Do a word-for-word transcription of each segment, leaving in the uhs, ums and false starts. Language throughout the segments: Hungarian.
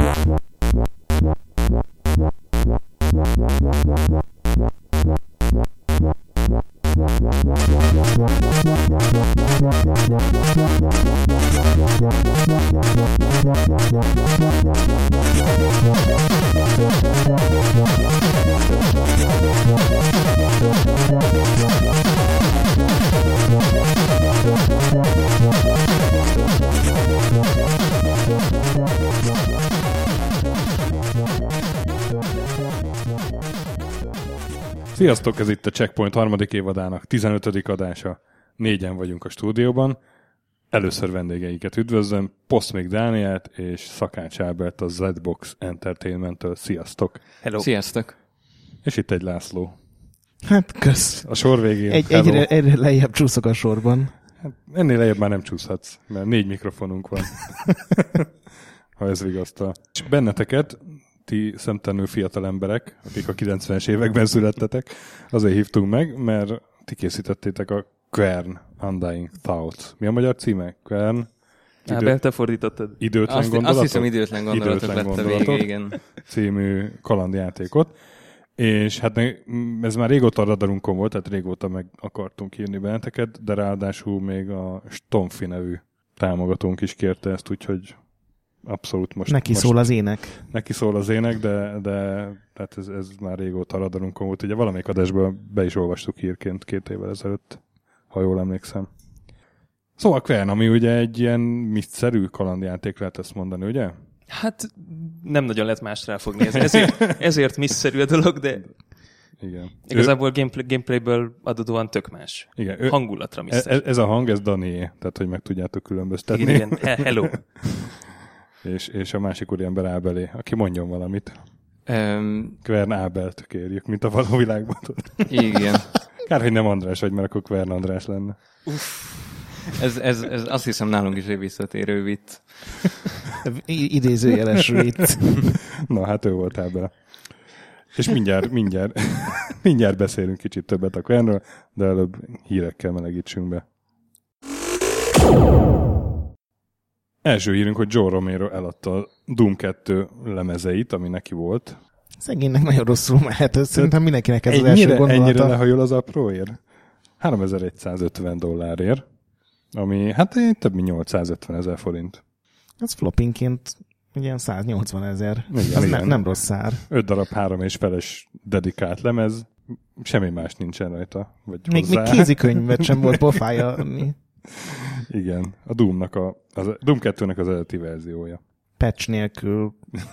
Sziasztok, ez itt a Checkpoint harmadik évadának tizenötödik adása. Négyen vagyunk a stúdióban. Először vendégeiket üdvözlöm, Poszmik Dánielt és Szakács Ábelt a Zbox Entertainment-től. Sziasztok! Hello! Sziasztok! És itt egy László. Hát kösz. A sor végén. Egy, egyre, egyre lejjebb csúszok a sorban. Hát ennél lejjebb már nem csúszhatsz, mert négy mikrofonunk van. Ha ez vigasztal. És benneteket, ti szemtelenül fiatal emberek, akik a kilencvenes években születtetek, azért hívtunk meg, mert ti készítettétek a Quern Undying Thoughts. Mi a magyar címe? Quern? Idő... Ábel, te fordítottad. Időtlen azt, gondolatok? Azt hiszem időtlen gondolatok időtlen lett gondolatok, a vége, igen. Című kalandjátékot. És hát ez már régóta a radarunkon volt, tehát régóta meg akartunk írni benneteket, de ráadásul még a Stomfi nevű támogatónk is kérte ezt, úgyhogy abszolút most... Neki most, szól az ének. Neki szól az ének, de, de tehát ez, ez már régóta a radarunkon volt. Ugye valamelyik adásban be is olvastuk hírként két évvel ezelőtt, ha jól emlékszem. Szóval Quern, ami ugye egy ilyen misztszerű kalandjáték, lehet ezt mondani, ugye? Hát nem nagyon lehet más ráfogni. Ezért, ezért misztszerű a dolog, de igen. Igazából ő... gameplay, gameplayből adódóan tök más. Igen. Ő... Hangulatra misztszerű. Ez, ez a hang, ez Danié, tehát hogy meg tudjátok különböztetni. Igen, igen. He- hello. és, és a másik úriember Ábelé, aki mondjon valamit. Um... Quern Ábelt kérjük, mint a való világban. Igen. Kár, hogy nem András vagy, mert akkor Quern András lenne. Uff. Ez, ez, ez azt hiszem nálunk is egy visszatérő vicc. Idézőjeles vicc. Na hát ő volt Ábel. És mindjárt, mindjárt, mindjárt beszélünk kicsit többet a Quernről, de előbb hírekkel melegítsünk be. Első hírünk, hogy Joe Romero eladta a Doom kettő lemezeit, ami neki volt. Szegénynek nagyon rosszul mehet, szerintem mindenkinek ez ennyire, az első gondolata. Ennyire lehajol az apróért? háromezer-egyszázötven dollárért, ami hát több mint nyolcszázötven ezer forint. Ez floppingként ilyen száznyolcvan ezer. Igen, ez igen. Ne, nem rossz szár. Öt darab három és feles dedikált lemez, semmi más nincsen rajta. Vagy még, még kézikönyvet sem volt pofája. Igen, a Doomnak a, az, Doom kettőnek az eredeti verziója. Patch nélkül.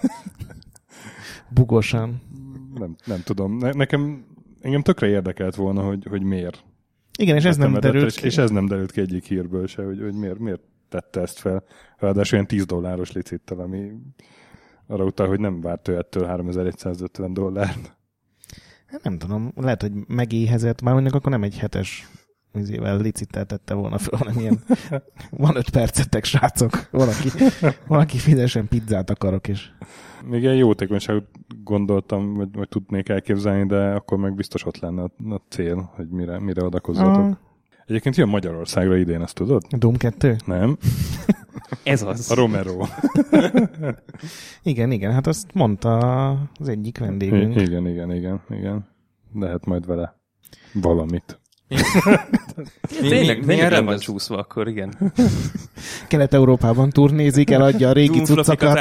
Bugosan. Nem, nem tudom. Ne, nekem, engem tökre érdekelt volna, hogy, hogy miért. Igen, és ez nem derült és, ki. És ez nem derült ki egyik hírből se, hogy, hogy miért, miért tette ezt fel. Ráadásul olyan tíz dolláros licittel, ami arra utal, hogy nem várt ő ettől háromezer-egyszázötven dollárt. Nem tudom, lehet, hogy megéhezett, már mondjuk akkor nem egy hetes izével licittel tette volna fel, hanem ilyen van öt percetek, srácok, valaki, valaki fizessen pizzát akarok is. Még ilyen jótékonyságot gondoltam, vagy, vagy tudnék elképzelni, de akkor meg biztos ott lenne a, a cél, hogy mire, mire adakozzatok. Ah. Egyébként jön Magyarországra idén, ezt tudod? A Doom kettő? Nem. Ez az. A Romero. igen, igen, hát azt mondta az egyik vendégünk. I- igen, igen, igen, igen. Lehet majd vele valamit. Tényleg, mennyire van csúszva akkor, igen. Kelet-Európában turnézik, eladja a régi cuccakat.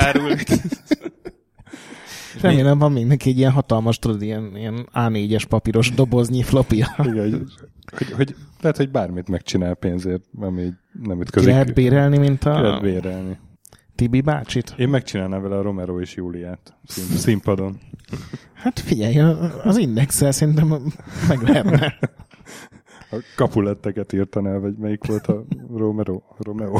Remélem van még neki egy ilyen hatalmas, tudod, ilyen, ilyen á négyes papíros doboznyi flopja. Igen, hogy, hogy lehet, hogy bármit megcsinál pénzért, ami nem ütközik. Ki lehet bérelni, mint a... Ki lehet bérelni. Tibi bácsit? Én megcsinálnám vele a Romero és Júliát szín, színpadon. Hát figyelj, az Indexel szerintem meg lehetne. A Capuletteket írtan el, vagy melyik volt a Romero? Romeo.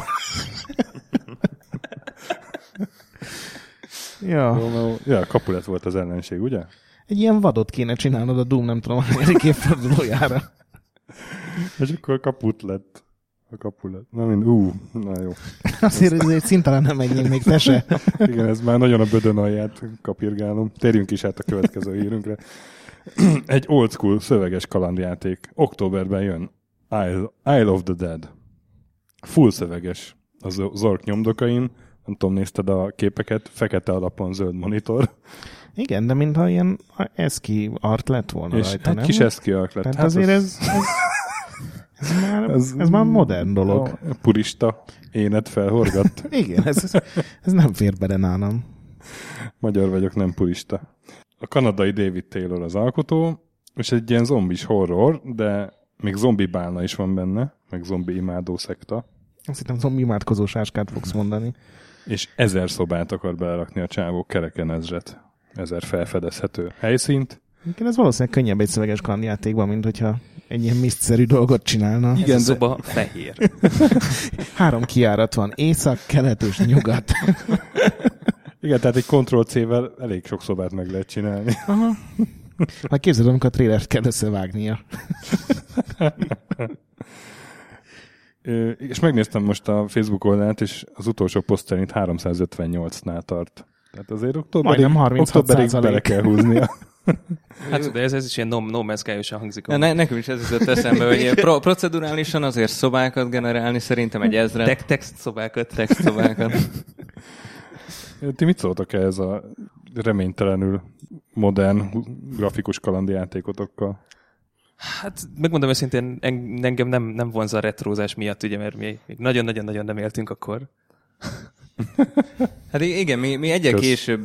Ja. Romeo. Ja, Capulett volt az ellenség, ugye? Egy ilyen vadot kéne csinálnod a Doom, nem tudom, a negyedik évfordulójára. És akkor kaput lett. A Capulett. Na mind, ú, na jó. Azért ez egy szintelen nem menjünk még, te se. Igen, ez már nagyon a bödön alját kapirgálom. Térjünk is át a következő hírünkre. Egy old school szöveges kalandjáték. Októberben jön. Isle, Isle of the Dead. Full szöveges az Zork nyomdokain. nem tudom, nézted a képeket, fekete alapon zöld monitor. Igen, de mintha ilyen eszki art lett volna és rajta, egy nem? kis eszki art lett. Tehát hát azért ez, ez, ez, már, ez, ez már modern dolog. A purista énet felhorgat. Igen, ez, ez, ez nem fér bele nálam. Magyar vagyok, nem purista. A kanadai David Taylor az alkotó, és egy ilyen zombis horror, de még zombi bálna is van benne, meg zombi imádó szekta. Azt hittem, zombi imádkozó sáskát fogsz mondani. És ezer szobát akar belerakni a csávó, kereken ezret. Ezer felfedezhető helyszínt. Igen, ez valószínűleg könnyebb egy szöveges kalandjátékban, mint hogyha egy ilyen misztszerű dolgot csinálna. Igen, ez a szoba de... fehér. Három kijárat van, észak, kelet és nyugat. Igen, tehát egy Ctrl-C-vel elég sok szobát meg lehet csinálni. Aha. Már képzeld, amikor a trélert kell összevágnia. És megnéztem most a Facebook oldalát, és az utolsó poszt szerint háromszázötvennyolcnál tart. Tehát azért októberig, októberig bele kell húznia. Hát, de ez, ez is ilyen no, no man's Sky-osan hangzik. Ja, ne, nekem is ez jutott eszembe, hogy pro, procedurálisan azért szobákat generálni, szerintem egy ezret. Tek, text szobákat. Text szobákat. Ti mit szóltak ez a reménytelenül modern grafikus kalandjátékotokkal? Hát megmondom őszintén, engem nem, nem vonza a retrózás miatt, ugye, mert mi még nagyon-nagyon-nagyon nem éltünk akkor. Hát igen, mi, mi egyel Kösz. később...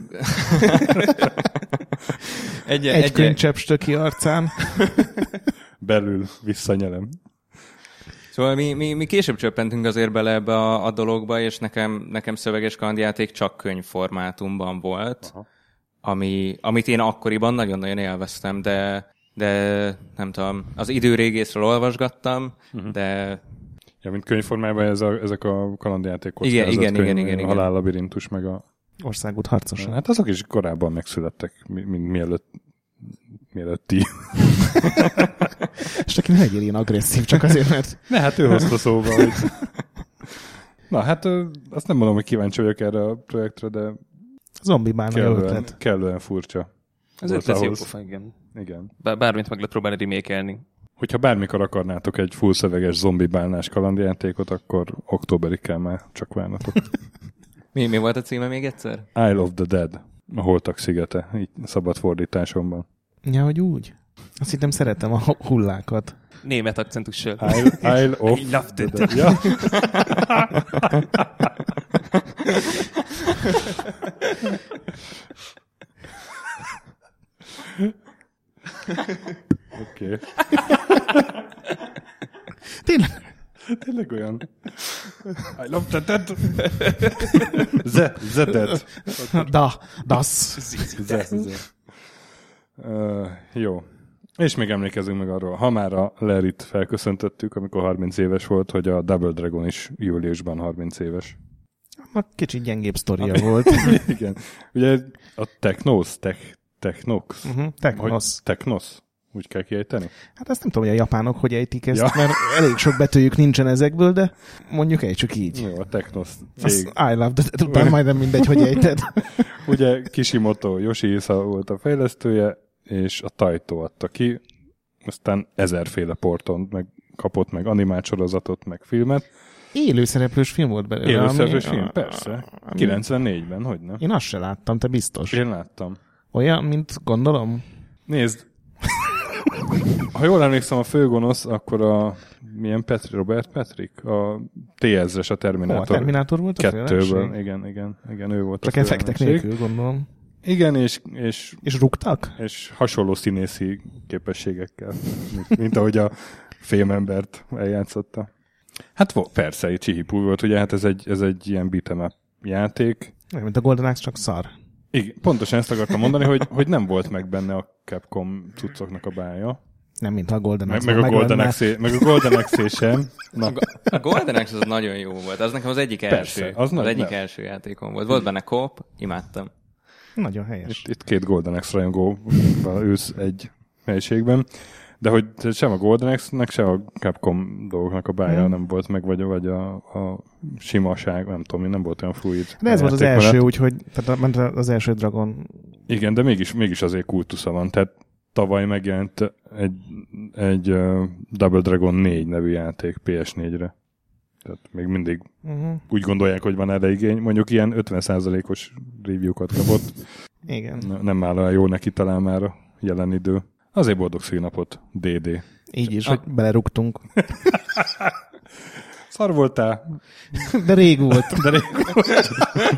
egy egy könycseppstöki arcán. Belül visszanyelem. Szóval mi, mi, mi később csöppentünk azért bele ebbe a, a dologba, és nekem, nekem szöveges kalandjáték csak könyvformátumban volt, ami, amit én akkoriban nagyon-nagyon élveztem, de, de nem tudom, az időrégészről olvasgattam, uh-huh. de... Ja, mint könyvformában ez a, ezek a kalandjátékok. Igen, igen, könyv, igen, igen, a Halállabirintus, meg a... Országút harcosa. Hát azok is korábban megszülettek, mint mielőtt, mielőtt ti. És neki ne legyél ilyen agresszív, csak azért, mert... Ne, hát ő hozta szóba, hogy... Na, hát azt nem mondom, hogy kíváncsi vagyok erre a projektre, de... Zombi bálna ötlet. Kellően furcsa. Ez ötlet jó pofa, igen. Igen. Bármint meg lehet próbálni remake-elni. Hogyha bármikor akarnátok egy full szöveges zombi bálnás kalandjátékot, akkor októberig kell már csak várnatok. Mi, mi volt a címe még egyszer? Isle of the Dead. A Holtak szigete. Így szabad fordításomban. Ja, hogy úgy. Azt hittem szeretem a hullákat. Német akcentussal. Isle, Isle of I loved the it. Dead. Ja. Oké. Okay. Tényleg? Tényleg olyan. I love the dead. The, the dead. Da, das. The, the. Uh, jó. És még emlékezünk meg arról, ha már a Larryt felköszöntöttük, amikor harminc éves volt, hogy a Double Dragon is júliusban harminc éves. A kicsit gyengébb sztoria a volt. Igen. Ugye a Technos, tech, Technox. Uh-huh. Technos. Technos. Úgy kell kiejteni? Hát azt nem tudom, hogy a japánok hogy ejtik ezt, ja. mert elég sok betűjük nincsen ezekből, de mondjuk ejtsük így. Jó, a Technos cég. Az I love that, után majdnem mindegy, hogy ejted. Ugye Kishimoto Yoshihisa volt a fejlesztője, és a Taito adta ki, aztán ezerféle porton meg kapott meg animált sorozatot, meg filmet. Élőszereplős film volt belőle. Élőszereplős film, a, persze. Ami... kilencvennégyben, hogy nem? Én azt se láttam, te biztos. Én láttam. Olyan, mint gondolom? Nézd, ha jól emlékszem, a főgonosz, akkor a milyen Petri, Robert Patrick? A T ezres, a Terminátor. Ó, a Terminátor volt a kettőből. Igen, igen, igen, ő volt csak a effektek nélkül, gondolom. Igen, és, és... És rúgtak? És hasonló színészi képességekkel, mint, mint ahogy a Fémembert eljátszotta. Hát persze, egy Csihipú volt, ugye, hát ez egy, ez egy ilyen beat'em up játék. Mint a Golden Axe, csak szar. Igen, pontosan ezt akartam mondani, hogy, hogy nem volt meg benne a Capcom cuccoknak a bája. Nem, mint a Golden Axe. Meg, meg, a Golden Axe, meg a Golden Axe sem. Na. A Golden Axe az nagyon jó volt. Az nekem az egyik Persze, első. Az, az egyik nem. első játékom volt. Volt benne co-op, imádtam. Nagyon helyes. Itt, itt két Golden Axe rajongó ősz egy helyiségben. De hogy sem a Golden Axe-nek, sem a Capcom dolgoknak a bája hmm. nem volt meg, vagy, vagy a, a simaság, nem tudom, nem volt olyan fluid. De ez volt az első, úgyhogy tehát az első Dragon. Igen, de mégis, mégis azért kultusza van. Tehát tavaly megjelent egy, egy uh, Double Dragon négy nevű játék pé es négyre. Tehát még mindig Uh-huh. úgy gondolják, hogy van erre igény. Mondjuk ilyen ötven százalékos review-kat kapott. Igen. Ne- Nem áll olyan jó neki talán már a jelen idő. Azért boldog szülinapot, dé dé. Így is, hogy belerúgtunk. Szar voltál? De rég volt. De rég volt.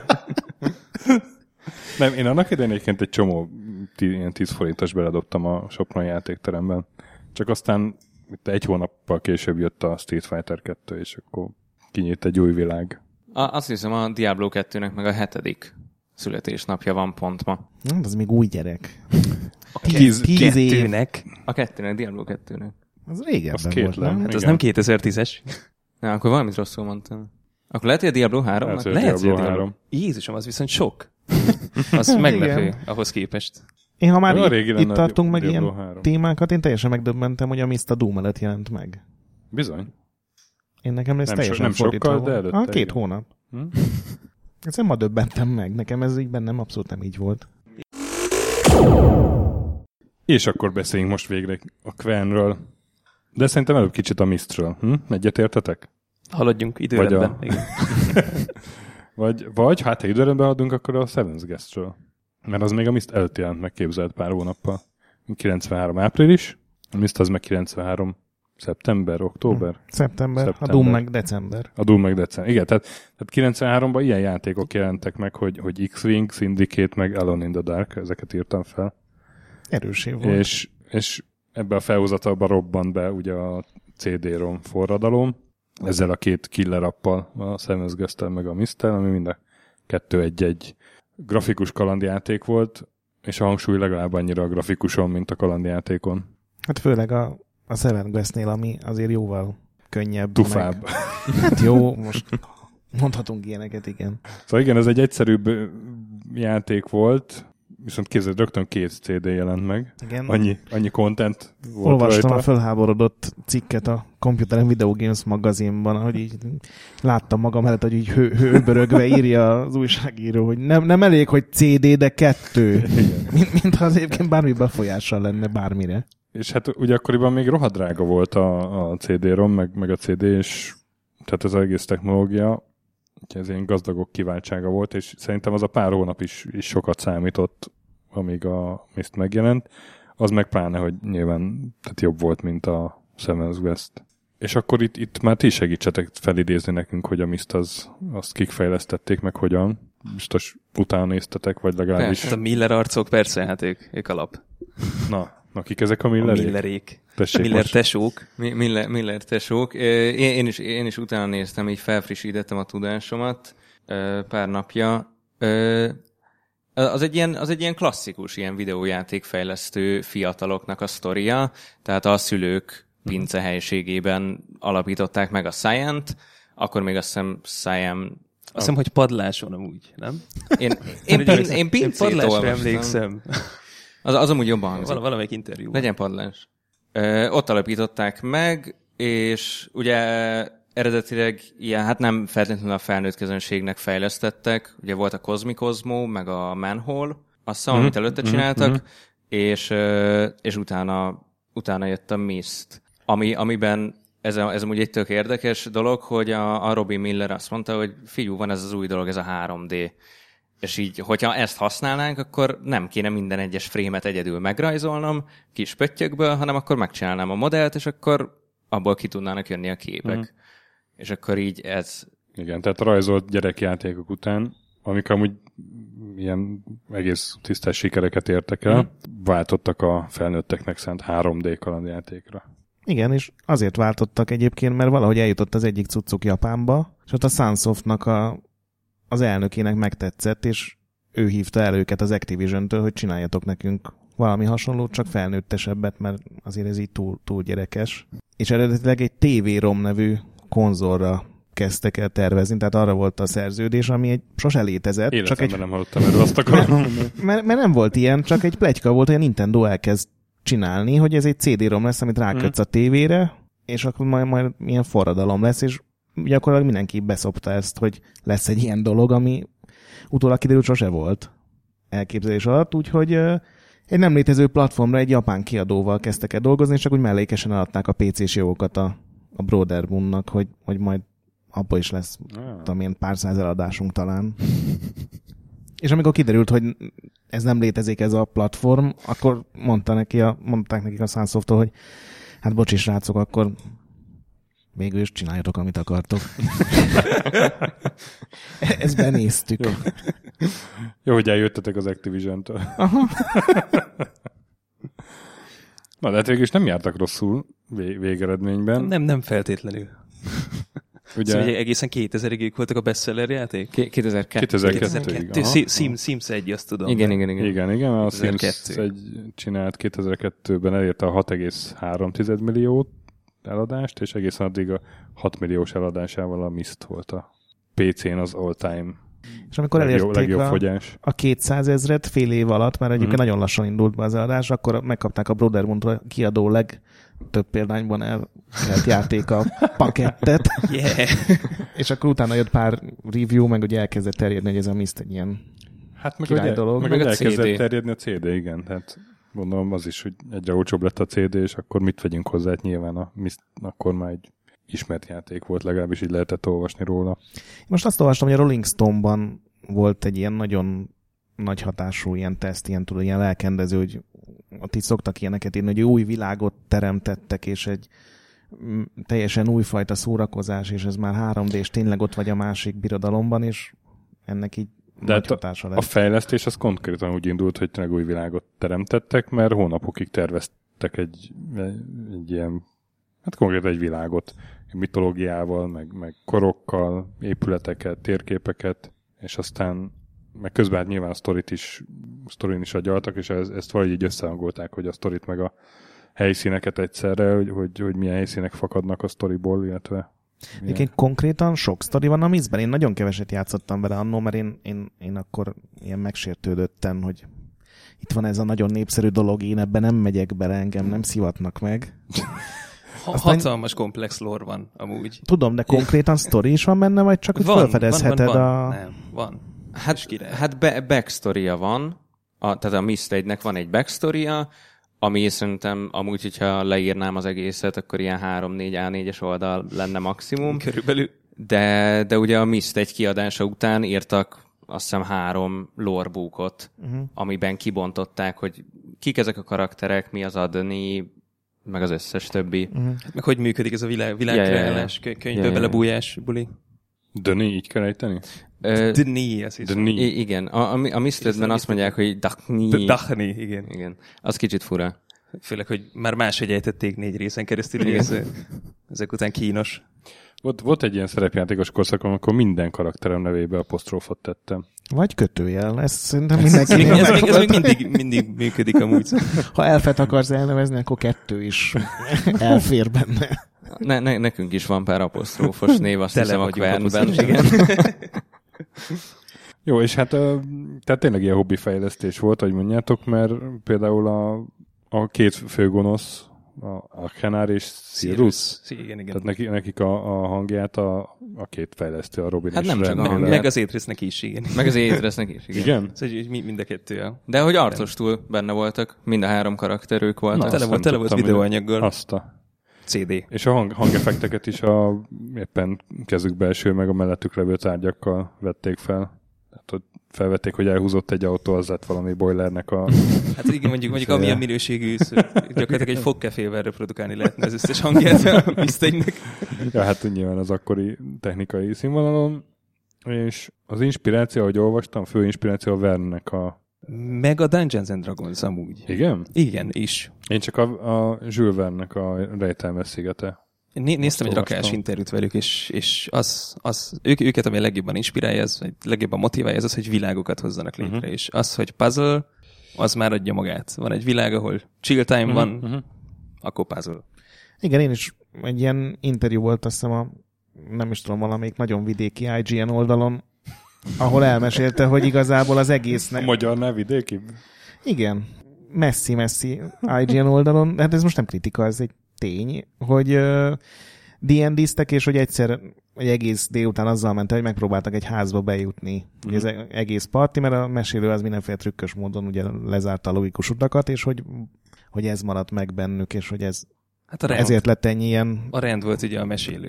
Nem, én annak idején egyébként egy csomó tí- ilyen tíz forintos beledobtam a Sopron játékteremben. Csak aztán itt egy hónappal később jött a Street Fighter kettő, és akkor kinyílt egy új világ. A, azt hiszem a Diablo kettőnek meg a hetedik születésnapja van pont ma. Hát, az még új gyerek. A Tíz- tíz év. kettőnek. A kettőnek, Diablo kettőnek. Az régebben Az volt, kétlem. nem? Hát az Igen. nem kétezer-tízes. Na, akkor valamit rosszul mondtam. Akkor lehet, hogy a Diablo három? Lehet, hogy Lehet, hogy Diablo a Diablo. három. Jézusom, az viszont sok. Az meglepő Igen. ahhoz képest. Én ha már Olyan itt, régi lenne itt a tartunk meg Diablo ilyen három. témákat, én teljesen megdöbbentem, hogy a Mista Doom előtt jelent meg. Bizony. Én nekem ez Nem teljesen so- nem fordítva sokkal, de volt. előtte, Ah, két igen. hónap. Hm? Ezt nem ma döbbentem meg. Nekem ez így bennem abszolút nem így volt. És akkor beszéljünk most végre a Quenről. De szerintem előbb kicsit a Mistről. Hm? Egyetértetek? Haladjunk időrendben. a- Igen. Vagy, vagy hát ha időrendben haladunk, akkor a Seven's Guestről. Mert az még a Mist előtt jelent meg, képzelt pár hónappal. kilencvenhárom április, a Mist az meg kilencvenhárom szeptember, október. Szeptember, Szeptember. a Doom meg december. A Doom meg december. Igen, tehát, tehát kilencvenháromban ilyen játékok jelentek meg, hogy, hogy X-Wing, Syndicate, meg Alone in the Dark, ezeket írtam fel. Erős év volt. És, és ebbe a felhozatalba robbant be ugye a cé dé-rom forradalom, ezzel a két killer appal, a Seven's Guest-tel meg a Mist-tel, ami mind a kettő egy-egy grafikus kalandjáték volt, és a hangsúly legalább annyira a grafikuson, mint a kalandjátékon. Hát főleg a, a Seven Quest-nél, ami azért jóval könnyebb. Tufább. Meg... Hát jó, most mondhatunk ilyeneket, igen. Szóval igen, ez egy egyszerűbb ö, játék volt, viszont képzeld, rögtön két cé dé jelent meg. igen. Annyi, annyi content volt Olvastam rajta. a fölháborodott cikket a Computer and Video Games magazinban, ahogy így láttam magam előtt, hogy így hő, hőbörögve írja az újságíró, hogy nem, nem elég, hogy cé dé, de kettő. Mint, mintha az egyébként bármi befolyással lenne bármire. És hát ugye akkoriban még rohadrága volt a, a cé dé-rom, meg, meg a cé dé, és tehát az egész technológia, úgyhogy ez ilyen gazdagok kiváltsága volt, és szerintem az a pár hónap is, is sokat számított, amíg a Mist megjelent. Az meg pláne, hogy nyilván tehát jobb volt, mint a Seven's Guest. És akkor itt, itt már ti is segítsetek felidézni nekünk, hogy a Mist az, azt kik fejlesztették, meg hogyan. Biztos utána néztetek, vagy legalábbis... Hát a Miller arcok, persze, hát ők, ők alap. Na, na, kik ezek a A Millerék? Millerék. Tessék Miller most. tesók. Mi- Miller, Miller tesók. Ö, Én, én, is, én is utána néztem, így felfrissítettem a tudásomat ö, pár napja. Ö, Az egy, ilyen, az egy ilyen klasszikus ilyen videójátékfejlesztő fiataloknak a sztoria, tehát a szülők pince helységében alapították meg a Cyant, akkor még azt hiszem Cyan... Azt hiszem, hogy padláson amúgy, nem? Én, én, én, én pincét padlásra olvastam. emlékszem. Az, az amúgy jobban hangzik. Val- valamelyik interjú. Legyen padlás. Ö, ott alapították meg, és ugye eredetileg ilyen, hát nem feltétlenül a felnőtt közönségnek fejlesztettek. Ugye volt a Cosmic Cosmo, meg a Manhole, azt hiszem, amit előtte csináltak, mhm. és, ö, és utána, utána jött a Mist. Ami, amiben ez, a, ez amúgy egy tök érdekes dolog, hogy a, a Robin Miller azt mondta, hogy figyú, van ez az új dolog, ez a három dé. És így, hogyha ezt használnánk, akkor nem kéne minden egyes frémet egyedül megrajzolnom kis pöttyökből, hanem akkor megcsinálnám a modellt, és akkor abból ki tudnának jönni a képek. Mhm. És akkor így ez... Igen, tehát rajzolt gyerekjátékok után, amik amúgy ilyen egész tisztás sikereket értek el, mm. váltottak a felnőtteknek szánt három dé kalandjátékra. Igen, és azért váltottak egyébként, mert valahogy eljutott az egyik cuccuk Japánba, és ott a Sunsoftnak a, az elnökének megtetszett, és ő hívta el őket az Activision-től, hogy csináljatok nekünk valami hasonlót, csak felnőttesebbet, mert azért ez így túl, túl gyerekes. És eredetileg egy té vé-rom nevű konzolra kezdtek el tervezni, tehát arra volt a szerződés, ami egy sose létezett. Életemben csak egy, nem hallottam erről, azt akarom mondani. mert, mert nem volt ilyen, csak egy pletyka volt, hogy a Nintendo elkezd csinálni, hogy ez egy cé dé-rom lesz, amit rákötsz a tévére, és akkor majd, majd milyen forradalom lesz, és gyakorlatilag mindenki beszopta ezt, hogy lesz egy ilyen dolog, ami utólag kiderült sose volt elképzelés alatt, úgyhogy egy nem létező platformra egy japán kiadóval kezdtek el dolgozni, és csak úgy mellékesen eladták a pé cés jogokat a, a Brothermoonnak, hogy, hogy majd abból is lesz, Ah. tudom én, pár száz eladásunk talán. És amikor kiderült, hogy ez nem létezik ez a platform, akkor mondta neki a, mondták nekik a Sunsoft-tól, hogy hát bocsi srácok, akkor végül is csináljatok, amit akartok. Ezt benéztük. Jó. Jó, hogy eljöttetek az Activision-től. Aha. Na, de hát végül is nem jártak rosszul vé- végeredményben. Nem, nem feltétlenül. Ugye Szóval egészen kétezerig ők voltak a bestseller játék? kétezer-kettő kétezer-kettőig, aha. Sim- Sim- Sims egy, azt tudom. Igen, igen, igen. Igen, igen, a Sims kétezer-kettő. egy csinált kétezer-kettőben elérte a hat egész három millió eladást, és egészen addig a hat milliós eladásával a Myst volt a pé cén az all-time És amikor legjobb, elérték legjobb a, fogyás. a kétszázezret fél év alatt, mert egyébként Mhm. nagyon lassan indult be az eladás, akkor megkapták a Brotherhood kiadó legtöbb példányban elkelt játék a pakettet, Yeah. és akkor utána jött pár review, meg ugye elkezdett terjedni, hogy ez a Myst egy ilyen Hát meg, király hogy, dolog. meg, Meg meg a elkezdett cé dé. terjedni a cé dé, igen. Tehát gondolom az is, hogy egyre olcsóbb lett a cé dé, és akkor mit vegyünk hozzá, hát nyilván a Myst akkor már egy ismert játék volt, legalábbis így lehetett olvasni róla. Most azt olvastam, hogy a Rolling Stone-ban volt egy ilyen nagyon nagy hatású ilyen teszt, ilyen, tudod, ilyen lelkendező, hogy ott így szoktak ilyeneket írni, hogy új világot teremtettek, és egy mm, teljesen újfajta szórakozás, és ez már három dés, tényleg ott vagy a másik birodalomban, és ennek így De nagy hát a, hatása a lett. fejlesztés az konkrétan úgy indult, hogy tényleg új világot teremtettek, mert hónapokig terveztek egy, egy ilyen, hát konkrétan egy világot, mitológiával, meg, meg korokkal, épületeket, térképeket, és aztán meg közben hát nyilván a sztorit is, sztorin is agyaltak, és ez, ezt valahogy így összehangolták, hogy a sztorit meg a helyszíneket egyszerre, hogy, hogy, hogy milyen helyszínek fakadnak a sztoriból, illetve Egyébként konkrétan sok sztori van a Mythben. Én nagyon keveset játszottam vele annó, mert én, én, én akkor ilyen megsértődöttem, hogy itt van ez a nagyon népszerű dolog, én ebben nem megyek bele, engem nem szivatnak meg. Ha, Aztán- hatalmas komplex lore van amúgy. Tudom, de konkrétan sztori is van benne, vagy csak úgy felfedezheted van, van, a... van. Nem, van. Hát, hát be, backstory-ja van, a, tehát a Myst egynek van egy backstory-ja, ami szerintem amúgy, hogyha leírnám az egészet, akkor ilyen három-négy á négyes oldal lenne maximum. Körülbelül. De, de ugye a Myst egy kiadása után írtak azt hiszem három lorebookot, uh-huh. amiben kibontották, hogy kik ezek a karakterek, mi az adni, meg az összes többi. Uh-huh. Hát meg hogy működik ez a világ, Ja, ja, ja. világkreálás, kö- könyvbe Ja, ja, ja. belebújás buli. Döni, így kell ejteni? Ö, Dni, azt hiszem. Dni. I- igen, a, a, a Mistedben azt mondják, hogy Dachni. Dachni, igen. Igen, az kicsit fura. Főleg, hogy már máshogy ejtették négy részen keresztül, hogy ez, ezek után kínos. Volt, volt egy ilyen szerepjátékos korszakom, amikor minden karakterem nevébe apostrófot tettem. Vagy kötőjel, ez szerintem Ez, mindenki. még, ez, még, ez még mindig, mindig működik amúgy. Ha elfet akarsz elnevezni, akkor kettő is elfér benne. Ne, ne, nekünk is van pár apostrófos név, azt Tele hiszem a vagyunk Kvernben. apostrófos. Igen. Jó, és hát ö, tehát tényleg ilyen hobbifejlesztés volt, ahogy mondjátok, mert például a, a két főgonosz, a, a Kenár és Cyrus, Igen, igen. tehát neki, nekik a, a hangját a, a két fejlesztő, a Robin Hát és nem csak a Rennél. hangját. Meg az étrésznek is, igen. Meg az étresznek is. Igen. Igen? Szóval, hogy mi- mind a kettő a De hogy arcostul benne voltak, mind a három karakterük voltak. Na, tele azt volt, nem tele volt tudtam, videóanyaggal. Azt a... cé dé. És a hang, hangeffekteket is a éppen kezük belső, meg a mellettük levő tárgyakkal vették fel. Tehát, hogy felvették, hogy elhúzott egy autó, az lett valami boilernek a... Hát igen, mondjuk, mondjuk amilyen minőségű, gyakorlatilag egy fogkefével reprodukálni lehetne az összes hangját a Mistegynek. Ja, hát nyilván az akkori technikai színvonalon. És az inspiráció, ahogy olvastam, fő inspiráció a Verne-nek a... Meg a Dungeons and Dragons amúgy. Igen? Igen, is. Én csak a, a Jules Verne-nek a Rejtelmes szigete. Én né- néztem egy olvastam. rakás interjút velük, és, és az, az, ők, őket, ami a legjobban inspirálja, az, vagy legjobban motiválja, az az, hogy világokat hozzanak létre. Uh-huh. És az, hogy puzzle, az már adja magát. Van egy világ, ahol chill time uh-huh. van, uh-huh. akkor puzzle. Igen, én is egy ilyen interjú volt, azt hiszem a, nem is tudom, valamelyik nagyon vidéki I G N oldalon, ahol elmesélte, hogy igazából az egésznek... A magyarnál vidéki? Igen, messzi-messzi I G N oldalon, de hát ez most nem kritika, ez egy tény, hogy uh, dé end dé-ztek, és hogy egyszer egy egész délután azzal ment, hogy megpróbáltak egy házba bejutni. Mm. Ez egész parti, mert a mesélő az mindenféle trükkös módon ugye lezárta a logikus utakat, és hogy, hogy ez maradt meg bennük, és hogy ez Hát a rend, ezért lett ennyi ilyen... a rend volt ugye a mesélő.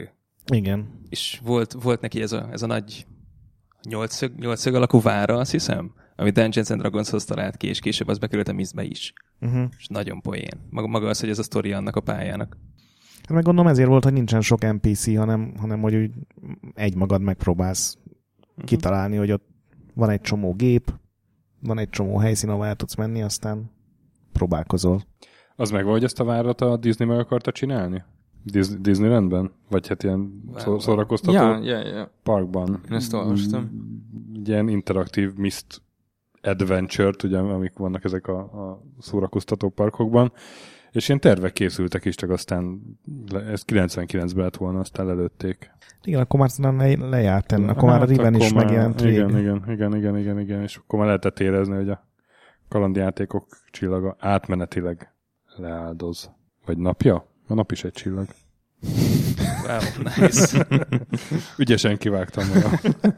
Igen. És volt, volt neki ez a, ez a nagy nyolcszög, nyolcszög alakú vára, azt hiszem, amit Dungeons and Dragonshoz talált ki, és később az bekerült a Mistbe is. Uh-huh. És nagyon poén. Maga, maga az, hogy ez a sztori annak a pályának. Hát meg gondolom ezért volt, hogy nincsen sok en pé cé, hanem, hanem hogy úgy egy magad megpróbálsz uh-huh. kitalálni, hogy ott van egy csomó gép, van egy csomó helyszín, ahol el tudsz menni, aztán próbálkozol. Az meg hogy ezt a várat a Disney meg akarta csinálni? Dis- Disneylandben? Vagy hát ilyen szó- szórakoztató ja, ja, ja. parkban? Én ezt olvastam. Ilyen interaktív Mist Adventure-t, ugye, amik vannak ezek a, a szórakoztató parkokban, és ilyen tervek készültek is, csak aztán le, ez kilencvenkilencben lett volna, aztán lelőtték. Igen, akkor már le, lejárt ennek, akkor hát, már a Riven is már, megjelent igen, rég. igen, igen, igen, igen, igen, és akkor már lehetett érezni, hogy a kalandjátékok csillaga átmenetileg leáldoz. Vagy napja? A nap is egy csillag. Wow, nice. Ügyesen kivágtam magam.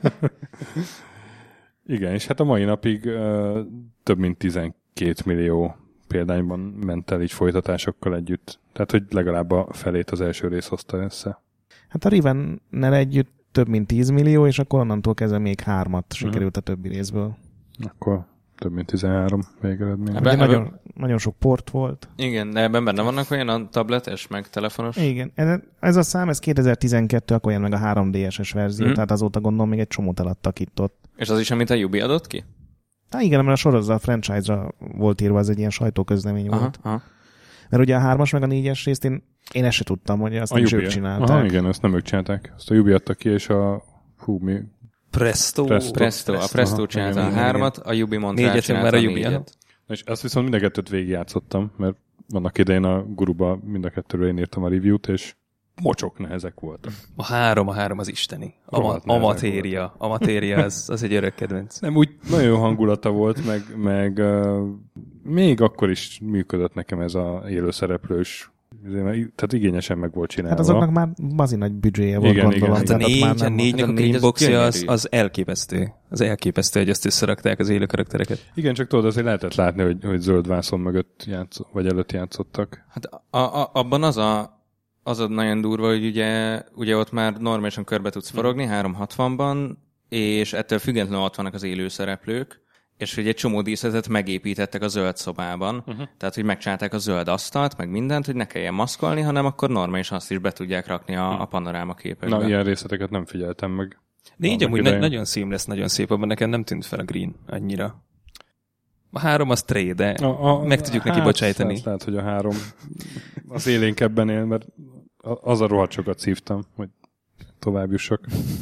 Igen, és hát a mai napig uh, több mint tizenkét millió példányban ment el így folytatásokkal együtt. Tehát, hogy legalább a felét az első rész hozta össze. Hát a Rivennel együtt több mint tíz millió, és akkor onnantól kezdve még hármat sikerült a többi részből. Akkor több mint tizenhárom végeredmény. Ebben, nagyon, ebben... nagyon sok port volt. Igen, de ebben benne vannak olyan a tabletes, meg telefonos? Igen, ez a szám, ez kétezer-tizenkettő, akkor olyan meg a három dé es-es verzió, hmm. tehát azóta gondolom még egy csomót eladtak itt ott. És az is, amit a Ubi adott ki? Hát igen, mert a sorozat a franchise-ra volt írva, ez egy ilyen sajtóközlemény aha, volt. Aha. Mert ugye a hármas meg a négyes részt én, én ezt se tudtam, hogy azt is ők csinálták. Aha, igen, ezt nem ők csinálták. Azt a Ubi adta ki, és a hú, mi... Presto. Presto. Presto. A Presto csinálta a hármat, a Ubi mondta, négyet már a Ubi. És azt viszont mind a kettőt végigjátszottam, mert vannak idején a guruba mind a kettőről én írtam a review-t, és mocsok nehezek voltak. A három, a három az isteni. A, ma, a matéria. A matéria az, az egy örök kedvenc. Nem, úgy nagyon jó hangulata volt, meg, meg uh, még akkor is működött nekem ez a élőszereplős, tehát igényesen meg volt csinálva. Hát azoknak már bazi nagy büdzséje volt, igen, gondolom. Hát a négy, a négynek a greenboxja az, az elképesztő. Az elképesztő, hogy ezt összerakták az élő karaktereket. Igen, csak tudod, azért lehetett látni, hogy, hogy zöld vászon mögött játsz, vagy előtt játszottak. Hát a, a, abban az a az a nagyon durva, hogy ugye, ugye ott már normálisan körbe tudsz forogni, háromszázhatvanban, és ettől függetlenül ott vannak az élő szereplők, és hogy egy csomó díszletet megépítettek a zöld szobában, uh-huh. tehát, hogy megcsinálták a zöld asztalt, meg mindent, hogy ne kelljen maszkolni, hanem akkor normálisan azt is be tudják rakni a, a panoráma képekbe. Na, ilyen részleteket nem figyeltem meg. Négy amúgy na- nagyon szím lesz, nagyon szép, abban nekem nem tűnt fel a green annyira. A három az tré, de a, a, meg tudjuk hát, neki bocsájtani. Hát lehet, hogy a három az élénkebben él, mert az a rohadt sokat szívtam, hogy tovább jussak.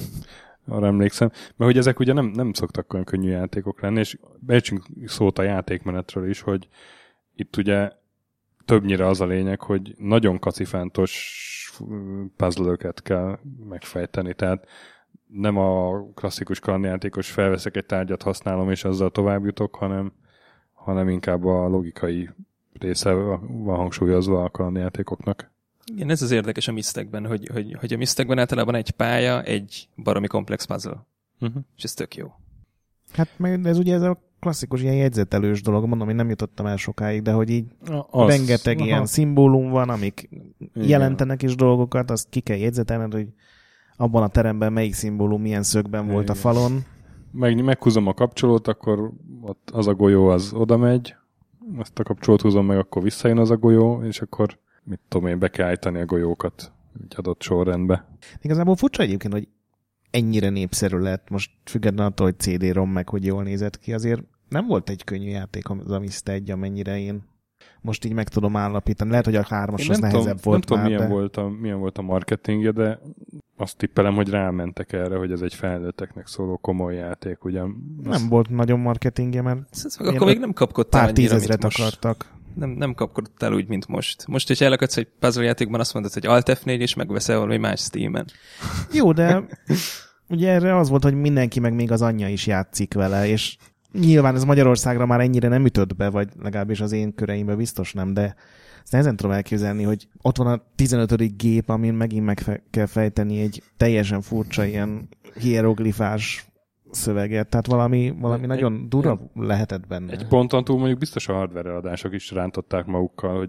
Arra emlékszem. Mert hogy ezek ugye nem, nem szoktak olyan könnyű játékok lenni, és becsünk szót a játékmenetről is, hogy itt ugye többnyire az a lényeg, hogy nagyon kacifántos puzzle-öket kell megfejteni, tehát nem a klasszikus kalandjátékos felveszek egy tárgyat, használom, és azzal tovább jutok, hanem, hanem inkább a logikai része van hangsúlyozva a kalandjátékoknak. Igen, ez az érdekes a Mystekben, hogy, hogy, hogy a Mystekben általában egy pálya, egy baromi komplex puzzle. Uh-huh. És ez tök jó. Hát meg ez ugye ez a klasszikus ilyen jegyzetelős dolog, mondom, én nem jutottam el sokáig, de hogy így az, rengeteg aha. ilyen szimbólum van, amik igen. jelentenek is dolgokat, azt ki kell jegyzetelned, hogy abban a teremben melyik szimbólum milyen szögben igen. volt a falon. Meg, meghúzom a kapcsolót, akkor ott az a golyó az oda megy, azt a kapcsolót húzom meg, akkor visszajön az a golyó, és akkor mit tudom én, be kell állítani a golyókat egy adott sorrendbe. Igazából furcsa egyébként, hogy ennyire népszerű lett, most függetlenül attól, hogy cé dé-rom meg, hogy jól nézett ki, azért nem volt egy könnyű játék az a Myst egy, amennyire én most így meg tudom állapítani. Lehet, hogy a hármas az nehezebb volt nem már. Nem tudom, milyen, de... volt a, milyen volt a marketingje, de azt tippelem, hogy rámentek erre, hogy ez egy felnőtteknek szóló komoly játék, ugyan. Nem azt... volt nagyon marketingje, mert akkor még nem kapkodtál pár tízezret akartak. Nem, nem kapkodtál úgy, mint most. Most, hogyha elakadsz egy puzzle játékban, azt mondod, hogy Alt ef négy, és megveszel valami más Steam-en. Jó, de ugye erre az volt, hogy mindenki, meg még az anyja is játszik vele, és nyilván ez Magyarországra már ennyire nem ütött be, vagy legalábbis az én köreimben biztos nem, de ezt nehezen tudom elképzelni, hogy ott van a tizenötödik gép, amin megint meg fe- kell fejteni egy teljesen furcsa ilyen hieroglifás szöveget, tehát valami, valami egy, nagyon durva lehetett benne. Egy ponton túl mondjuk biztos a hardware eladások is rántották magukkal, hogy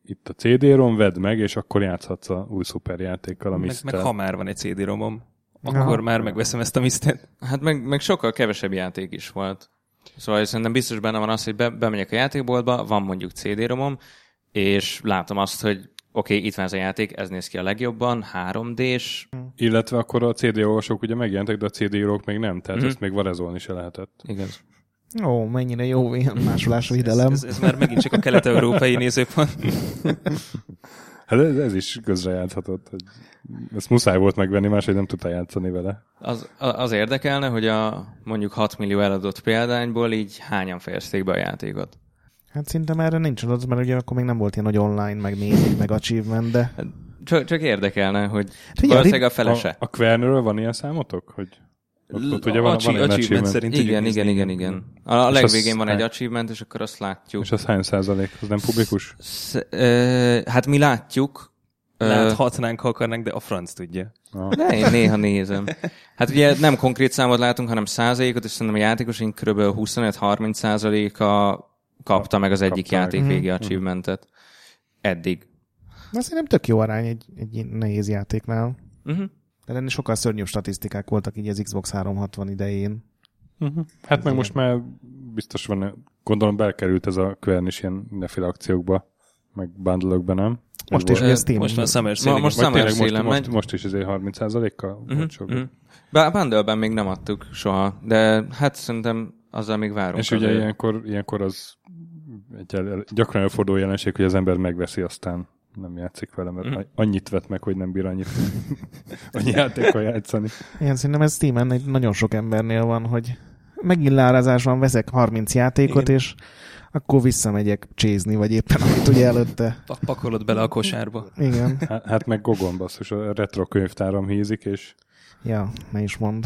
itt a cé dé-rom, vedd meg, és akkor játszhatsz a új szuperjátékkal, a meg, Mist-tel. meg ha már van egy cé dé-romom, akkor Aha. már megveszem ezt a Mistet. Hát meg, meg sokkal kevesebb játék is volt. Szóval szerintem biztos benne van az, hogy be, bemegyek a játékboltba, van mondjuk cé dé-romom, és látom azt, hogy oké, okay, itt van ez a játék, ez néz ki a legjobban, három dés. Illetve akkor a cé dé-olvasók ugye megjelentek, de a cé dé-írók még nem, tehát Mhm. ezt még varázsolni se lehetett. Igaz. Ó, mennyire jó ilyen másolású Ez, hiedelem. ez, ez már megint csak a kelet-európai nézőpont. Hát ez, ez is közrejátszhatott, hogy ezt muszáj volt megvenni, máshogy nem tudtál játszani vele. Az, az érdekelne, hogy a mondjuk hat millió eladott példányból így hányan fejezték be a játékot. Hát szerintem erre nincs adat, mert ugye akkor még nem volt ilyen nagy online, meg nézik, meg achievement, de... Csak, csak érdekelne, hogy Figyelj, valószínűleg a A, felese. a Quernről van ilyen számotok? Hogy ott, ott ugye van, Achi- van egy achievement achievement, szerint Igen, tudjuk igen, nézni. igen, igen. A, a És legvégén az van egy hány- achievement, és akkor azt látjuk. és az hány százalék? Az nem publikus? Sz, ö, hát mi látjuk. Ö, Láthatnánk, ha akarnánk, de a franc tudja. Ah. De én néha nézem. Hát ugye nem konkrét számot látunk, hanem százalékot, és szerintem a játékosink kb. huszonöt-harminc százaléka kapta meg az egyik Kapta meg. játék végi Mhm. achievementet. Eddig. Na, szerintem tök jó arány egy, egy ilyen nehéz játéknál. Uh-huh. De ennél sokkal szörnyűbb statisztikák voltak így az Xbox háromszázhatvan idején. Uh-huh. Hát meg most már biztos van, gondolom belkerült ez a Quern is ilyen mindenféle akciókba, meg bundle-ökbe, nem? Most Ez is volt- ugye Steam. Most van Summer Ma, Sale. most Vagy Summer tényleg most, Sale-en most, megy. most is ezért harminc százalékkal Uh-huh. volt sok. Uh-huh. Bá- Bundle-ben még nem adtuk soha, de hát szerintem azzal még várunk. És ugye azért. ilyenkor, ilyenkor az egy el, gyakran előforduló jelenség, hogy az ember megveszi, aztán nem játszik vele, mert Mhm. annyit vett meg, hogy nem bír annyit annyi játékkal játszani. Igen, szerintem ez Steamen egy nagyon sok embernél van, hogy megint leárazás van, veszek harminc játékot, Igen. és akkor visszamegyek csézni, vagy éppen amit ugye előtte. Pa- Pakolod bele a kosárba. Igen. Hát, hát meg Gogon basszus, a retro könyvtáram hízik, és Ja, ne is mondd.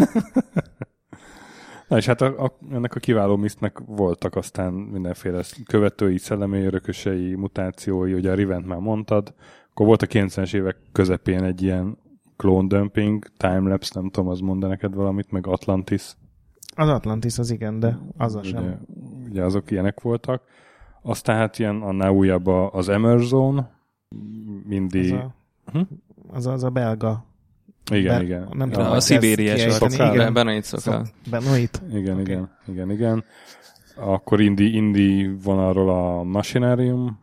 na és hát a, a, ennek a kiváló Mistnek voltak aztán mindenféle követői, szellemi örökösei, mutációi, ugye a Rivent már mondtad, akkor volt a kilencvenes évek közepén egy ilyen clone dumping, timelapse, nem tudom, az mond neked valamit, meg Atlantis. Az Atlantis az igen, de az a Ugye, sem. ugye azok ilyenek voltak. Aztán hát ilyen annál újabb a- az Emerson, mindig... Az a, Hm? az, a, az a belga. Igen, Be- igen. Nem Ja, tudom, a hogy szibériás ezt kiejteni. szokál. Igen. Benoit szokál. Szok- Benoit. Igen, Oké. igen, igen, igen. Akkor indi, indi vonalról a Machinarium,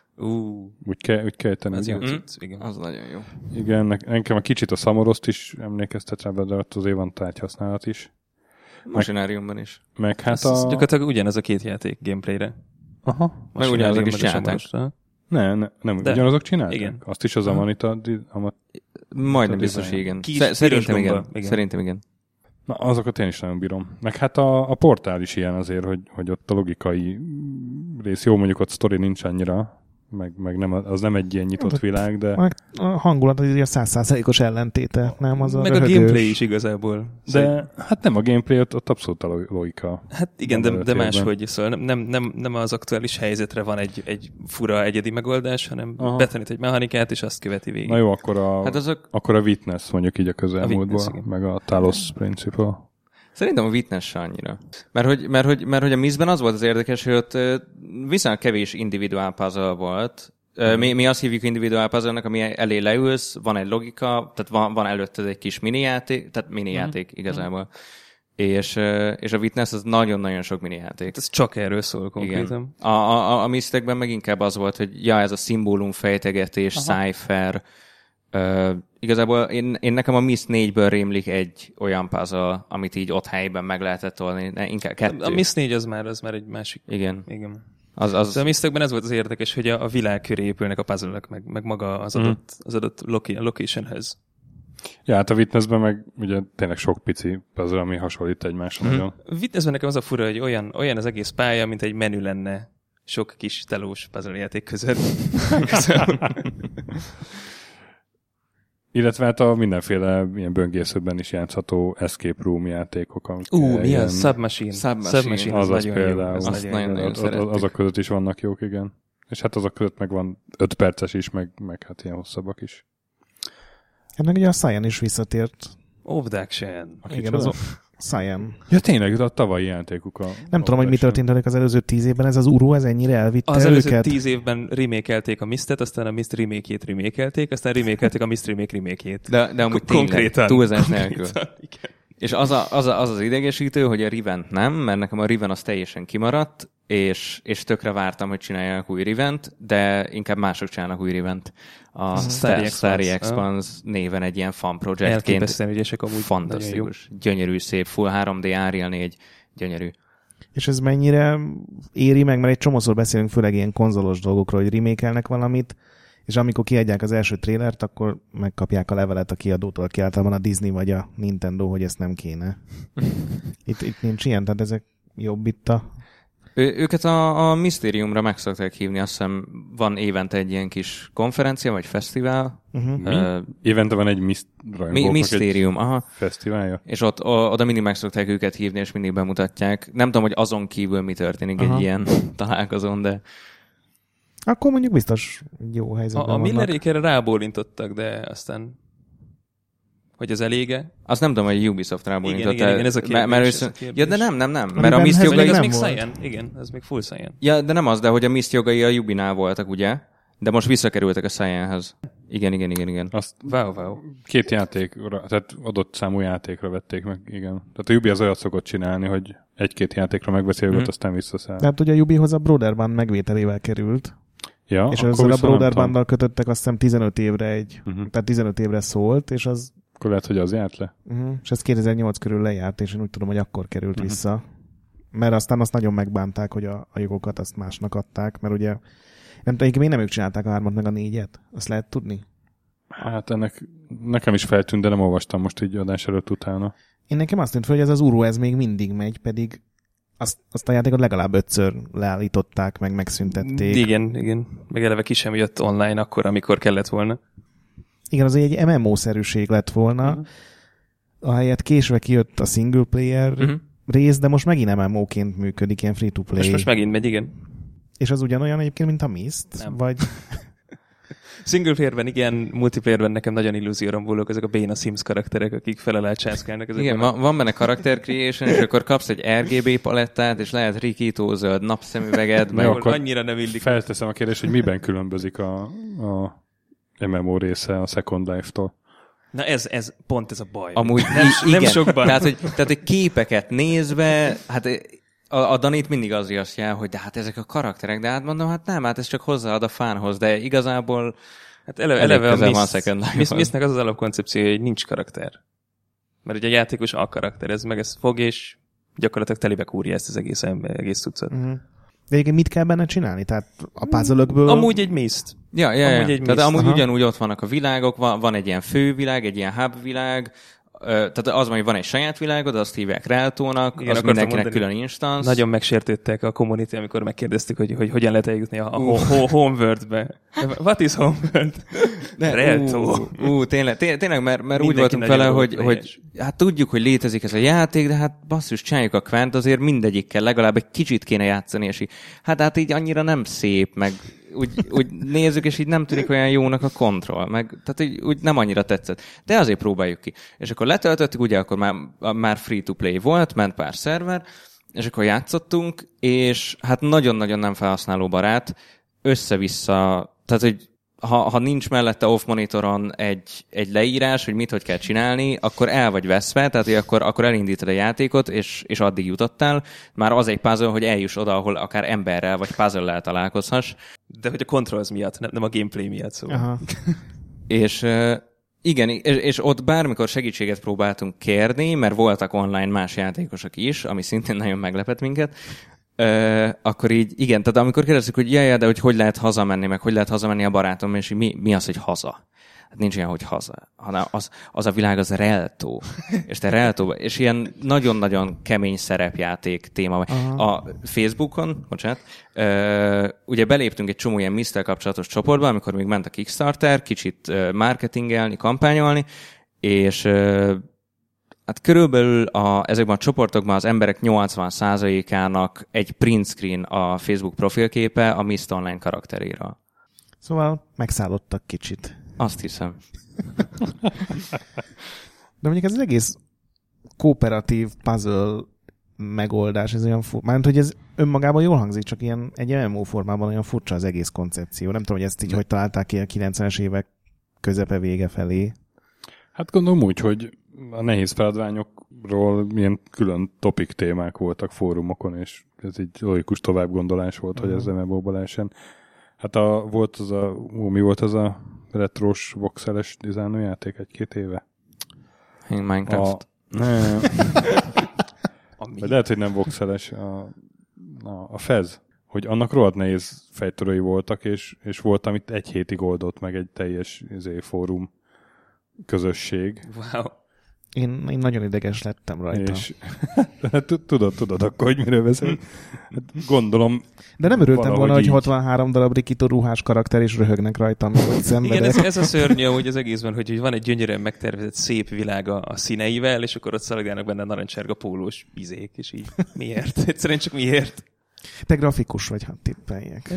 Ú, úgy kell, úgy kell tenni, ez jó ugye? Mhm. cucc, igen. Az nagyon jó. Igen, ne- nekem a kicsit a Samoroszt is emlékeztet rá, de ott azért van tárgyhasználat is. Machináriumban is. Meg hát Ez, ez a... gyakorlatilag ugyanaz a két játék gameplayre. Aha. Meg ugyanazok is Machinariumban csinálták. és a Samorosra. Ne, ne, nem, De. ugyanazok csinálták? Igen. Azt is az Amanita... di- Ama... Majdnem A biztos, design. igen. Kis- Sze- Szerintem piros igen. gomba, igen. Szerintem igen. Na, azokat én is nagyon bírom. Meg hát a, a portál is ilyen azért, hogy, hogy ott a logikai rész jó, mondjuk ott sztori nincs annyira, meg, meg nem, az nem egy ilyen nyitott világ, de, A a hangulat az a száz százalékos ellentéte, nem az a Meg a röhögős. gameplay is igazából. Szóval, de hát nem a gameplay, ott, ott abszolút a lo- logika. hát igen, nem de, de előtérben. máshogy. Szóval nem, nem, nem, nem az aktuális helyzetre van egy, egy fura egyedi megoldás, hanem Aha. betanít egy mechanikát, és azt követi végig. Na jó, akkor a, Hát azok, akkor a Witness mondjuk így a A Witness, közelmúltból, igen. meg a Talos Principle. szerintem a Witness se annyira. Mert hogy, mert, hogy, mert hogy a Mistben az volt az érdekes, hogy ott ö, viszonylag kevés individuál puzzle volt. Ö, Mi, mi azt hívjuk individuál puzzle-nek, ami elé leülsz, van egy logika, tehát van, van előtted egy kis minijáték, tehát minijáték igazából. És, ö, és a Witness az nagyon-nagyon sok minijáték. Ez csak erről szól konkrétan. Igen. A, a, a, a Mistekben meg inkább az volt, hogy ja, ez a szimbólum fejtegetés, cipher. Uh, igazából én, én nekem a Mist négyből rémlik egy olyan puzzle, amit így ott helyben meg lehetett oldani. Ne, inkább kettő. A Mist négy az már, az már egy másik. Igen. Igen. Az, az, Az... A Mistekben ez volt az érdekes, hogy a, a világ köré épülnek a puzzle-ök, meg, meg maga az Mhm. adott, az adott loki, locationhez. Ja, hát a Witnessben meg ugye tényleg sok pici puzzle, ami hasonlít egymásra Mhm. nagyon. Witnessben nekem az a fura, hogy olyan, olyan az egész pálya, mint egy menü lenne sok kis telós puzzle játék között. Illetve hát a mindenféle ilyen böngészőben is játszható escape room játékok. amik Ú, mi ilyen- az? Submachine. Submachine. Submachine, Az az nagyon jó. például. Az Azt nagyon jó. nagyon- Az- az- szerettük. azok között is vannak jók, igen. És hát azok között meg van öt perces is, meg, meg hát ilyen hosszabbak is. Ennek ugye a Cyan is visszatért. Obdaction. A Igen, kicsoda? az, Cyan. Ja tényleg, a tavalyi játékuk a... Nem a tudom, hogy mi történt velük az előző tíz évben, ez az Uru, ez ennyire elvitte Az előző őket. tíz évben remékelték a Mistet, aztán a Mist remake-jét remékelték, aztán remékelték a Mist remake remake-jét. De, de amúgy Konkrétan. tényleg, túlzás nélkül. Igen. És az, a, az, a, az az idegesítő, hogy a Rivent nem, mert nekem a Riven az teljesen kimaradt, és, és tökre vártam, hogy csináljanak új Rivent, de inkább mások csinálnak új Rivent. A Starry Starry Expanse. Expanse néven egy ilyen fan projektként. Elképesztően ügyesek amúgy. Fantasztikus. Gyönyörű, szép, full három dé Unreal négy. Gyönyörű. És ez mennyire éri meg, mert egy csomószor beszélünk főleg ilyen konzolos dolgokról, hogy remékelnek valamit, és amikor kiadják az első trélert, akkor megkapják a levelet a kiadótól, aki általában a Disney vagy a Nintendo, hogy ezt nem kéne. Itt, itt nincs ilyen, tehát ezek jobb itt a... Ő, őket a, a Mysteriumra meg szokták hívni, azt hiszem van évente egy ilyen kis konferencia, vagy fesztivál. Uh-huh. Mi? Uh, Évente van egy Mist Mi, Mysterium, aha. fesztiválja. És ott o, oda mindig meg szokták őket hívni, és mindig bemutatják. Nem tudom, hogy azon kívül mi történik aha. egy ilyen találkozón, de... Akkor mondjuk biztos jó helyzetben A, a vannak. Millerék erre rábólintottak, de aztán... Hogy az elége? Azt nem tudom, hogy Ubisoft rábólintott. Igen, igen, igen, ez a kérdés. Mert ez a őszön... kérdés. Ja, de nem, nem, nem. A Mert a Mist Rivenhez jogai... Ez nem még volt. Cyan? Igen, ez még full Cyan. Ja, de nem az, de hogy a Mist jogai a Ubinál voltak, ugye? De most visszakerültek a Cyanhez. Igen, igen, igen, igen. Azt Wow, wow. két játékra, tehát adott számú játékra vették meg, igen. Tehát a Ubi az olyat szokott csinálni, hogy egy-két játékra megveszi őket, Mhm. aztán visszaszáll. De hát ugye a Ubihoz a Broderband megvételével került, Ja, és akkor ezzel a viszont nem tudom. Broderbanddal kötöttek azt hiszem tizenöt évre egy, Uh-huh. tehát tizenöt évre szólt, és az Akkor lehet, hogy az járt le. uh-huh. és ez kétezer-nyolc körül lejárt, és én úgy tudom, hogy akkor került Mhm. vissza. Mert aztán azt nagyon megbánták, hogy a, a jogokat azt másnak adták, mert ugye nem tudom, még nem ők csinálták a hármat meg a négyet, azt lehet tudni? Hát ennek nekem is feltűnt, de nem olvastam most így adás előtt utána. Én nekem azt tűnt fel, hogy ez az Uru, ez még mindig megy, pedig azt, azt a játékot legalább ötször leállították, meg megszüntették. Igen, igen. Meg eleve ki sem jött online akkor, amikor kellett volna. Igen, az egy em em o-szerűség lett volna, Uh-huh. ahelyett késve kijött a single player Uh-huh. rész, de most megint em em o-ként működik, ilyen free-to-play. Most, most megint megy, igen. És az ugyanolyan egyébként, mint a Myst? Nem. Vagy... Single playerben igen, multiplayerben nekem nagyon illúzióra voltak ezek a béna Sims karakterek, akik felelát császkálnak. Igen, van, van benne character creation, és akkor kapsz egy er gé bé palettát, és lehet rikító zöld napszemüveged, Jó, meg akkor annyira nem illik. Felteszem a kérdést, hogy miben különbözik a, a em em o része a Second Life-tól. Na ez, ez pont ez a baj. amúgy nem, i- nem igen. sokban. Tehát, hogy, tehát, hogy képeket nézve, hát a, a Danit mindig az jasztja, hogy de hát ezek a karakterek, de hát mondom, hát nem, hát ez csak hozzáad a fánhoz, de igazából Hát eleve, elég eleve a közel van Myst, Second Life-hoz. Myst, Mystnek az az alapkoncepciója, hogy nincs karakter. Mert ugye a játékos a karakter, ez meg ez fog, és gyakorlatilag telibe kúrja ezt az egész, egész cuccot. Uh-huh. De egyébként mit kell benne csinálni? Tehát a puzzle-ökből... Amúgy egy Myst. Ja, ja, ja. Amúgy egy Tehát Myst, amúgy aha. ugyanúgy ott vannak a világok, van, van egy ilyen fővilág, egy ilyen hub világ, ö, tehát az van, hogy van egy saját világod, azt hívják Reltónak, Igen, az akartam mindenkinek mondani. külön instance. Nagyon megsértődtek a community, amikor megkérdeztük, hogy, hogy hogyan lehet eljutni a Uh. ho- ho- Homeworld-be. What is Homeworld? Reltó. Ú, ú, tényleg, té- tényleg, mert, mert úgy Mindenki voltunk vele, nagyon hogy, roleplayes. hogy hát tudjuk, hogy létezik ez a játék, de hát basszus, csináljuk a Quent, azért mindegyikkel legalább egy kicsit kéne játszani, és így, hát, hát így annyira nem szép, meg úgy, úgy nézzük, és így nem tűnik olyan jónak a kontroll, meg tehát így, úgy nem annyira tetszett. De azért próbáljuk ki. És akkor letöltöttük, ugye akkor már, már free-to-play volt, ment pár szerver, és akkor játszottunk, és hát nagyon-nagyon nem felhasználóbarát, össze-vissza, tehát hogy ha, ha nincs mellette off-monitoron egy, egy leírás, hogy mit, hogy kell csinálni, akkor el vagy veszve, tehát hogy akkor, akkor elindítod a játékot, és, és addig jutottál. Már az egy puzzle, hogy eljuss oda, ahol akár emberrel vagy puzzle-lel találkozhass. De hogy a controls miatt, nem, nem a gameplay miatt szóval. Aha. És uh, igen, és, és ott bármikor segítséget próbáltunk kérni, mert voltak online más játékosok is, ami szintén nagyon meglepett minket, Uh, akkor így, igen, tehát amikor kérdezzük, hogy jaj, de hogy hogy lehet hazamenni, meg hogy lehet hazamenni a barátom, és mi, mi az, hogy haza? Hát nincs olyan, hogy haza, hanem az, az a világ az Reltó. És te Reltóba, és ilyen nagyon-nagyon kemény szerepjáték téma. Aha. A Facebookon, bocsánat, uh, ugye beléptünk egy csomó ilyen Myst-tel kapcsolatos csoportba, amikor még ment a Kickstarter, kicsit uh, marketingelni, kampányolni, és uh, hát körülbelül a, ezekben a csoportokban az emberek nyolcvan százalékának egy print screen a Facebook profilképe a Myst Online karakteréről. Szóval megszállottak kicsit. Azt hiszem. De mondjuk ez az egész kooperatív puzzle megoldás, ez olyan fur... Mármint, hogy ez önmagában jól hangzik, csak ilyen egy em em o formában olyan furcsa az egész koncepció. Nem tudom, hogy ezt így hogy találták ki a kilencvenes évek közepe vége felé. Hát gondolom úgy, hogy a nehéz feladványokról milyen külön topik témák voltak fórumokon, és ez egy logikus továbbgondolás volt, uh-huh. hogy ez em em o-ba lehessen. Hát a, volt az a, ó, mi volt az a retros voxeles dizájnú játék egy-két éve? Minecraft. A, nem. Vagy lehet, hogy nem voxeles. A, a, a Fez. Hogy annak rohadt nehéz fejtörői voltak, és, és volt, amit egy hétig oldott meg egy teljes izé, fórum közösség. Wow. Én, én nagyon ideges lettem rajta. És tudod, tudod akkor, hogy miről beszél. Gondolom. De nem örültem volna, hogy így. hatvanhárom darab rikító ruhás karakter, és röhögnek rajtam, hogy szenvedek. Igen, ez, ez a szörnyű úgy az egészben, hogy, hogy van egy gyönyörűen megtervezett szép világa a színeivel, és akkor ott szaladgálnak benne narancssárga pólós izék, és így miért? Egyszerűen csak miért? Te grafikus vagy, ha tippeljek.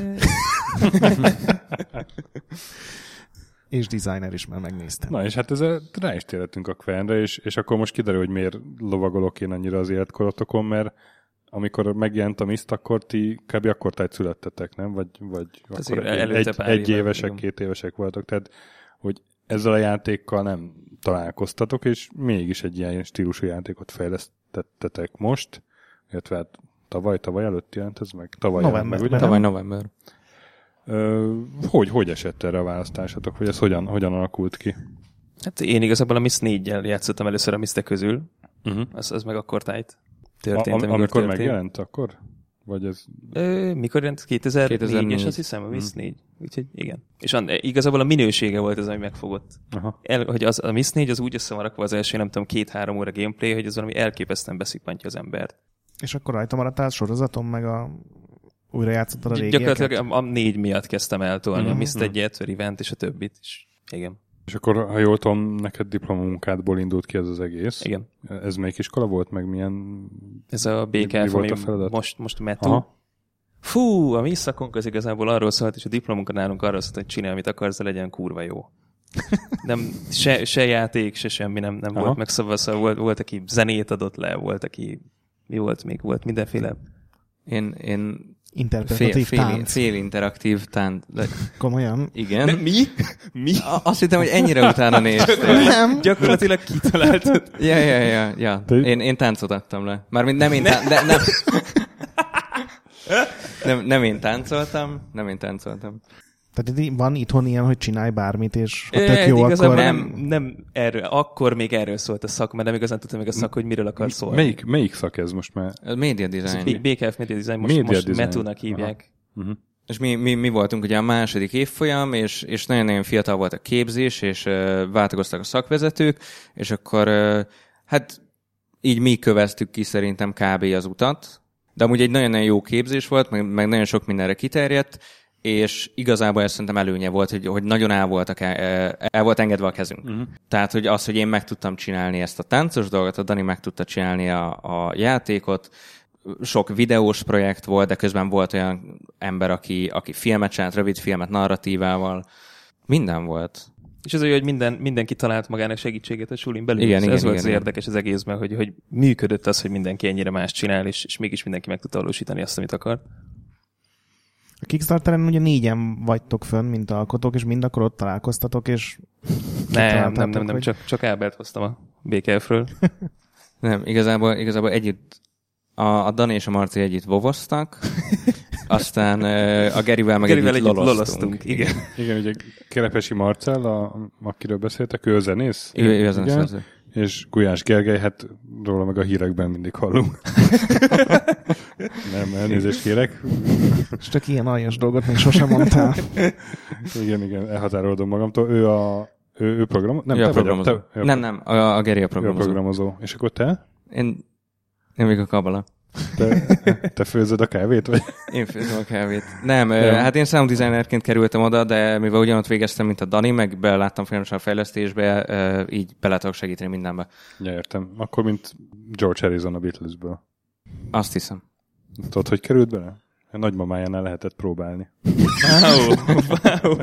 És designer is már megnéztem. Na és hát ezzel rá is térhetünk a Quernre, és, és akkor most kiderül, hogy miért lovagolok én annyira az életkorotokon, mert amikor megjelent a Myst, akkor ti kb. Akkor tájt születtetek, nem? Vagy, vagy akkor egy, egy, egy évesek, igen. Két évesek voltak. Tehát, hogy ezzel a játékkal nem találkoztatok, és mégis egy ilyen stílusú játékot fejlesztettetek most, illetve hát tavaly, tavaly előtt jelent ez meg? Tavaly november. Meg, ugye? Tavaly november. Ö, hogy, hogy esett erre a választásatok? Vagy ez hogyan, hogyan alakult ki? Hát én igazából a Myst négyel játszottam először a Mystek közül. Uh-huh. Az, az meg akkor tájt történt. A, am, amikor történt. Megjelent akkor? Vagy ez... Ö, mikor jelent? kétezer-négyes azt hiszem, a Myst négy. Úgyhogy igen. És an, igazából a minősége volt az, ami megfogott. El, hogy az, a Myst négy az úgy össze van rakva az első, nem tudom, két-három óra gameplay, hogy az valami elképesztően beszippantja az embert. És akkor rajta maradtál sorozaton, meg a újra játszottad a régieket? Gyakorlatilag a négy miatt kezdtem eltolni. Mm-hmm. A Myst egyet, a Revent és a többit is. Igen. És akkor, ha jól tudom, neked diplomamunkádból indult ki ez az egész. Igen. Ez melyik iskola volt, meg milyen... Ez a bé ká ef, ami most, most Metu. Aha. Fú, a mi szakunk az igazából arról szólt, és a diplomunka nálunk arról szólt, hogy csinálj, amit akarsz, de legyen kurva jó. Nem, se, se játék, se semmi nem, nem volt megszabva, szóval volt, volt, aki zenét adott le, volt, aki mi volt még, volt mindenféle. Én, én interpretatív fél, tánc. Fél, fél interaktív tánc. Komolyan? Igen. De mi? Mi? Azt hittem, hogy ennyire utána néztél. Nem. Gyakorlatilag kitaláltad. Ja, ja, ja. ja. Én, én táncot adtam le. Mármint nem én tán... De, nem. nem, nem én táncoltam. Nem én táncoltam. Tehát van itthon ilyen, hogy csinálj bármit, és ha é, tök jó, akkor... Nem, nem erről. Akkor még erről szólt a szak, mert nem igazán tudtam még a szak, hogy miről akar szólni. Melyik, melyik szak ez most már? A Media Design. bé ká ef Media Design, most, Media most design. Metunak hívják. Uh-huh. És mi, mi, mi voltunk ugye a második évfolyam, és, és nagyon-nagyon fiatal volt a képzés, és uh, változtak a szakvezetők, és akkor uh, hát így mi köveztük ki szerintem kb. Az utat, de amúgy egy nagyon-nagyon jó képzés volt, meg, meg nagyon sok mindenre kiterjedt, és igazából ez szerintem előnye volt, hogy, hogy nagyon el, voltak, el, el volt engedve a kezünk. Uh-huh. Tehát, hogy az, hogy én meg tudtam csinálni ezt a táncos dolgot, a Dani meg tudta csinálni a, a játékot, sok videós projekt volt, de közben volt olyan ember, aki, aki filmet csinált, rövid filmet, narratívával. Minden volt. És az olyan, hogy minden, mindenki talált magának segítséget a sulin belül. Igen, ez igen, ez volt igen, az igen. érdekes az egészben, hogy, hogy működött az, hogy mindenki ennyire más csinál, és, és mégis mindenki meg tudta valósítani azt, amit akar. A Kickstarteren ugye négyen vagytok fönn, mint alkotók, és mind akkor ott találkoztatok, és nem, nem, nem, nem, hogy... csak, csak Ábelt hoztam a bé ká ef-ről. Nem, igazából, igazából együtt a, a Dani és a Marci együtt vovoztak, aztán a Gerivel meg Gerivel együtt, együtt loloztunk. loloztunk. Igen. Igen, ugye Kerepesi Marcell, a, akiről beszéltek, ő a zenész. Ő, ő a zenész. És Gulyás Gergely, hát róla meg a hírekben mindig hallunk. Nem, elnézést kérek. És csak ilyen aljas dolgot még sosem mondtál. Igen, igen, elhatárolodom magamtól. Ő a ő, ő program... Nem, ő te a programozó. Vagy, te, nem, nem, a, a Geri a programozó. Ő a programozó. És akkor te? Én, én még a kabala. Te, te főzöd a kávét, vagy? Én főzöm a kávét. Nem, ja. Hát én sound designerként kerültem oda, de mivel ugyanott végeztem, mint a Dani, meg beláttam folyamatosan a fejlesztésbe, így bele tudok segíteni mindenbe. Ja, értem. Akkor, mint George Harrison a Beatlesből. Azt hiszem. Tudod, hogy került bele? A nagymamájánál lehetett próbálni. Wow, wow.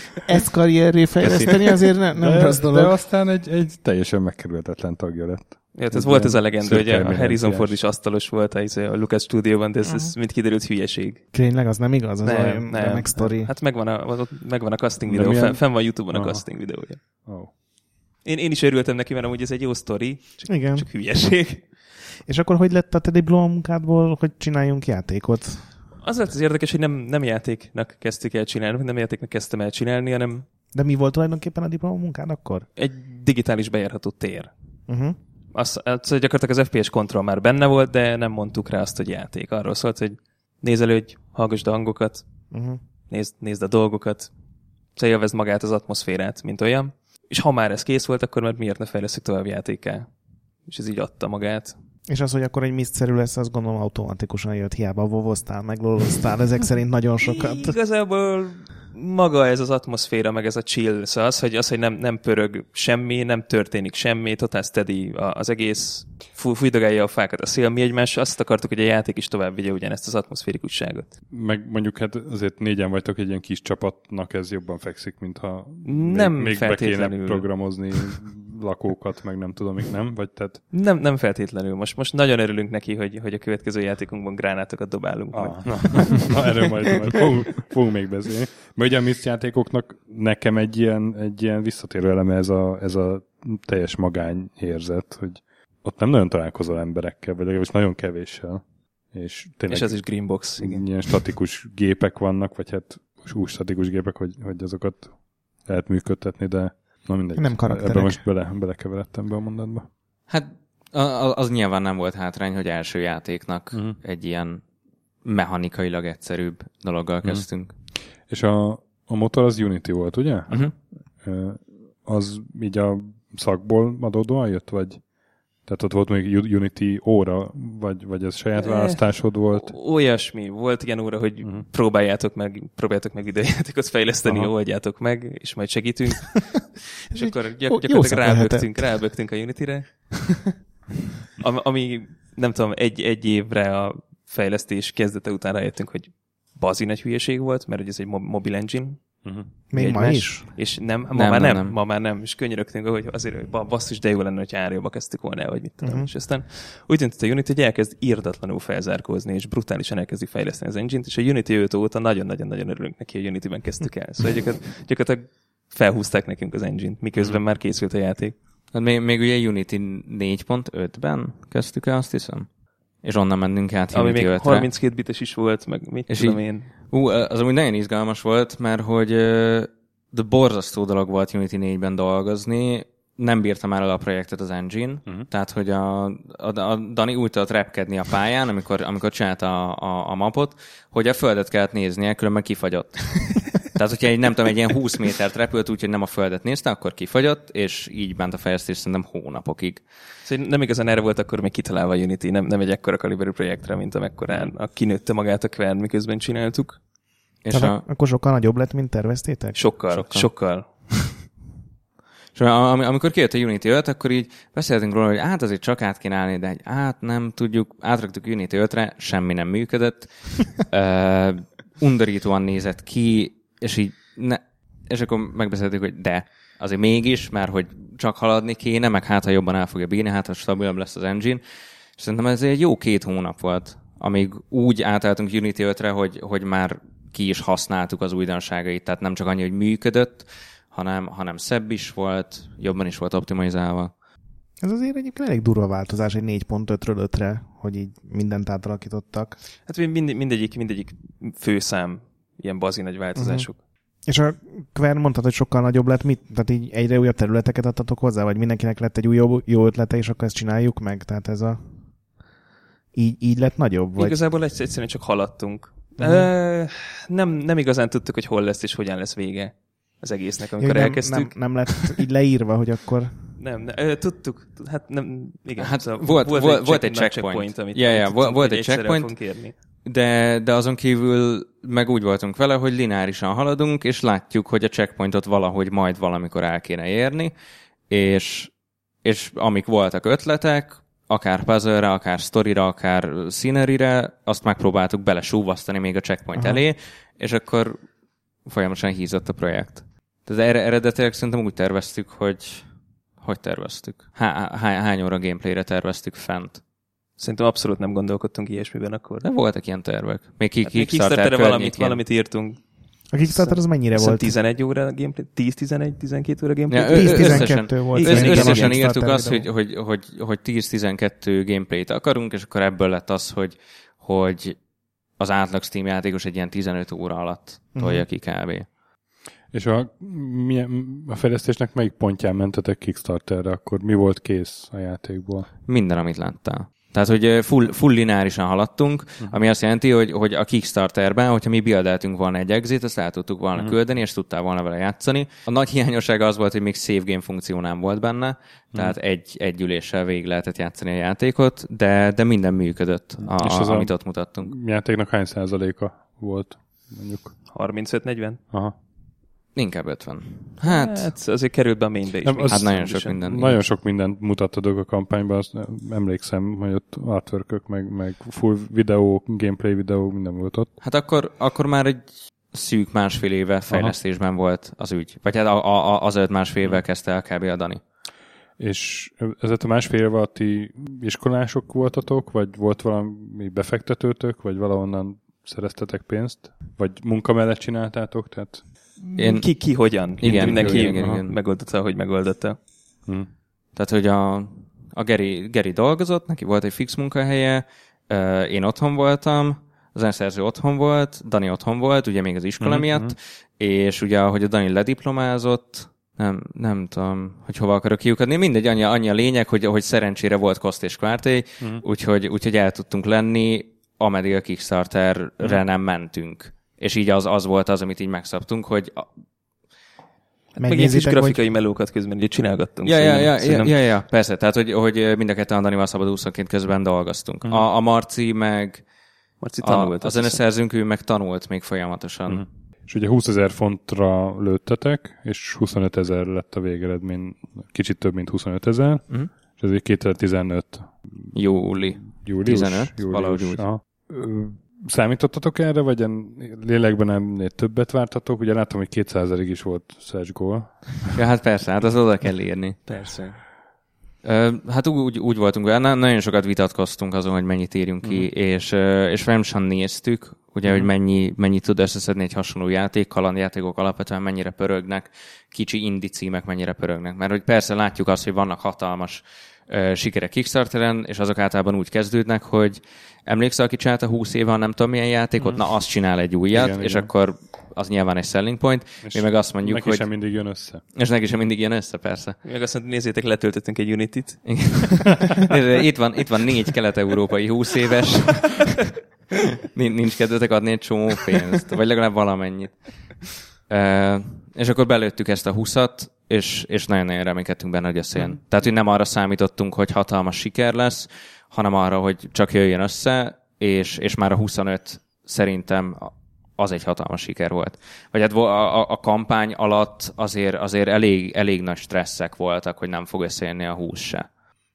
Ezt karrierré fejleszteni azért ne, nem de, rossz dolog. De aztán egy, egy teljesen megkerülhetetlen tagja lett. Ja, ez volt ez a legenda, hogy a Harrison Ford is is asztalos volt a Lucas stúdióban, de ez, ez mind kiderült hülyeség. Tényleg az nem igaz? Az nem, a nem, remek sztori. Hát megvan a, megvan a casting videó, milyen... fenn, fenn van YouTube-on a casting videója. Oh. Én, én is örültem neki, mert amúgy ez egy jó sztori, csak, Igen. csak hülyeség. És akkor hogy lett a te diplomamunkádból, hogy csináljunk játékot? Az lett az érdekes, hogy nem, nem játéknak kezdtük el csinálni, nem játéknak kezdtem el csinálni, hanem... De mi volt tulajdonképpen a diplomamunkád akkor? Egy digitális bejárható tér. Uh-huh. Az, az gyakorlatilag az ef pé es Control már benne volt, de nem mondtuk rá azt, hogy játék. Arról szólt, hogy nézelődj, hallgassd a hangokat, Uh-huh. nézd, nézd a dolgokat, élvezd magát az atmoszférát, mint olyan. És ha már ez kész volt, akkor már miért ne fejlesztjük tovább játékká? És ez így adta magát. És az, hogy akkor egy misztszerű lesz, azt gondolom automatikusan jött, hiába vovoztál, meg loloztál, ezek szerint nagyon sokat. Igazából maga ez az atmoszféra, meg ez a chill, szóval az, hogy, az, hogy nem, nem pörög semmi, nem történik semmi, totál steady az egész, fújdogálja a fákat a szél, mi egymás, azt akartuk, hogy a játék is tovább vigye ugyanezt az atmoszférikusságot. Meg mondjuk hát azért négyen vagytok egy ilyen kis csapatnak, ez jobban fekszik, mintha nem még, még be kéne programozni lakókat, meg nem tudom, még nem? Vagy tehát... Nem, nem feltétlenül. Most, most nagyon örülünk neki, hogy, hogy a következő játékunkban gránátokat dobálunk. Ah, na, na, erről majd, majd fogunk, fogunk még beszélni. Mert ugye a Myst játékoknak nekem egy ilyen, egy ilyen visszatérő eleme ez a, ez a teljes magány érzet, hogy ott nem nagyon találkozol emberekkel, vagy legalábbis nagyon kevéssel. És, és az is Greenbox, igen. Ilyen statikus gépek vannak, vagy hát úgy statikus gépek, hogy, hogy azokat lehet működtetni, de na mindegy. Nem karakterek. Ebben most bele, belekeveredtem be a mondatba. Hát az nyilván nem volt hátrány, hogy első játéknak uh-huh. egy ilyen mechanikailag egyszerűbb dologgal uh-huh. kezdtünk. És a, a motor az Unity volt, ugye? Uh-huh. Az így a szakból adódóan jött, vagy? Tehát ott volt még Unity óra, vagy, vagy ez saját választásod volt? Olyasmi. Volt ilyen óra, hogy uh-huh. próbáljátok meg, próbáljátok meg videójátékot fejleszteni, Aha. oldjátok meg, és majd segítünk. és akkor gyak, gyakorlatilag rábögtünk, rábögtünk a Unity-re. ami, ami, nem tudom, egy, egy évre a fejlesztés kezdete után rájöttünk, hogy bazi nagy hülyeség volt, mert ez egy mobil engine. Uh-huh. Még ma is? És nem, ma nem, már nem, nem, ma már nem, és könyörögtünk, hogy azért, hogy basszus, de jó lenne, hogy árjóba kezdtük volna el, vagy mit tudom. Uh-huh. És aztán úgy döntött a Unity, hogy elkezd irdatlanul felzárkózni, és brutálisan elkezdi fejleszteni az engine-t, és a Unity öt óta nagyon-nagyon-nagyon örülünk neki, hogy Unity-ben kezdtük el. Szóval gyakorlatilag, gyakorlatilag felhúzták nekünk az engine-t, miközben uh-huh. már készült a játék. Hát még, még ugye Unity négy pont ötben kezdtük el, azt hiszem. És onnan mentünk át Unity ötre. Ami még harminckét bites is volt, meg mit és tudom így, én. Ú, az amúgy nagyon izgalmas volt, mert hogy de borzasztó dolog volt Unity négyben dolgozni. Nem bírtam el a projektet az engine, uh-huh. tehát hogy a, a, a Dani úgy tudott repkedni a pályán, amikor, amikor csinálta a, a, a mapot, hogy a földet kellett néznie, különben kifagyott. Tehát, hogyha egy, nem tudom, egy ilyen húsz métert repült, úgyhogy nem a földet nézte, akkor kifagyott, és így bent a fejlesztés szerintem hónapokig. Szóval nem igazán erre volt akkor még kitalálva a Unity, nem, nem egy ekkora kaliberű projektre, mint amekkorán a kinőtte magát a Quern, miközben csináltuk. És a... Akkor sokkal nagyobb lett, mint terveztétek? Sokkal, sokkal. sokkal. És am- amikor kijött a Unity öt, akkor így beszéltünk róla, hogy hát azért csak át kéne állni, de egy át nem tudjuk, átraktuk Unity ötre, semmi nem működött. uh, undorítóan nézett ki, és így ne, és akkor megbeszéltük, hogy de, azért mégis, mert hogy csak haladni kéne, meg hát ha jobban el fogja bírni, hát ha stabilabb lesz az engine. És szerintem ez egy jó két hónap volt, amíg úgy átálltunk Unity ötre, hogy, hogy már ki is használtuk az újdonságait, tehát nem csak annyi, hogy működött, hanem, hanem szebb is volt, jobban is volt optimalizálva. Ez azért egyébként elég durva változás egy négy pont ötről ötre, hogy így mindent átalakítottak. Hát mind, mindegyik, mindegyik főszám ilyen bazi nagy változások. Uh-huh. És a Quern mondtad, hogy sokkal nagyobb lett, mit? Tehát így egyre újabb területeket adtatok hozzá, vagy mindenkinek lett egy újabb jó ötlete, és akkor ezt csináljuk meg? Tehát ez a... Így, így lett nagyobb? Vagy... Igazából egyszerűen csak haladtunk. Uh-huh. E, nem, nem igazán tudtuk, hogy hol lesz és hogyan lesz vége az egésznek, amikor ja, nem, elkezdtük. Nem, nem lett így leírva, hogy akkor... Nem, ne, tudtuk, hát nem, igen. Hát szóval volt, volt, volt, egy, volt check, egy checkpoint, checkpoint amit ja, ja, tudtunk, volt egy checkpoint, de, de azon kívül meg úgy voltunk vele, hogy lineárisan haladunk, és látjuk, hogy a checkpointot valahogy majd valamikor el kéne érni, és, és amik voltak ötletek, akár puzzle-re, akár story-ra, akár scenery-re, azt megpróbáltuk belesúvasztani még a checkpoint Aha. elé, és akkor folyamatosan hízott a projekt. Tehát eredetileg szerintem úgy terveztük, hogy Hogy terveztük? Há, há, hány óra gameplayre terveztük fent? Szerintem abszolút nem gondolkodtunk ilyesmiben akkor. De voltak ilyen tervek. Még ki, Hát még Kickstarter Kickstarterre valamit, környékén. valamit írtunk. A Kickstarter az mennyire Azt volt? tizenegy óra gameplay, tíz-tizenegy-tizenkét óra gameplay. Ja, tíz összesen, tizenkettő volt. Igen, összesen, igen, összesen igen. írtuk azt, hogy, Kickstarter hogy, hogy, hogy tíz-tizenkettő gameplayt akarunk, és akkor ebből lett az, hogy, hogy az átlag Steam játékos egy ilyen tizenöt óra alatt tolja ki kb. És a, milyen, a fejlesztésnek melyik pontján mentetek Kickstarterre? Akkor mi volt kész a játékból? Minden, amit láttál. Tehát, hogy full, full lineárisan haladtunk, uh-huh. ami azt jelenti, hogy, hogy a Kickstarterben, hogyha mi buildeltünk volna egy exit, azt el tudtuk volna uh-huh. küldeni, és tudtál volna vele játszani. A nagy hiányossága az volt, hogy még save game funkció nem volt benne, uh-huh. tehát egy, egy üléssel végig lehetett játszani a játékot, de, de minden működött, a, és az amit ott mutattunk. Játéknak hány százaléka volt, mondjuk? harmincöt-negyven? Aha. Inkább ötven. Hát, Hát azért került be a mainbe is. Nem, az hát nagyon sok minden. Nagyon sok mindent mutattadok a kampányban, azt emlékszem, hogy ott artworkök, meg, meg full videó, gameplay videó, minden volt ott. Hát akkor, akkor már egy szűk másfél éve fejlesztésben Aha. volt az ügy. Vagy hát a, a, az öt másfél évvel kezdte el kb. A Dani. És ezért a másfél év alatt ti iskolások voltatok, vagy volt valami befektetőtök, vagy valahonnan szereztetek pénzt? Vagy munka mellett csináltátok? Tehát... Én... Ki, ki hogyan? Igen, mindenki igen, igen, igen. megoldotta, hogy megoldotta. Hmm. Tehát, hogy a, a Geri, Geri dolgozott, neki volt egy fix munkahelye, én otthon voltam, az zeneszerző otthon volt, Dani otthon volt, ugye még az iskola hmm, miatt, hmm. és ugye, ahogy a Dani lediplomázott, nem, nem tudom, hogy hova akarok kiukadni, mindegy, annyi, annyi a lényeg, hogy, hogy szerencsére volt Cost és Quarté, hmm. úgyhogy, úgyhogy el tudtunk lenni, ameddig a Kickstarterre hmm. nem mentünk. És így az, az volt az, amit így megszabtunk, hogy... A... Hát meg ilyen kis grafikai hogy... melókat közben így csinálgattunk. Ja, ja, ja, ja, ja, ja, persze. Tehát, hogy, hogy mind a ketten a Danival szabadúszóként közben dolgoztunk. Uh-huh. A, a Marci meg... Marci tanult. A, a zeneszerzőnk, ő meg tanult még folyamatosan. Uh-huh. És ugye húszezer fontra lőttetek, és huszonöt ezer lett a végeredmény, kicsit több, mint huszonöt ezer, uh-huh. és ez egy kétezer-tizenöt. Júli. Július? tizenöt, Július. Valahogy úgy. Aha. Számítottatok erre, vagy en lélekben nem többet vártatok? Ugye látom, hogy kétszázadig is volt Search Goal. Ja, hát persze, hát az oda kell írni. Persze. Uh, hát úgy, úgy voltunk vele, nagyon sokat vitatkoztunk azon, hogy mennyit írjunk ki, uh-huh. és, uh, és folyamatosan néztük, ugye, uh-huh. hogy mennyi, mennyit tud összeszedni egy hasonló játék, kalandjátékok alapvetően mennyire pörögnek, kicsi indie címek mennyire pörögnek. Mert hogy persze látjuk azt, hogy vannak hatalmas uh, sikerek Kickstarteren, és azok általában úgy kezdődnek, hogy emlékszel, aki csinálta húsz éve, nem tudom milyen játékot, uh-huh. na azt csinál egy újat, igen, és igen. akkor az nyilván egy selling point. És mi meg azt mondjuk, neki hogy... sem mindig jön össze. És neki sem mindig jön össze, persze. Meg azt mondjuk, nézzétek, letöltöttünk egy Unity-t. itt, van, itt van négy kelet-európai húsz éves. Nincs kedvetek adni egy csomó pénzt, vagy legalább valamennyit. Uh, és akkor belőttük ezt a húszat, és, és nagyon-nagyon reménykedtünk benne, hogy összejön. Mm. Tehát, hogy nem arra számítottunk, hogy hatalmas siker lesz, hanem arra, hogy csak jöjjön össze, és, és már a huszonöt szerintem az egy hatalmas siker volt. Vagy hát a, a, a kampány alatt azért, azért elég, elég nagy stresszek voltak, hogy nem fog összejönni a húsz se.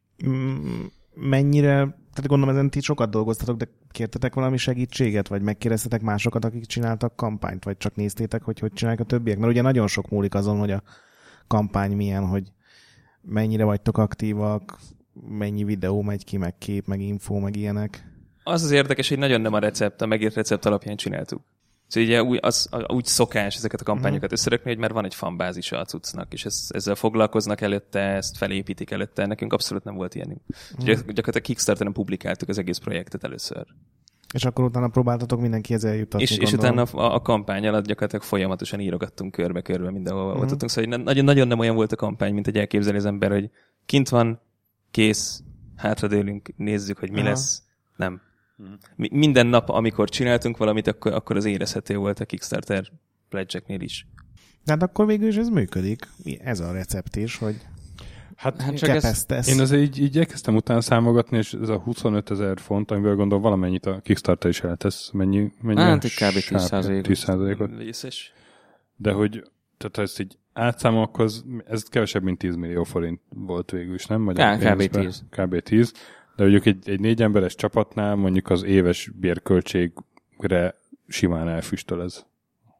Mennyire, tehát gondolom ezen ti sokat dolgoztatok, de kértetek valami segítséget, vagy megkérdeztetek másokat, akik csináltak kampányt, vagy csak néztétek, hogy hogy csinálják a többiek? Mert ugye nagyon sok múlik azon, hogy a kampány milyen, hogy mennyire vagytok aktívak, mennyi videó megy ki, meg kép, meg info, meg ilyenek. Az az érdekes, hogy nagyon nem a recept, a megírt recept alapján csináltuk. Szóval ugye úgy, az, úgy szokás ezeket a kampányokat uh-huh. összerakni, hogy már van egy fanbázisa a cuccnak, és ez, ezzel foglalkoznak előtte, ezt felépítik előtte. Nekünk abszolút nem volt ilyen. Uh-huh. Gyakorlatilag Kickstarteren publikáltuk az egész projektet először. És akkor utána próbáltatok mindenkihez eljutatni. És, és utána a, a kampány alatt gyakorlatilag folyamatosan írogattunk körbe-körbe mindenhol uh-huh. voltatunk. Szóval nagyon, nagyon nem olyan volt a kampány, mint egy elképzelni az ember, hogy kint van, kész, hátradőlünk, nézzük, hogy mi uh-huh. lesz. Nem. Mi, minden nap, amikor csináltunk valamit, akkor, akkor az érezhető volt a Kickstarter pledge-eknél is. De hát akkor végül is ez működik. Ez a recept is, hogy hát, hát csak ez, én azért így, így elkezdtem utána számogatni, és ez a huszonöt ezer font, amiből gondolom valamennyit a Kickstarter is eltesz. Mennyi, mennyi hát, egy kb. tíz százalékot. De hogy tehát ha ezt így átszámol, akkor ez, ez kevesebb, mint tíz millió forint volt végül is, nem? Ká, kb. tíz. kb. tíz. De mondjuk egy, egy négy emberes csapatnál mondjuk az éves bérköltségre simán elfüstöl ez.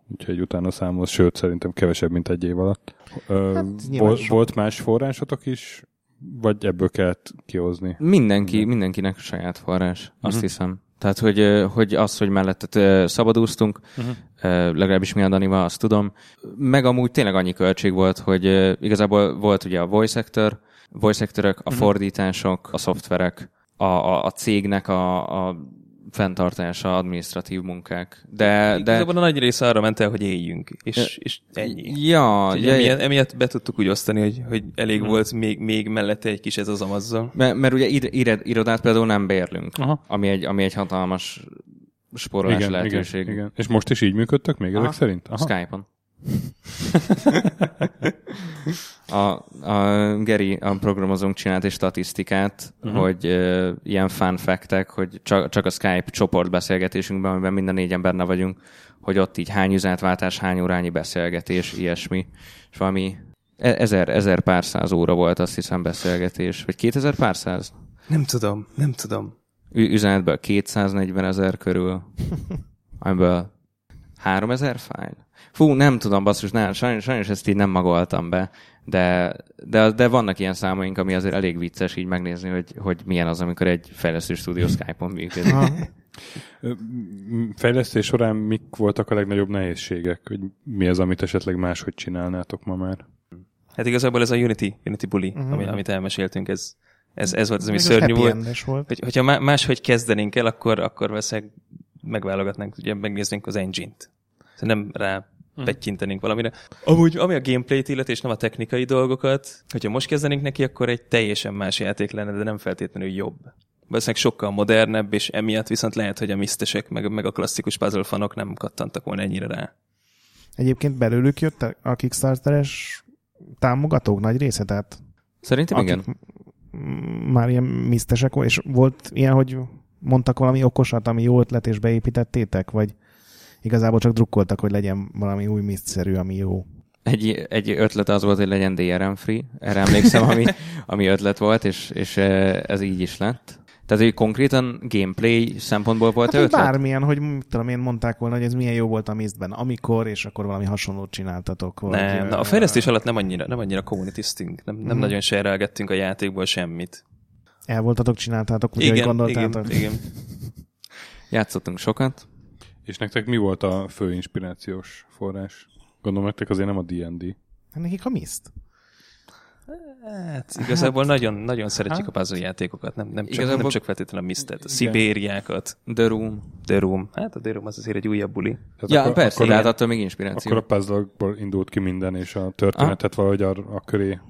úgyhogy utána számolsz, sőt, szerintem kevesebb, mint egy év alatt. Ö, Hát, volt, volt más forrásotok is, vagy ebből kellett kihozni? Mindenki, mindenkinek saját forrás, azt uh-huh. hiszem. Tehát, hogy, hogy az, hogy mellettet szabadúztunk, uh-huh. legalábbis mi a Danival, azt tudom. Meg amúgy tényleg annyi költség volt, hogy igazából volt ugye a voice actor, voice actorök, a uh-huh. fordítások, a szoftverek, a, a, a cégnek a, a fenntartása, adminisztratív munkák. De, de... Igazából a nagy része arra ment el, hogy éljünk, és, és ennyi. Ja, ja, emiatt, emiatt be tudtuk úgy osztani, hogy, hogy elég hmm. volt még, még mellette egy kis ez az amazzal. Mert, mert ugye ir, ir, irodát például nem bérlünk, ami egy, ami egy hatalmas spórolás igen, lehetőség. Igen, igen. És most is így működtök még Aha. ezek szerint? Aha. Skype-on. a, a Geri, a programozónk csinált egy statisztikát, uh-huh. hogy uh, ilyen fun fact-ek, hogy csak, csak a Skype csoportbeszélgetésünkben, amiben minden négyen benne vagyunk, hogy ott így hány üzenetváltás, hány órányi beszélgetés, ilyesmi. És valami ezer, ezer pár száz óra volt, azt hiszem, beszélgetés. Vagy kétezer pár száz? Nem tudom, nem tudom. Ü- üzenetből kétszáznegyven ezer körül, amiből háromezer fájl? Fú, nem tudom, basszus, nem, sajnos, sajnos ezt így nem magoltam be, de, de, de vannak ilyen számaink, ami azért elég vicces így megnézni, hogy, hogy milyen az, amikor egy fejlesztő stúdió Skype-on működik. Fejlesztés során mik voltak a legnagyobb nehézségek? Hogy mi az, amit esetleg máshogy csinálnátok ma már? Hát igazából ez a Unity, Unity Bully, uh-huh. ami, amit elmeséltünk, ez, ez, ez volt az, ami szörnyű volt. volt. Hogy, hogyha máshogy kezdenénk el, akkor, akkor valószínűleg megválogatnánk, ugye megnéznénk az engine-t. Szóval nem rá betyintenénk valamire. Amúgy, ami a gameplayt illet, és nem a technikai dolgokat, hogyha most kezdenénk neki, akkor egy teljesen más játék lenne, de nem feltétlenül jobb. Valószínűleg sokkal modernebb, és emiatt viszont lehet, hogy a misztesek, meg, meg a klasszikus puzzle fanok nem kattantak volna ennyire rá. Egyébként belőlük jött a Kickstarteres támogatók nagy része, tehát szerintem igen. Már ilyen misztesek, és volt ilyen, hogy mondtak valami okosat, ami jó ötlet, és beépítettétek, vagy igazából csak drukkoltak, hogy legyen valami új misztszerű, ami jó. Egy, egy ötlet az volt, hogy legyen dé er em free. Erre emlékszem, ami, ami ötlet volt, és, és ez így is lett. Tehát, hogy konkrétan gameplay szempontból volt hát, ötlet? Bármilyen, hogy tudom én, mondták volna, hogy ez milyen jó volt a Mistben, amikor, és akkor valami hasonlót csináltatok. Vagy, nem, na, a fejlesztés alatt nem annyira, nem annyira communitiztünk, nem, nem hmm. nagyon serelgettünk a játékból semmit. El voltatok, csináltátok, úgy, igen, gondoltátok? Igen, igen. Játszottunk sokat. És nektek mi volt a fő inspirációs forrás? Gondolom, nektek azért nem a dé and dé. Hát nekik a Mist. Hát igazából hát, nagyon, nagyon szeretjük hát, a puzzle játékokat, nem, nem, csak, nem csak feltétlenül a Mistet, a Szibériákat. The Room. The Room. Hát a The Room az azért egy újabb buli. Tehát ja, akkor, persze, akkor, de hát attól még inspiráció. Akkor a puzzle-ból indult ki minden, és a történetet ah. valahogy a, a köré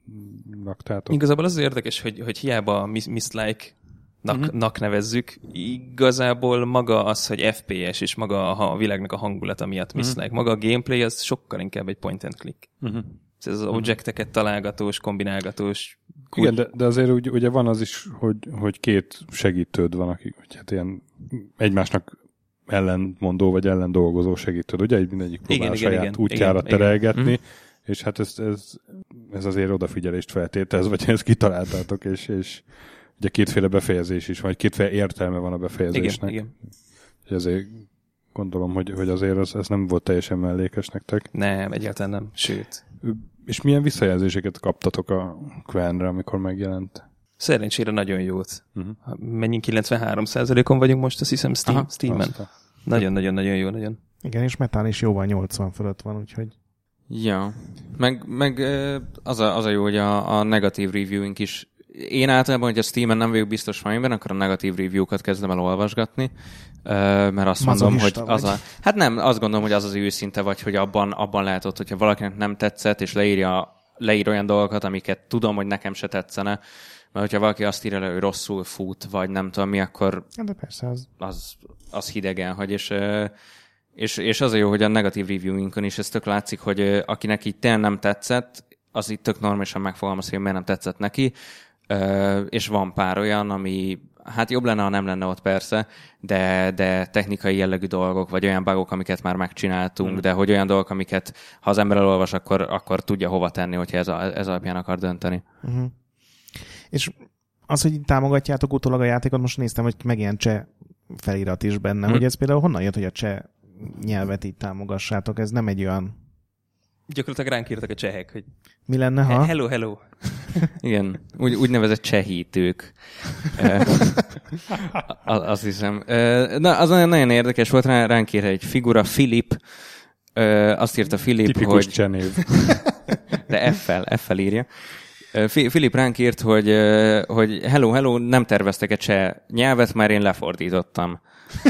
laktátok. Igazából az, az érdekes, hogy, hogy hiába a Mist-like nak, uh-huh. nak nevezzük, igazából maga az, hogy ef pé es és maga a, a világnak a hangulata miatt Mist-like. Uh-huh. Maga a gameplay az sokkal inkább egy point and click. Uh-huh. Ez az objecteket találgatós, kombinálgatós. Igen, de, de azért ugye, ugye van az is, hogy, hogy két segítőd van, akik hogy hát ilyen egymásnak ellentmondó vagy ellen dolgozó segítőd. Ugye egy mindegyik próbál igen, saját igen, útjára igen, terelgetni, igen. És hát ez, ez, ez azért odafigyelést feltételez, vagy ezt kitaláltátok, és, és ugye kétféle befejezés is van, vagy kétféle értelme van a befejezésnek. Igen, igen. Ezért gondolom, hogy, hogy azért ez, ez nem volt teljesen mellékes nektek. Nem, egyáltalán nem, sőt. És milyen visszajelzéseket kaptatok a Quernre, amikor megjelent? Szerencsére nagyon jót. Uh-huh. Mennyien kilencvenhárom százalékon vagyunk most, azt hiszem Steam, Aha, Steam-en. Nagyon-nagyon-nagyon jó, nagyon. Igen, és Metán is jóval nyolcvan fölött van, úgyhogy... Ja, meg, meg az, a, az a jó, hogy a, a negatív reviewink is. Én általában, hogy a Steam-en nem vagyok biztos valamiben, akkor a negatív review-kat kezdem el olvasgatni, mert azt mondom, hogy az a... Hát nem, azt gondolom, hogy az az őszinte vagy, hogy abban, abban lehet ott, hogyha valakinek nem tetszett, és leírja, leír olyan dolgokat, amiket tudom, hogy nekem se tetszene, mert hogyha valaki azt írja le, hogy rosszul fut, vagy nem tudom mi, akkor de persze az... Az, az hidegen hagy, és, és, és az a jó, hogy a negatív reviewinkon is ez tök látszik, hogy akinek így tényleg nem tetszett, az itt tök normálisan megfogalmaz, hogy miért nem tetszett neki, Uh, és van pár olyan, ami hát jobb lenne, ha nem lenne ott persze, de, de technikai jellegű dolgok, vagy olyan bugok, amiket már megcsináltunk, mm. de hogy olyan dolgok, amiket ha az ember elolvas, akkor, akkor tudja hova tenni, hogyha ez, a, ez alapján akar dönteni. Uh-huh. És az, hogy támogatjátok utólag a játékot, most néztem, hogy megjelent cseh felirat is benne, mm. hogy ez például honnan jött, hogy a cseh nyelvet így támogassátok. Ez nem egy olyan... Gyakorlatilag ránk írtak a csehek, hogy Mi lenne, ha... hello, hello. Igen, úgy, úgynevezett csehítők. Azt hiszem. Na, az nagyon érdekes volt, ránk írt egy figura, Filip. Azt írta Filip, Tipikus hogy... csenév. De F-fel, F-fel írja. Filip ránk írt, hogy, hogy hello, hello, nem terveztek egy cseh nyelvet, már én lefordítottam.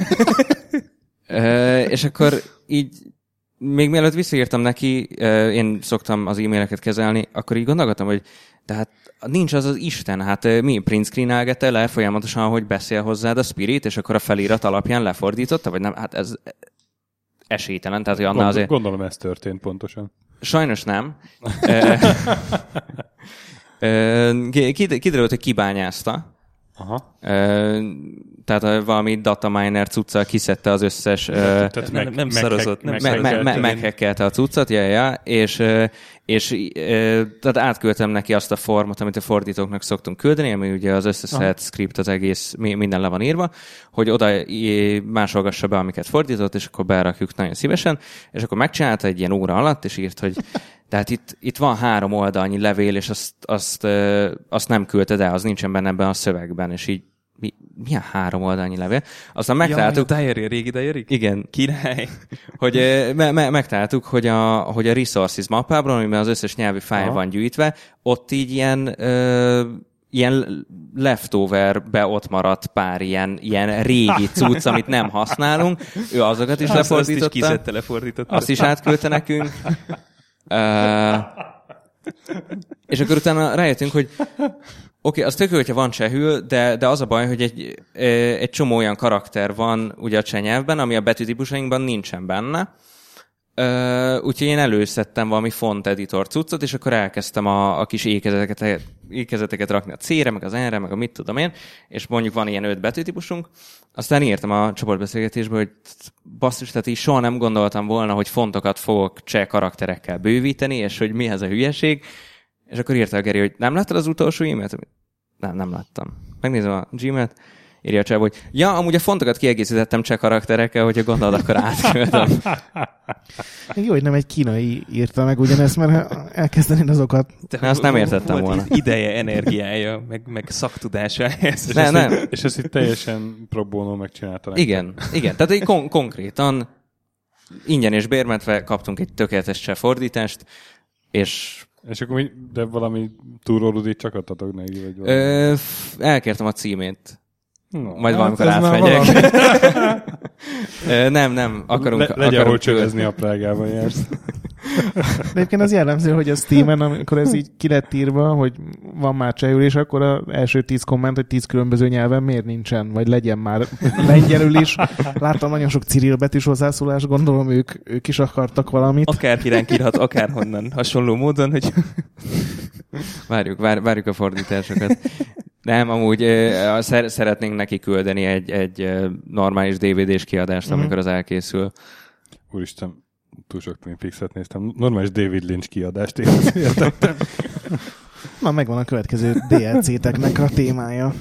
És akkor így még mielőtt visszaírtam neki, én szoktam az e-maileket kezelni, akkor így gondolkodtam, hogy de hát nincs az az Isten, hát mi print screenelgette le folyamatosan, hogy beszél hozzád a Spirit, és akkor a felirat alapján lefordította, vagy nem? Hát ez esélytelen, tehát hogy annál Gondol, azért... Gondolom ez történt pontosan. Sajnos nem. Kiderült, hogy kibányázta. Aha. Tehát valami dataminer cuccal kiszedte az összes... Tehát nem, nem szarozott. Meghekkelte a cuccot, ja, ja, és, és tehát átküldtem neki azt a formot, amit a fordítóknak szoktunk küldeni, ami ugye az összeszedett script, az egész, minden le van írva, hogy oda másolgassa be, amiket fordított, és akkor berakjuk nagyon szívesen, és akkor megcsinálta egy ilyen óra alatt, és írt, hogy tehát itt, itt van három oldalnyi levél, és azt, azt, azt nem küldted el, az nincsen benne ebben a szövegben, és így mi, milyen három oldalnyi levél? Aztán megtaláltuk... Ja, a diary, a régi diary? Igen. Király. Hogy me, me, megtaláltuk, hogy a, hogy a resources mappában, amiben az összes nyelvi fájl van gyűjtve, ott így ilyen, ö, ilyen leftoverbe ott maradt pár ilyen, ilyen régi cucc, amit nem használunk. Ő azokat is azt, lefordította. Azt is kiszedte, lefordította. Azt is átküldte nekünk. Uh, és akkor utána rájöttünk, hogy oké, okay, az tök jó, hogyha van csehül, de, de az a baj, hogy egy, egy csomó olyan karakter van ugye a cseh nyelvben, ami a betűtípusainkban nincsen benne. Uh, úgyhogy én előszedtem valami font editor cuccot, és akkor elkezdtem a, a kis ékezeteket, ékezeteket rakni a C-re, meg az N-re, meg a mit tudom én, és mondjuk van ilyen öt betűtípusunk. Aztán írtam a csoportbeszélgetésbe, hogy basszus, tehát így soha nem gondoltam volna, hogy fontokat fogok cseh karakterekkel bővíteni, és hogy mi ez a hülyeség. És akkor írta a Geri, hogy nem láttad az utolsó e-mailt? Nem, nem láttam. Megnézem a Gmailt, írja a cseh, hogy ja, amúgy a fontokat kiegészítettem cseh karakterekkel, hogyha gondolod, akkor átküldöm. Jó, hogy nem egy kínai írta meg ugyanezt, mert elkezdenéd azokat... De azt nem értettem volna. Ideje, energiája, meg, meg szaktudása. És, ne, ezt nem. Így, és ezt itt teljesen pro bono megcsinálta. Igen, igen. Tehát így kon- konkrétan ingyen és bérmentve kaptunk egy tökéletes cseh fordítást, és... És akkor mi, de valami túrórudit csak adtatok neki? Vagy Ö, elkértem a címét. No, Majd hát valamikor átmegyek. nem, nem, akarunk... Le, legyen hol csövezni a a Prágában jársz. De egyébként az jellemző, hogy a Steamen, amikor ez így ki lett írva, hogy van már csehül, és akkor az első tíz komment, hogy tíz különböző nyelven miért nincsen, vagy legyen már lengyelül is. Láttam nagyon sok Cyril betűs hozzászólás, gondolom ők, ők is akartak valamit. Akárki ránk írhat, akárhonnan, hasonló módon, hogy... Várjuk, vár, várjuk a fordításokat. Nem, amúgy uh, szer- szeretnénk neki küldeni egy, egy uh, normális dé vé dés kiadást, mm-hmm. amikor az elkészül. Úristen, túl sok Twin Peaks-et néztem. Normális David Lynch kiadást én értettem. Na, megvan a következő dé el cé-teknek a témája.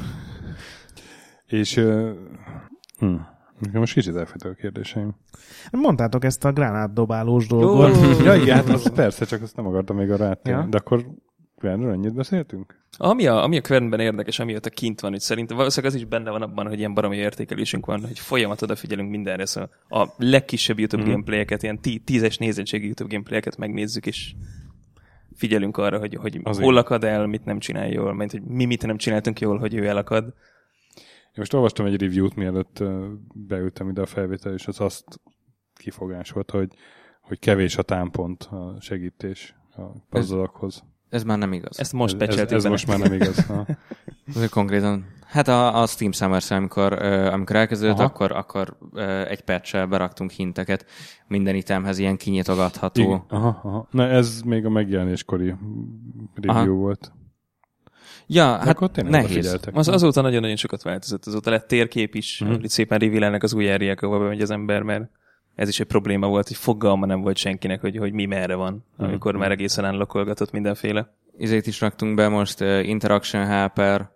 És... Uh, hm. Most kicsit elfejtek a kérdéseim. Mondtátok ezt a gránátdobálós dolgot. Oh. Ja, igen, hát az persze, csak azt nem akartam még arra áttenni. Ja. De akkor Kvernről ennyit beszéltünk? Ami a, ami a Kvernben érdekes, amióta kint van, hogy szerintem valószínűleg az is benne van abban, hogy ilyen baromi értékelésünk van, hogy folyamat odafigyelünk mindenre, szóval a legkisebb YouTube mm. gameplayeket, ilyen tí- tízes nézettségi YouTube gameplayeket megnézzük, és figyelünk arra, hogy, hogy hol akad el, mit nem csinál jól, mert hogy mi mit nem csináltunk jól, hogy ő elakad. Én most olvastam egy review-t, mielőtt beültem ide a felvétel, és az azt kifogásolt, hogy, hogy kevés a támpont, a segítés a puzzle-okhoz. Ez már nem igaz. Ezt most ez, ez, ez most már nem igaz. Ez konkrétan. Hát a, a Steam Summers, amikor, uh, amikor elkezdődött, akkor, akkor uh, egy patch-sel beraktunk hinteket minden itemhez, ilyen kinyitogatható. Igen. Aha, aha. Na ez még a megjelenéskori review aha. volt. Ja, de hát nehéz. Az azóta nagyon-nagyon sokat változott. Azóta lett térkép is, mm-hmm. itt szépen reveal-elnek az új áriák, ahol bemegy az ember, mert ez is egy probléma volt, hogy fogalma nem volt senkinek, hogy, hogy mi merre van, amikor mm-hmm. már egészen unlockolgatott mindenféle. Ezért is raktunk be most uh, Interaction Helper,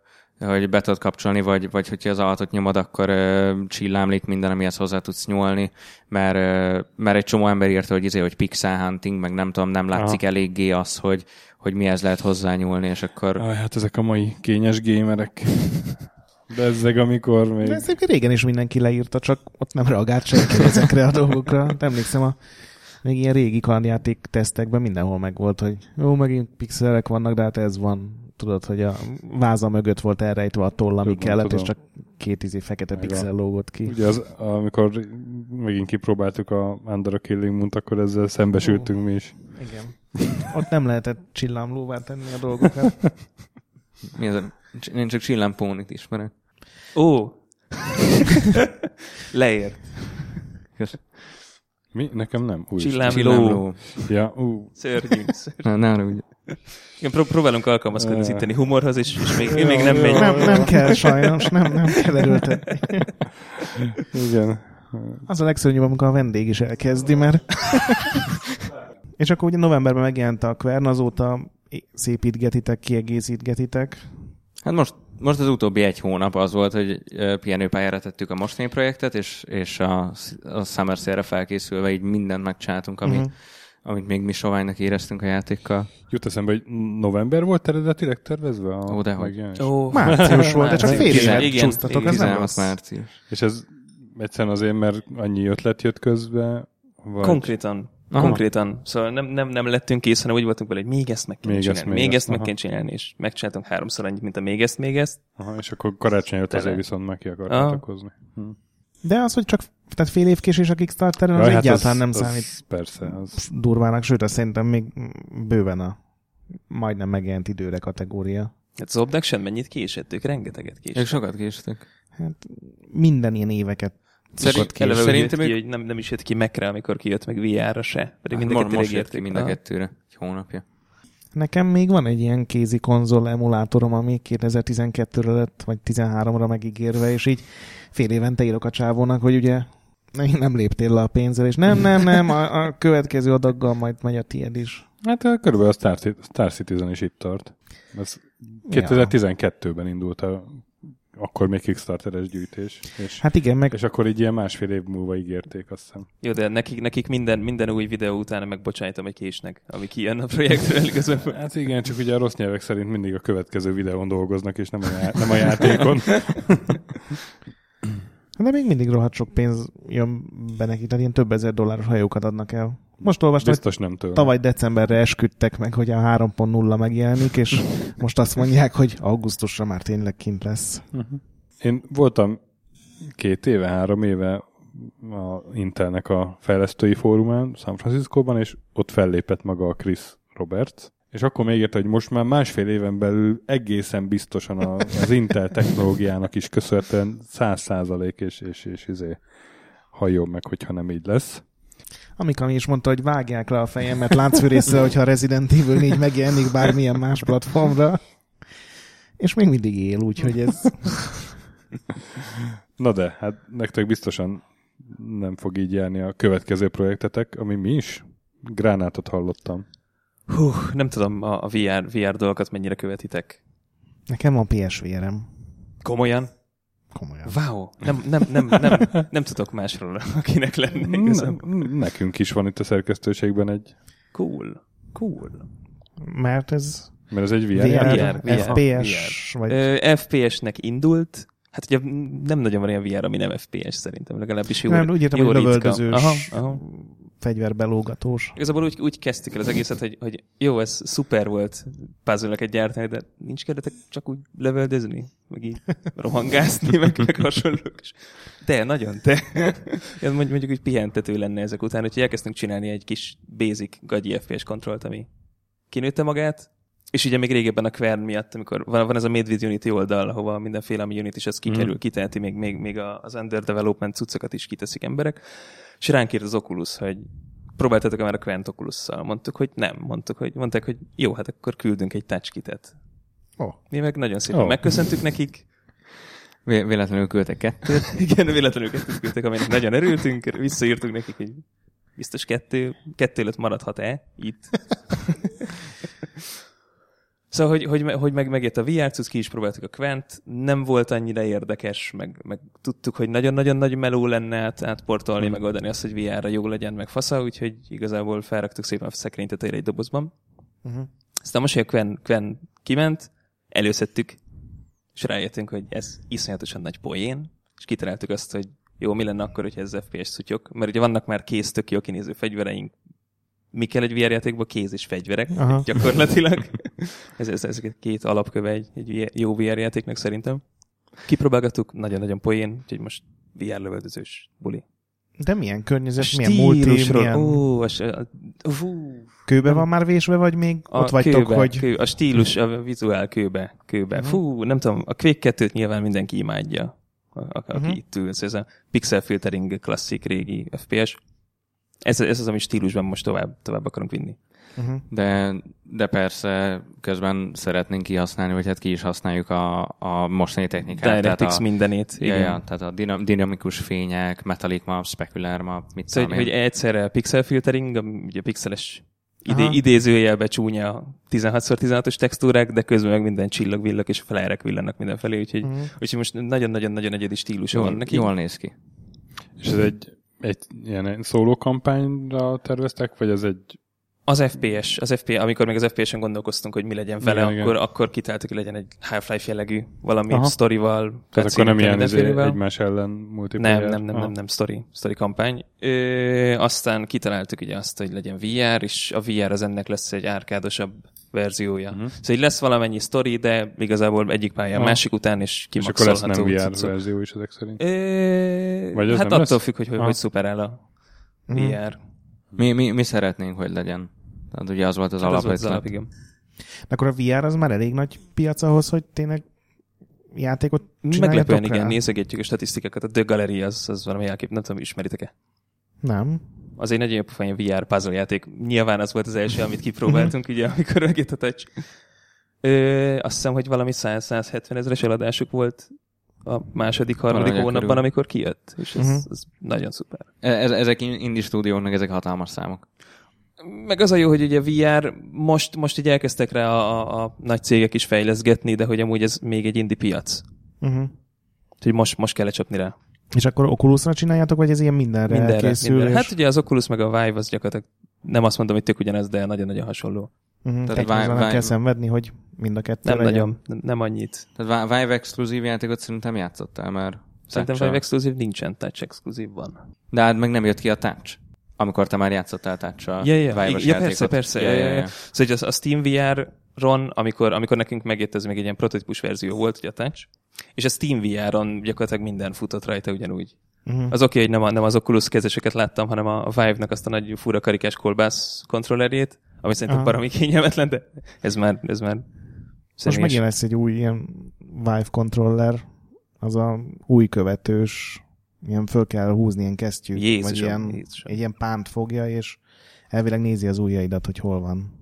hogy be tudod kapcsolni, vagy, vagy hogyha az alatot nyomod, akkor uh, csillámlik minden, amihez hozzá tudsz nyúlni, mert, uh, mert egy csomó ember írta, hogy izé, hogy pixel hunting, meg nem tudom, nem látszik Aha. eléggé az, hogy, hogy mihez lehet hozzányúlni, és akkor... Aj, hát ezek a mai kényes gémerek. De ezek amikor még... De ezt régen is mindenki leírta, csak ott nem reagált senki ezekre a dolgokra. Emlékszem, a még ilyen régi kalandjáték tesztekben mindenhol megvolt, hogy jó, megint pixelek vannak, de hát ez van. Tudod, hogy a váza mögött volt elrejtve a toll, ami tudom, kellett, tudom. És csak két izé fekete meg pixel a... lógott ki. Ugye az, amikor megint kipróbáltuk a Under a Killing Moon-t, akkor ezzel szembesültünk oh. mi is. Igen. Ott nem lehetett csillámlóvá tenni a dolgokat. Mi az a... Én csak csillámpónit ismerek. Ó! Leért. Mi? Nekem nem. Új Csillámló. Ja, ú. Szörnyű. Na, nem úgy. Igen, pró- próbálunk alkalmazkodni az itteni humorhoz, és, és még, én még nem megy. Nem, nem kell sajnos, nem, nem kell erőltetni. Igen. Az a legszörnyűbb, amikor a vendég is elkezdi, mert... És akkor ugye novemberben megjelent a Quern, azóta szépítgetitek, kiegészítgetitek. Hát most, most az utóbbi egy hónap az volt, hogy pihenőpályára tettük a mostani projektet, és, és a, a Summer Sale-re felkészülve így mindent megcsináltunk, ami, uh-huh. amit még mi soványnak éreztünk a játékkal. Jut eszembe, hogy november volt eredetileg tervezve? A Ó, dehogy. Oh. Március volt, de csak fél évet csúsztatok, ez nem rossz. Március. És ez egyszerűen azért, mert annyi ötlet jött közbe? Vagy... Konkrétan. Aha. Konkrétan. Szóval nem, nem, nem lettünk kész, hanem úgy voltunk vele, hogy még ezt meg kell még csinálni. Ezt, még, még ezt, ezt meg kell csinálni, és megcsináltunk háromszor annyit, mint a még ezt, még ezt. Aha, és akkor karácsony jött azért viszont meg ki akartátok hozni. Hm. De az, hogy csak tehát fél év késés a Kickstarteren, az Jaj, egyáltalán hát az, nem az számít persze, az... durvának, sőt, azt szerintem még bőven a majdnem megjelent időre kategória. Hát az Obduction mennyit késett? Ők rengeteget késett. Ők sokat késtek. Hát minden ilyen éveket Szerint, eleve szerintem ki, hogy nem, nem is jött ki Mac-re, amikor kijött, meg vé er-re se. Pedig hát mind a most jött ki mind a kettőre, egy hónapja. Nekem még van egy ilyen kézi konzol emulátorom, ami kétezer-tizenkettőre lett, vagy tizenháromra megígérve, és így fél évente írok a csávónak, hogy ugye nem léptél le a pénzzel, és nem, nem, nem, a, a következő adaggal majd megy a tiéd is. Hát körülbelül a Star, Star Citizen is itt tart. Ez kétezer-tizenkettőben indult a akkor még Kickstarteres gyűjtés. És, hát igen, meg... és akkor így ilyen másfél év múlva ígérték, azt hiszem. Jó, de nekik, nekik minden, minden új videó utána megbocsájtom egy késnek, ami kijön a projektről igazából. Hát igen, csak ugye a rossz nyelvek szerint mindig a következő videón dolgoznak, és nem a, já- nem a játékon. De még mindig rohadt sok pénz jön be nekik, tehát ilyen több ezer dolláros hajókat adnak el. Most olvastam, biztos nem tőle. Tavaly decemberre esküdtek meg, hogy a három pont nulla megjelenik, és most azt mondják, hogy augusztusra már tényleg kint lesz. Uh-huh. Én voltam két éve, három éve a Intelnek a fejlesztői fórumán San Franciscóban, és ott fellépett maga a Chris Roberts, és akkor még érte, hogy most már másfél éven belül egészen biztosan a, az Intel technológiának is köszönhetően száz százalék, és, és, és izé halljon meg, hogyha nem így lesz. Amikami is mondta, hogy vágják le a fejemet láncfűrészre, hogyha a Resident Evil négy megjelenik bármilyen más platformra. És még mindig él, úgyhogy ez... Na de, hát nektek biztosan nem fog így járni a következő projektetek, ami mi is? Gránátot hallottam. Hú, nem tudom a vé er, vé er dolgokat mennyire követitek. Nekem van pé es vé er-em. Komolyan? Komolyan. Wow, nem, nem, nem, nem, nem tudok másról, akinek lenne igazából. Nekünk is van itt a szerkesztőségben egy... Cool, cool. Mert ez... Mert ez egy vé er, vé er, vé er, ef pé es, vagy... Ö, ef pé es-nek indult, hát ugye nem nagyon van ilyen vé er, ami nem ef pé es szerintem, legalábbis jó. Nem, úgy értem, hogy lövöldözős, aha, aha. fegyverbelógatós. Igazából úgy, úgy kezdtük el az egészet, hogy, hogy jó, ez szuper volt puzzle-eket gyártani, de nincs kedvetek csak úgy lövöldözni, meg így rohangászni, meg, meg hasonlók. De, nagyon, de. mondjuk, mondjuk úgy pihentető lenne ezek után, hogy elkezdtünk csinálni egy kis basic gagyi ef pé es kontrollt, ami kinőtte magát, és ugye még régebben a Quern miatt, amikor van, van ez a Made with Unity oldal, ahova mindenféle, ami Unity is az kikerül, mm. kiteheti, még, még, még az under development cuccokat is kiteszik emberek, és ránk írt az Oculus, hogy próbáltatok már a Quent Oculusszal. Mondtuk, hogy nem. Mondtuk, hogy, mondták, hogy jó, hát akkor küldünk egy touchkitet. Oh. Mi meg nagyon szépen oh. megköszöntük nekik. Vé- véletlenül küldtek kettőt. Igen, véletlenül kettőt küldtek, aminek nagyon örültünk. Visszaírtuk nekik, hogy biztos kettő, kettő lett maradhat-e itt. Szóval, hogy, hogy, hogy meg, megjött a vé er cucc, ki is próbáltuk a Quent, nem volt annyira érdekes, meg, meg tudtuk, hogy nagyon-nagyon nagy meló lenne át, átportolni, hmm. megoldani azt, hogy vé er-re jó legyen, meg fasza, úgyhogy igazából felraktuk szépen a szekrény tetejére egy dobozban. Uh-huh. Aztán most, hogy a Quen, Quen kiment, előszedtük, és rájöttünk, hogy ez iszonyatosan nagy poén, és kitaláltuk azt, hogy jó, mi lenne akkor, hogyha ez ef pé es szutyok, mert ugye vannak már kész, tök jó kinéző fegyvereink. Mi kell egy vé er játékban? Kéz és fegyverek, aha. gyakorlatilag. ez, ez, ez két alapköve egy, egy jó vé er játéknak szerintem. Kipróbálgattuk, nagyon-nagyon poén, úgyhogy most vé er lövöldözős buli. De milyen környezet, milyen multi, milyen... Ó, a, a, uh, kőbe nem. Van már vésve, vagy még a ott vagytok, kőbe, hogy... Kő, a stílus, a vizuál kőbe. kőbe. Uh-huh. Fú, nem tudom, a Quake kettőt nyilván mindenki imádja, a, a, aki uh-huh. itt ül. Ez a pixel filtering klasszik régi ef pé es. Ez, ez az, ami stílusban most tovább, tovább akarunk vinni. Uh-huh. De, de persze közben szeretnénk kihasználni, vagy hát ki is használjuk a, a mostani technikát. DirectX mindenét. Ja, ja, tehát a dinam, dinamikus fények, metallic map, specular map, mit szóval, tudom hogy egyszerre pixel filtering, ugye pixeles idé, idézőjelbe csúnya tizenhat szor tizenhatos textúrák, de közben meg minden csillag, villak és flerek villannak mindenfelé, úgyhogy, uh-huh. úgyhogy most nagyon-nagyon-nagyon egyedi stílusa jól, van neki. Jól néz ki. És ez egy, egy ilyen szóló kampányra terveztek, vagy ez egy... Az ef pé es, az ef pé es, amikor még az ef pé esen gondolkoztunk, hogy mi legyen vele, igen, akkor, igen. akkor kitáltuk, hogy legyen egy Half-Life jellegű valami aha. sztorival. Tehát akkor nem ilyen egymás ellen multiplayer? Nem, nem, nem, nem, nem, sztori, sztori kampány. Ö, aztán kitaláltuk ugye azt, hogy legyen vé er, és a vé er az ennek lesz egy árkádosabb verziója. Uh-huh. Szóval így lesz valamennyi sztori, de igazából egyik pályán aha. másik után, és kimaxolható. És akkor lesz nem vé er verzió is ezek szerint? Ö, Vagy hát attól lesz? Függ, hogy hogy, hogy szuperál a uh-huh. vé er. Mi, mi, mi szeretnénk, hogy legyen. Tehát ugye az volt az hát alap. Az, az alap, igen. Akkor a vé er az már elég nagy piac ahhoz, hogy tényleg játékot csináljatok meglepően rá? Igen, nézegetjük a statisztikákat. A The Gallery az, az valami elkép, nem tudom, ismeritek-e? Nem. Az egy nagyon pofány vé er puzzle játék. Nyilván az volt az első, amit kipróbáltunk, ugye, amikor megjött a touch. Ö, azt hiszem, hogy valami száz-százhetven ezeres eladásuk volt a második, harmadik hónapban, körül. amikor kijött. És ez, uh-huh. ez nagyon szuper. Ez, ezek indie stúdióknak, ezek hatalmas számok. Meg az a jó, hogy ugye a vé er most, most így elkezdtek rá a, a, a nagy cégek is fejleszgetni, de hogy amúgy ez még egy indie piac. Uh-huh. Úgyhogy most, most kell lecsapni rá. És akkor Oculusra csináljátok, vagy ez ilyen mindenre, mindenre elkészül? Mindenre. És... Hát ugye az Oculus meg a Vive az gyakorlatilag nem azt mondom, hogy tök ugyanez, de nagyon-nagyon hasonló. Uh-huh. Tehát Vive, Vive... kell szenvedni, hogy mind a kettő Nem legyen. nagyon, nem, nem annyit. Tehát Vive exkluzív játékot szerintem játszottál már. Szerintem Vive exkluzív nincsen, Touch exkluzív van. De hát meg nem jött ki a Touch. Amikor te már játszottál Touch-sal. Ja, ja, ja, ja persze, persze. Ja, ja, ja. Szóval a Steam vé er-on, amikor, amikor nekünk megjött, ez még egy ilyen prototípus verzió volt, ugye a Touch, és a Steam vé er-on gyakorlatilag minden futott rajta ugyanúgy. Uh-huh. Az oké, okay, hogy nem, a, nem az Oculus kezeseket láttam, hanem a Vive-nak azt a nagy fura karikás kolbász kontrollerjét, ami szerintem baromi kényelmetlen, de ez már, ez már most megint lesz egy új ilyen Vive controller, az a új követős, ilyen föl kell húzni ilyen kesztyűt, Jézusom, vagy ilyen, Jézusom. egy ilyen pánt fogja, és elvileg nézi az ujjaidat, hogy hol van.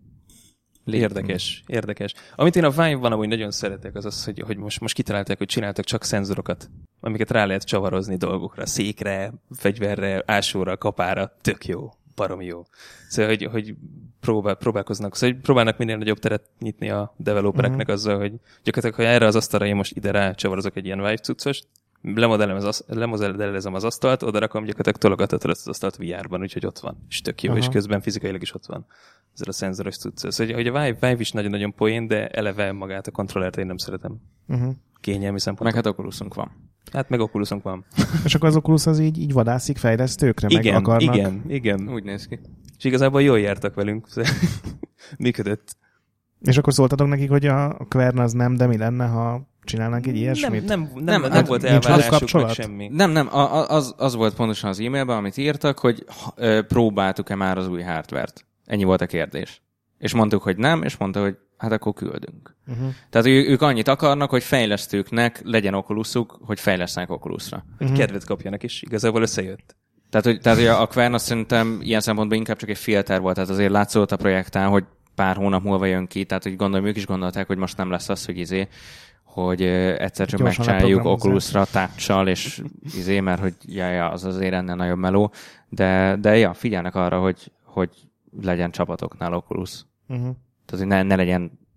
Érdekes, érdekes. Amit én a Vive-ban amúgy nagyon szeretek, az az, hogy, hogy most, most kitalálták, hogy csináltak csak szenzorokat, amiket rá lehet csavarozni dolgokra, székre, fegyverre, ásóra, kapára, tök jó, baromi jó. Szóval, hogy, hogy próbál, próbálkoznak, szóval, hogy próbálnak minél nagyobb teret nyitni a developereknek uh-huh. azzal, hogy gyakorlatilag, ha erre az asztalra én most ide rá csavarozok egy ilyen Vive cuccost, lemodellezem az asztalt, oda rakom, gyakorlatilag tologathatod az asztalt vé er-ban, úgyhogy ott van. És tök jó, aha. és közben fizikailag is ott van. Ezzel a szenzoros cucc. Szóval, hogy a Vive, Vive is nagyon-nagyon poén, de eleve magát a kontrollert én nem szeretem. Uh-huh. Kényelmi szempontból. Meg hát Oculusunk van. Hát meg Oculusunk van. És akkor az Oculus az így, így vadászik fejlesztőkre, igen, meg akarnak? Igen, igen. Úgy néz ki. És igazából jól jártak velünk. Működött. És akkor szóltatok nekik, hogy a Quern az nem, de mi lenne, ha csinálnánk egy ilyesmit? Nem, nem, nem, nem, nem volt elvárásuk, meg semmi. Nem, nem, az, az volt pontosan az e-mailben, amit írtak, hogy próbáltuk-e már az új hardvert. Ennyi volt a kérdés. És mondtuk, hogy nem, és mondta, hogy hát akkor küldünk. Uh-huh. Tehát ő, ők annyit akarnak, hogy fejlesztőknek legyen Oculusuk, hogy fejlesztenek Oculusra. Hogy uh-huh. kedvet kapjanak is, igazából összejött. Tehát, hogy, tehát, hogy a Quern azt szerintem ilyen szempontból inkább csak egy filter volt, tehát azért látszott a projektán, hogy pár hónap múlva jön ki, tehát hogy gondolom, ők is gondolták, hogy most nem lesz az, hogy izé, hogy egyszer csak gyorsan megcsináljuk Oculusra Touch-sal, és izé, mert hogy ja, ja, az azért ennél nagyobb meló, de, de ja, figyelnek arra, hogy, hogy legyen csapatoknál Oculus. Uh-huh. Tehát, hogy ne, ne legyen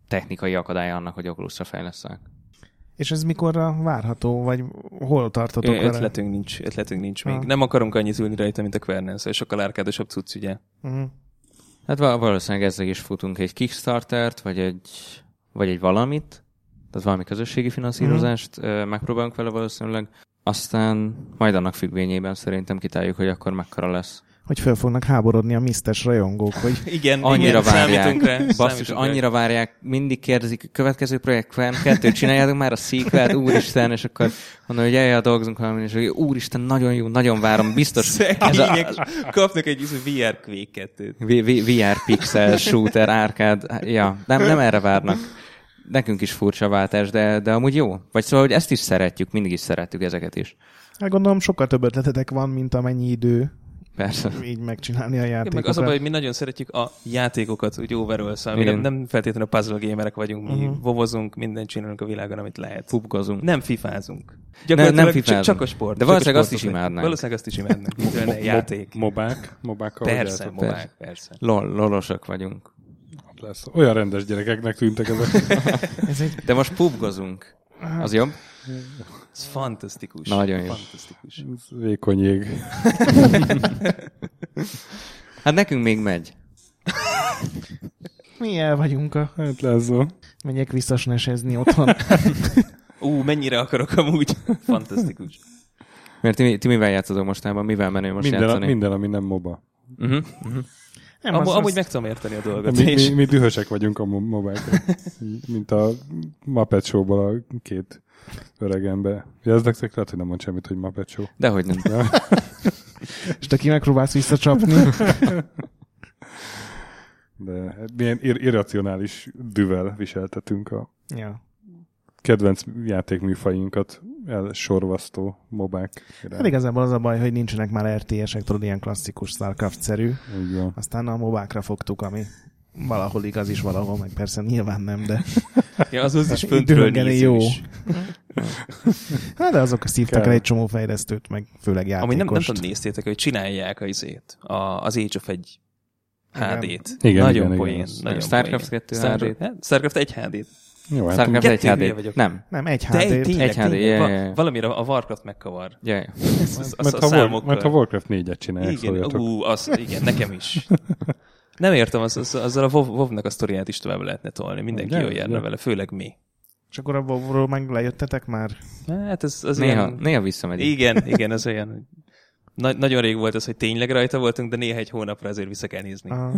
technikai akadálya annak, hogy Oculusra fejlesztenek. És ez mikorra várható, vagy hol tartotok vele? Ötletünk nincs, ötletünk nincs még. Ha. Nem akarunk annyit ülni rajta, mint a Quernen, szóval sokkal árkádosabb cucc, ugye. Uh-huh. Hát valószínűleg ezzel is futunk egy Kickstartert, vagy egy, vagy egy valamit, tehát valami közösségi finanszírozást uh-huh. megpróbálunk vele valószínűleg. Aztán majd annak függvényében szerintem kitáljuk, hogy akkor mekkora lesz. Hogy föl fognak háborodni a misztes rajongók, hogy Igen, annyira igen, várják, számítunk rá, basszus, számítunk annyira rá. várják, mindig kérdezik, következő projektben kettőt csináljátok már a sequelt, úristen, és akkor mondom, hogy eljel dolgozunk valami, és hogy úristen, nagyon jó, nagyon várom, biztos. Ez a, Szegények, kapnak egy vé er Quake kettőt. vé er pixel, shooter, árkád, ja, nem, nem erre várnak. Nekünk is furcsa váltás, de, de amúgy jó. Vagy szóval, hogy ezt is szeretjük, mindig is szerettük ezeket is. hát gondolom sokkal több ötletetek van, mint amennyi idő Persze. így megcsinálni a Meg játékokat. az a baj, hogy mi nagyon szeretjük a játékokat, úgy overall, szóval mi nem, nem feltétlenül puzzle gamerek vagyunk, mi Uh-huh. vovozunk, mindent csinálunk a világon, amit lehet. Pubgozunk. Nem fifázunk. Nem, nem csak, fifázunk. csak a sport. De csak valószínűleg a azt is sportok. imádnánk. Valószínűleg azt is imádnánk. Mint olyan játék. Mobák? Mobákkal Persze, hogy mobák, Persze. persze. Lol, lolosak vagyunk. lesz. Olyan rendes gyerekeknek tűntek ezek. Ez egy... De most pubgozunk. Az jobb? Ez fantasztikus. Nagyon jó. Fantasztikus. Vékony jég. Hát nekünk még megy. Mi el vagyunk a... Hát László. Megyek visszasnesezni otthon. Ú, mennyire akarok amúgy. Fantasztikus. Mert ti, ti mivel játszodok mostában? Mivel menő most Minden, a, játszani? minden, ami nem moba. Uh-huh. Uh-huh. Nem, Amú, az, amúgy az... meg tudom érteni a dolgot. Mi, És... mi, mi dühösek vagyunk a mo- mobákra. Mint a Muppet Show-ból a két öreg ember. Jelzdektek? Lehet, hogy nem mond semmit, hogy Muppet Show. Dehogy nem. Ja. És te ki megpróbálsz visszacsapni? De milyen ir- irracionális düvel viseltetünk a ja. kedvenc játékműfainkat elsorvasztó mobák. Hát igazából az a baj, hogy nincsenek már er té esek, tudod, ilyen klasszikus Starcraft-szerű. Így van. Aztán a mobákra fogtuk, ami valahol igaz is, valahol, meg persze nyilván nem, de Ja, az az is föntről időrengeni jó. nézős. Hát de azok szívtak Kell. el egy csomó fejlesztőt, meg főleg játékost. Amúgy nem, nem tudom, néztétek, hogy csinálják a izét, a, az Age of egy há dét. Igen, Nagyon igen, poén. igen. Nagyon Starcraft poén. kettő Starcraft, hát, Starcraft egy há dét. Jó, hát Starcraft kettő egy há dé. hülye vagyok. Nem. Nem, egy De há dé. egy, tényleg, Egy há dé, tényleg, yeah, va- yeah, yeah. valamire a Warcraft megkavar. Ja, ja. Ez, az, az mert, a ha War, számokkal. mert ha Warcraft négyet csinálják, Igen, szóljatok. ú, az, igen, nekem is. Nem értem, az, az, azzal a WoW, WoW-nak a sztoriát is tovább lehetne tolni. Mindenki Ugye, jól járna ugye. vele, főleg mi. És akkor a WoW-ról meg lejöttetek már? Hát ez, az Néha, ilyen... néha visszamegyünk. Igen, igen, ez olyan... hogy Nagy, nagyon rég volt az, hogy tényleg rajta voltunk, de néha egy hónapra azért vissza kell nézni. Aha.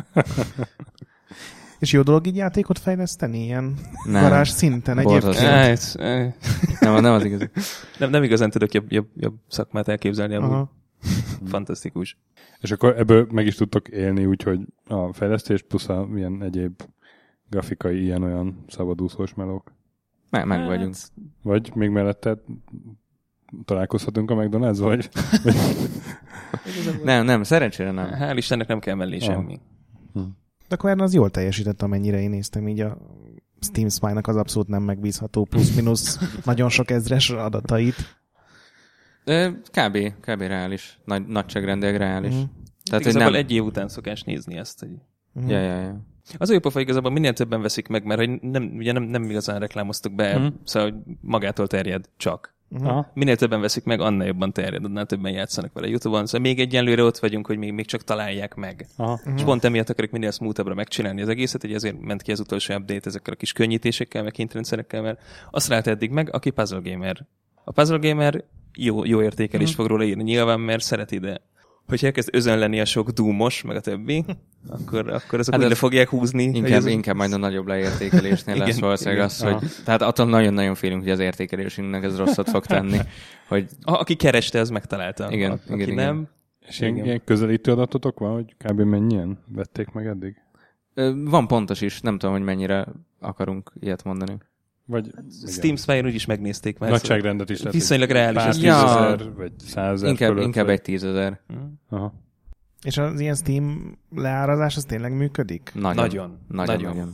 És jó dolog így játékot fejleszteni? Ilyen Nem. garázs szinten Borzasztó. egyébként? Hát, eh, Nem, nem az igazi. nem, nem igazán tudok jobb, jobb, jobb szakmát elképzelni, amúgy Aha. fantasztikus. És akkor ebből meg is tudtok élni, úgyhogy a fejlesztés plusz a milyen egyéb grafikai ilyen-olyan szabadúszós melók. Meg, meg vagyunk. Vagy még mellette találkozhatunk a McDonald's, vagy? vagy... Nem, nem, szerencsére nem. Hál' Istennek nem kell mellé semmi. De akkor az jól teljesített, amennyire én néztem, így a Steam Spy-nak az abszolút nem megbízható plusz-minusz nagyon sok ezres adatait. Ö, Kb. Kb. reális. Nagy, nagyságrendileg reális. Mhm. Tehát, hogy Igazából nem... egy év után szokás nézni ezt, hogy... Mhm. Ja, ja, ja. Az a jó pofa igazából minél többen veszik meg, mert hogy nem, ugye nem, nem igazán reklámoztuk be, Mhm. szóval hogy magától terjed csak. Mhm. Minél többen veszik meg, annál jobban terjed, annál többen játszanak vele YouTube-on. Szóval még egyenlőre ott vagyunk, hogy még, még csak találják meg. Aha. És pont emiatt akarok minél smooth-abbra megcsinálni az egészet, hogy ezért ment ki az utolsó update ezekkel a kis könnyítésekkel, meg hintrendszerekkel, mert azt rált eddig meg, aki puzzle gamer. A puzzle gamer jó, jó értékelést fog róla írni nyilván, mert szereti, de hogyha elkezd özönleni a sok dúmos, meg a többi, akkor, akkor azok Hát úgy ez le fogják húzni. hogy Inkább, ez- inkább majd a nagyobb leértékelésnél Igen, lesz valószínűleg igen. az, hogy... Tehát attól nagyon-nagyon félünk, hogy az értékelésünknek ez rosszat fog tenni. Hogy A, aki kereste, az megtalálta. Igen, a, igen, aki igen. nem, És ilyen, igen. ilyen közelítő adatotok van, hogy kb. Mennyien vették meg eddig? ö, van pontos is, nem tudom, hogy mennyire akarunk ilyet mondani. Vagy Steam Spy-on úgyis megnézték már. nagyságrendet is lesz. Viszonylag reális az. Ja. tízezer, vagy százezer Inkább, fölött, inkább vagy... egy tízezer. Aha. És az ilyen Steam leárazás az tényleg működik? Nagyon. Nagyon. Nagyon. Nagyon. nagyon.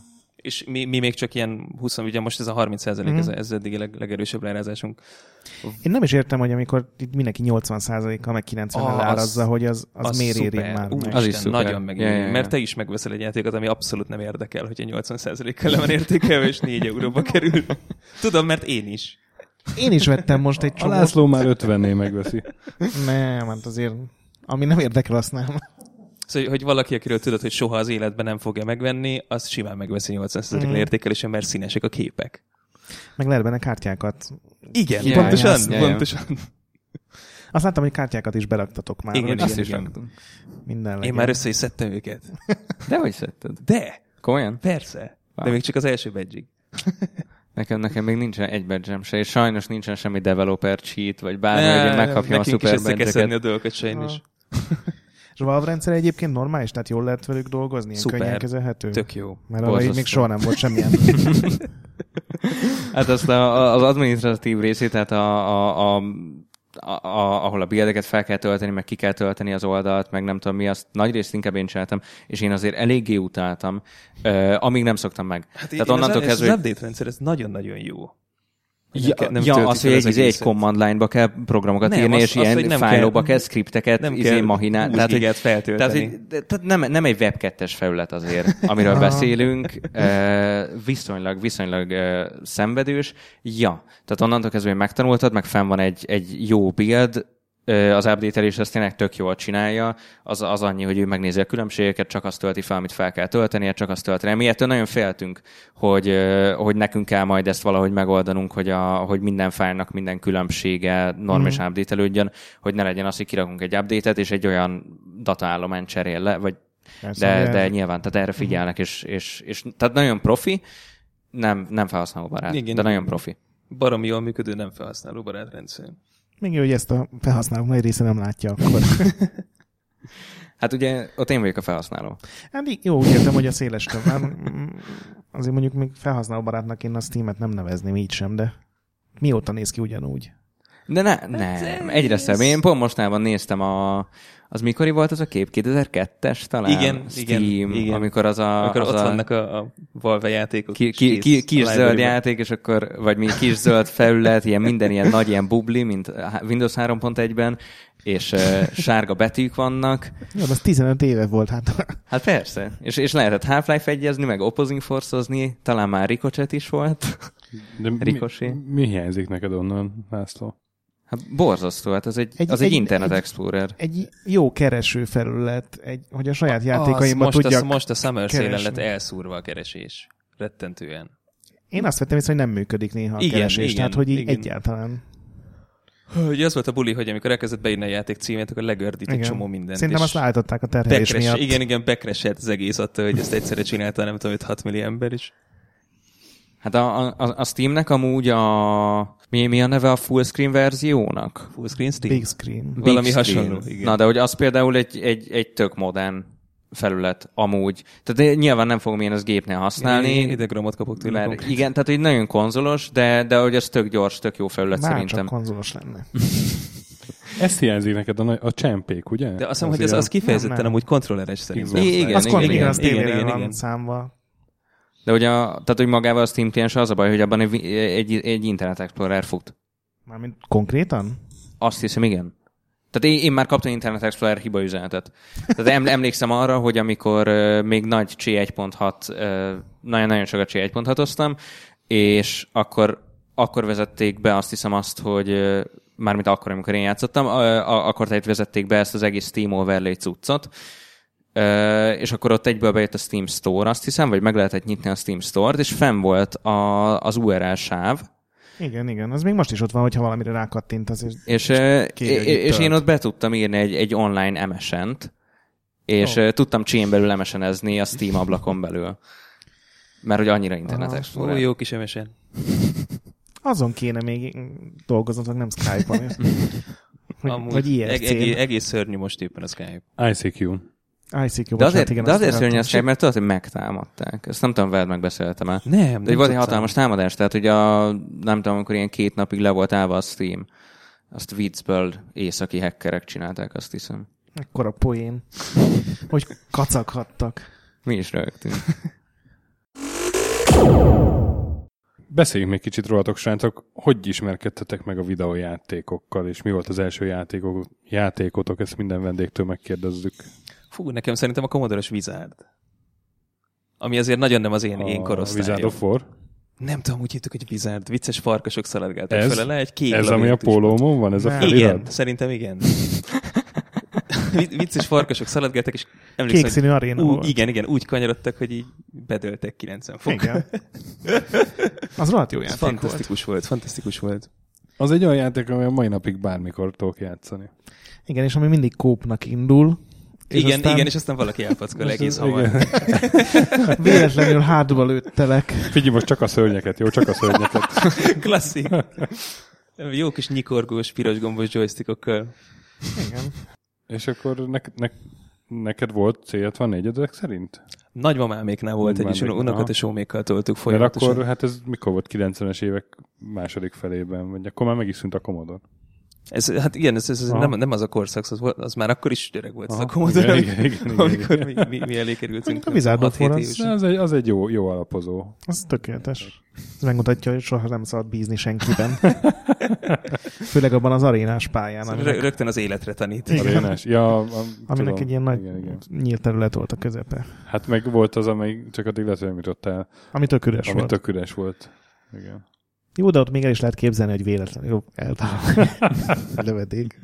és mi, mi még csak ilyen húsz, ugye most ez a harminc százalék, mm. ez, ez eddig a leg, legerősebb leárázásunk. Én nem is értem, hogy amikor itt mindenki nyolcvan százalékkal meg kilencvennel oh, árazza, hogy az, az, az miért éri már Ú, meg. Az is szuper. Nagyon megéri, yeah, yeah. mert te is megveszel egy játékot, ami abszolút nem érdekel, hogyha nyolcvan százalékkal le van értékelve, és négy euróba kerül. Tudom, mert én is. Én is vettem most egy csomót. A László már ötvennél megveszi. Nem, hát azért, ami nem érdekel, azt nem. Szóval, hogy valaki, akiről tudod, hogy soha az életben nem fogja megvenni, az simán megveszi nyolcvan százalékkal mm. értékelésen, mert színesek a képek. Meg lehet benne kártyákat. Igen, yeah, pontosan, yeah, pontosan. Yeah. Azt láttam, hogy kártyákat is beraktatok már. Igen, azt is raktunk. Minden legyen. Én már össze is szedtem őket. Dehogy szedted? De! Komolyan? Persze. Wow. De még csak az első badge-ig. Nekem, nekem még nincsen egy badge-em se, és sajnos nincsen semmi developer cheat, vagy bármi, hogy én megkapjam a szuper badge-eket. Nekünk is össze kell a dolgokat sajnos. És a Valve rendszer egyébként normális? Tehát jól lehet velük dolgozni? Szuper. Könnyen kezelhető? Tök jó. Mert arra így még soha nem volt semmilyen. Hát azt a, az administratív részét, tehát a, a, a, a, a, ahol a buildeket fel kell tölteni, meg ki kell tölteni az oldalt, meg nem tudom mi, azt nagy részt inkább én csináltam, és én azért eléggé utáltam, uh, amíg nem szoktam meg. Hát tehát onnantól kezdve, ez az update rendszer, ez nagyon-nagyon jó. Ja, nem ja az, hogy egy, egy command line-ba kell programokat nem, írni, az, és az, ilyen fájlokba kell, kell skripteket izé mahinálni. Tehát, hogy feltölteni. Tehát, tehát nem, nem egy web kettes felület azért, amiről beszélünk. Uh, viszonylag, viszonylag uh, szenvedős. Ja, tehát onnantól kezdve, hogy megtanultad, meg fenn van egy, egy jó build, az update-elés ezt tényleg tök jól csinálja, az, az annyi, hogy ő megnézi a különbségeket, csak azt tölti fel, amit fel kell töltenie, csak azt tölteni. Mi ettől nagyon féltünk, hogy, hogy nekünk kell majd ezt valahogy megoldanunk, hogy, a, hogy minden fájlnak minden különbsége normális mm. update-elődjön, hogy ne legyen az, hogy kirakunk egy update-et, és egy olyan dataállomány cserél le, vagy de, de nyilván, tehát erre figyelnek, mm. és, és, és tehát nagyon profi, nem, nem felhasználóbarát, igen, de nagyon profi. Baromi jól működő, nem felhasználóbarát rendszer. Még jó, hogy ezt a felhasználók nagy része nem látja akkor. Hát ugye ott én vagyok a felhasználó. Hát jó, úgy értem, hogy a széles köv. Azért mondjuk még felhasználóbarátnak én a Steam-et nem nevezném így sem, de mióta néz ki ugyanúgy? De ne, nem, egyre szebb. Én pont mostában néztem a... Az mikori volt az a kép? kétezer-kettes talán? Igen, Steam, igen, igen. Amikor az a... Amikor az ott a, vannak a, a Valve játékok. Ki, ki, ki, kis zöld játék, és akkor, vagy mi kis zöld felület, ilyen minden ilyen nagy ilyen bubli, mint Windows három pont egyben, és uh, sárga betűk vannak. Ja, az tizenöt éve volt, hát. Hát persze. És, és lehetett Half-Life egyezni, meg Opposing Force-ozni, talán már Ricochet is volt. De Ricochet. Mi, mi hiányzik neked onnan, László? Hát borzasztó, hát az egy, egy, az egy, egy Internet egy, Explorer. Egy jó kereső felület, egy, hogy a saját játékaimban tudjak Most a Summer Sale-en lett elszúrva a keresés. Rettentően. Én azt vettem észre, hogy nem működik néha a igen, keresés, igen, tehát hogy így igen. egyáltalán. Ugye az volt a buli, hogy amikor elkezdett beírni a játék címét, akkor legördít egy csomó mindent. Szerintem azt állították a terhelés bekres, miatt. Igen, igen, bekreselt az egész attól, hogy ezt egyszerre csinálta, nem tudom, öt-hat millió ember is. Hát a, a, a Steamnek amúgy a... Mi, mi a neve a full screen verziónak? Full screen Steam? Big screen. Big Valami screen. hasonló, igen. Na, de hogy az például egy, egy, egy tök modern felület amúgy. Tehát nyilván nem fogom én ezt gépnél használni. Én idegromot kapok tőle. Mert igen, tehát hogy nagyon konzolos, de, de hogy ez tök gyors, tök jó felület Már szerintem. Már csak konzolos lenne. Ezt hiányzik neked a, a csempék, ugye? De azt hiszem, hogy ez az kifejezetten nem, nem. amúgy kontrolleres szerintem. Igen, igen, az igen, igen, igen, az igen, tévére igen, van igen. számba. De hogy, a, tehát, hogy magával a Steam kliens az a baj, hogy abban egy, egy, egy Internet Explorer fut. Mármint konkrétan? Azt hiszem, igen. Tehát én, én már kaptam Internet Explorer hibaüzenetet. Tehát emlékszem arra, hogy amikor uh, még nagy C egy pont hat, uh, nagyon-nagyon sokat C egy pont hatoztam, és akkor, akkor vezették be azt hiszem azt, hogy uh, mármint akkor, amikor én játszottam, uh, akkor tehát vezették be ezt az egész Steam Overlay cuccot, Uh, és akkor ott egyből bejött a Steam Store, azt hiszem, vagy meg lehetett nyitni a Steam Store-t, és fenn volt a, az u er el sáv. Igen, igen. Az még most is ott van, hogyha valamire rákattint. Az és, uh, kéri, és én ott be tudtam írni egy, egy online em es en-t, és oh. uh, tudtam Chain belül em es en-ezni a Steam ablakon belül. Mert hogy annyira Internet Explorer. Ó, jó kis em es en. Azon kéne még dolgoznatok, nem Skype-on. Vagy, vagy i er cé-n. Egész, egész szörnyű most éppen a Skype. i cé kiú. I C Q, de azért, igen, de azért szörnyű a Skype, mert tudod, hogy megtámadták. Ezt nem tudom, veled megbeszéltem el. Nem, de volt egy hatalmas támadás, tehát hogy a, nem tudom, amikor ilyen két napig le volt állva a Steam, azt viccből északi hackerek csinálták, azt hiszem. Ekkora poén, hogy kacaghattak. Mi is rögtünk. Beszéljünk még kicsit rólatok, srácok. Hogy ismerkedtetek meg a videójátékokkal, és mi volt az első játékok, játékotok? Ezt minden vendégtől megkérdezzük. Fú, nekem szerintem a Commodore-os Wizard. Ami azért nagyon nem az én, én korosztályom. A Wizard of War? Nem tudom, úgy hittük, hogy Wizard. Vicces farkasok szaladgáltak ez, fel le, egy kék Ez, ami a pólómon van? Ez a felirat? Igen, szerintem igen. Vicces farkasok szaladgáltak, és emlékszem, kék színű aréna ú, volt. Igen, igen, úgy kanyarodtak, hogy így bedöltek kilencven fok. Igen. Az rohadt jó játék fantasztikus volt. volt. Fantasztikus volt. Az egy olyan játék, ami a mai napig bármikor tudok játszani. Igen, és ami mindig kópnak indul. És Igen, aztán... igen, és aztán valaki elpackol egész hamar. Véletlenül hátba lőttelek. Figyelj, most csak a szörnyeket, jó? Csak a szörnyeket. Klasszik. Jó kis nyikorgós, piros gombos joystickokkal. Igen. És akkor ne, ne, neked volt cé hetvennégy ezek szerint? Nagymamáméknál volt egy, és unokat és ómékkal toltuk Mert folyamatosan. akkor, hát ez mikor volt? kilencvenes évek második felében, vagy akkor már meg is szűnt a Commodore. Ez, hát igen, ez, ez nem, nem az a korszak, az, volt, az már akkor is öreg volt. Aha, ez a Commodore, igen, igen, igen, amikor igen. mi, mi, mi elé kerültünk. A Wizard of War az, az, egy, az egy jó, jó alapozó. az tökéletes. Ez megmutatja, hogy soha nem szabad bízni senkiben. Főleg abban az arénás pályán. Szóval Aminek, rögtön az életre tanít. Arénás. Ja, a, aminek tudom. egy ilyen nagy Igen, igen. nyílt terület volt a közepe. Hát meg volt az, amely csak addig lehet, hogy nem jutottál. Ami tök üres Ami volt. tök üres volt. Igen. Jó, de ott még el is lehet képzelni, hogy véletlenül eltalál lövedék.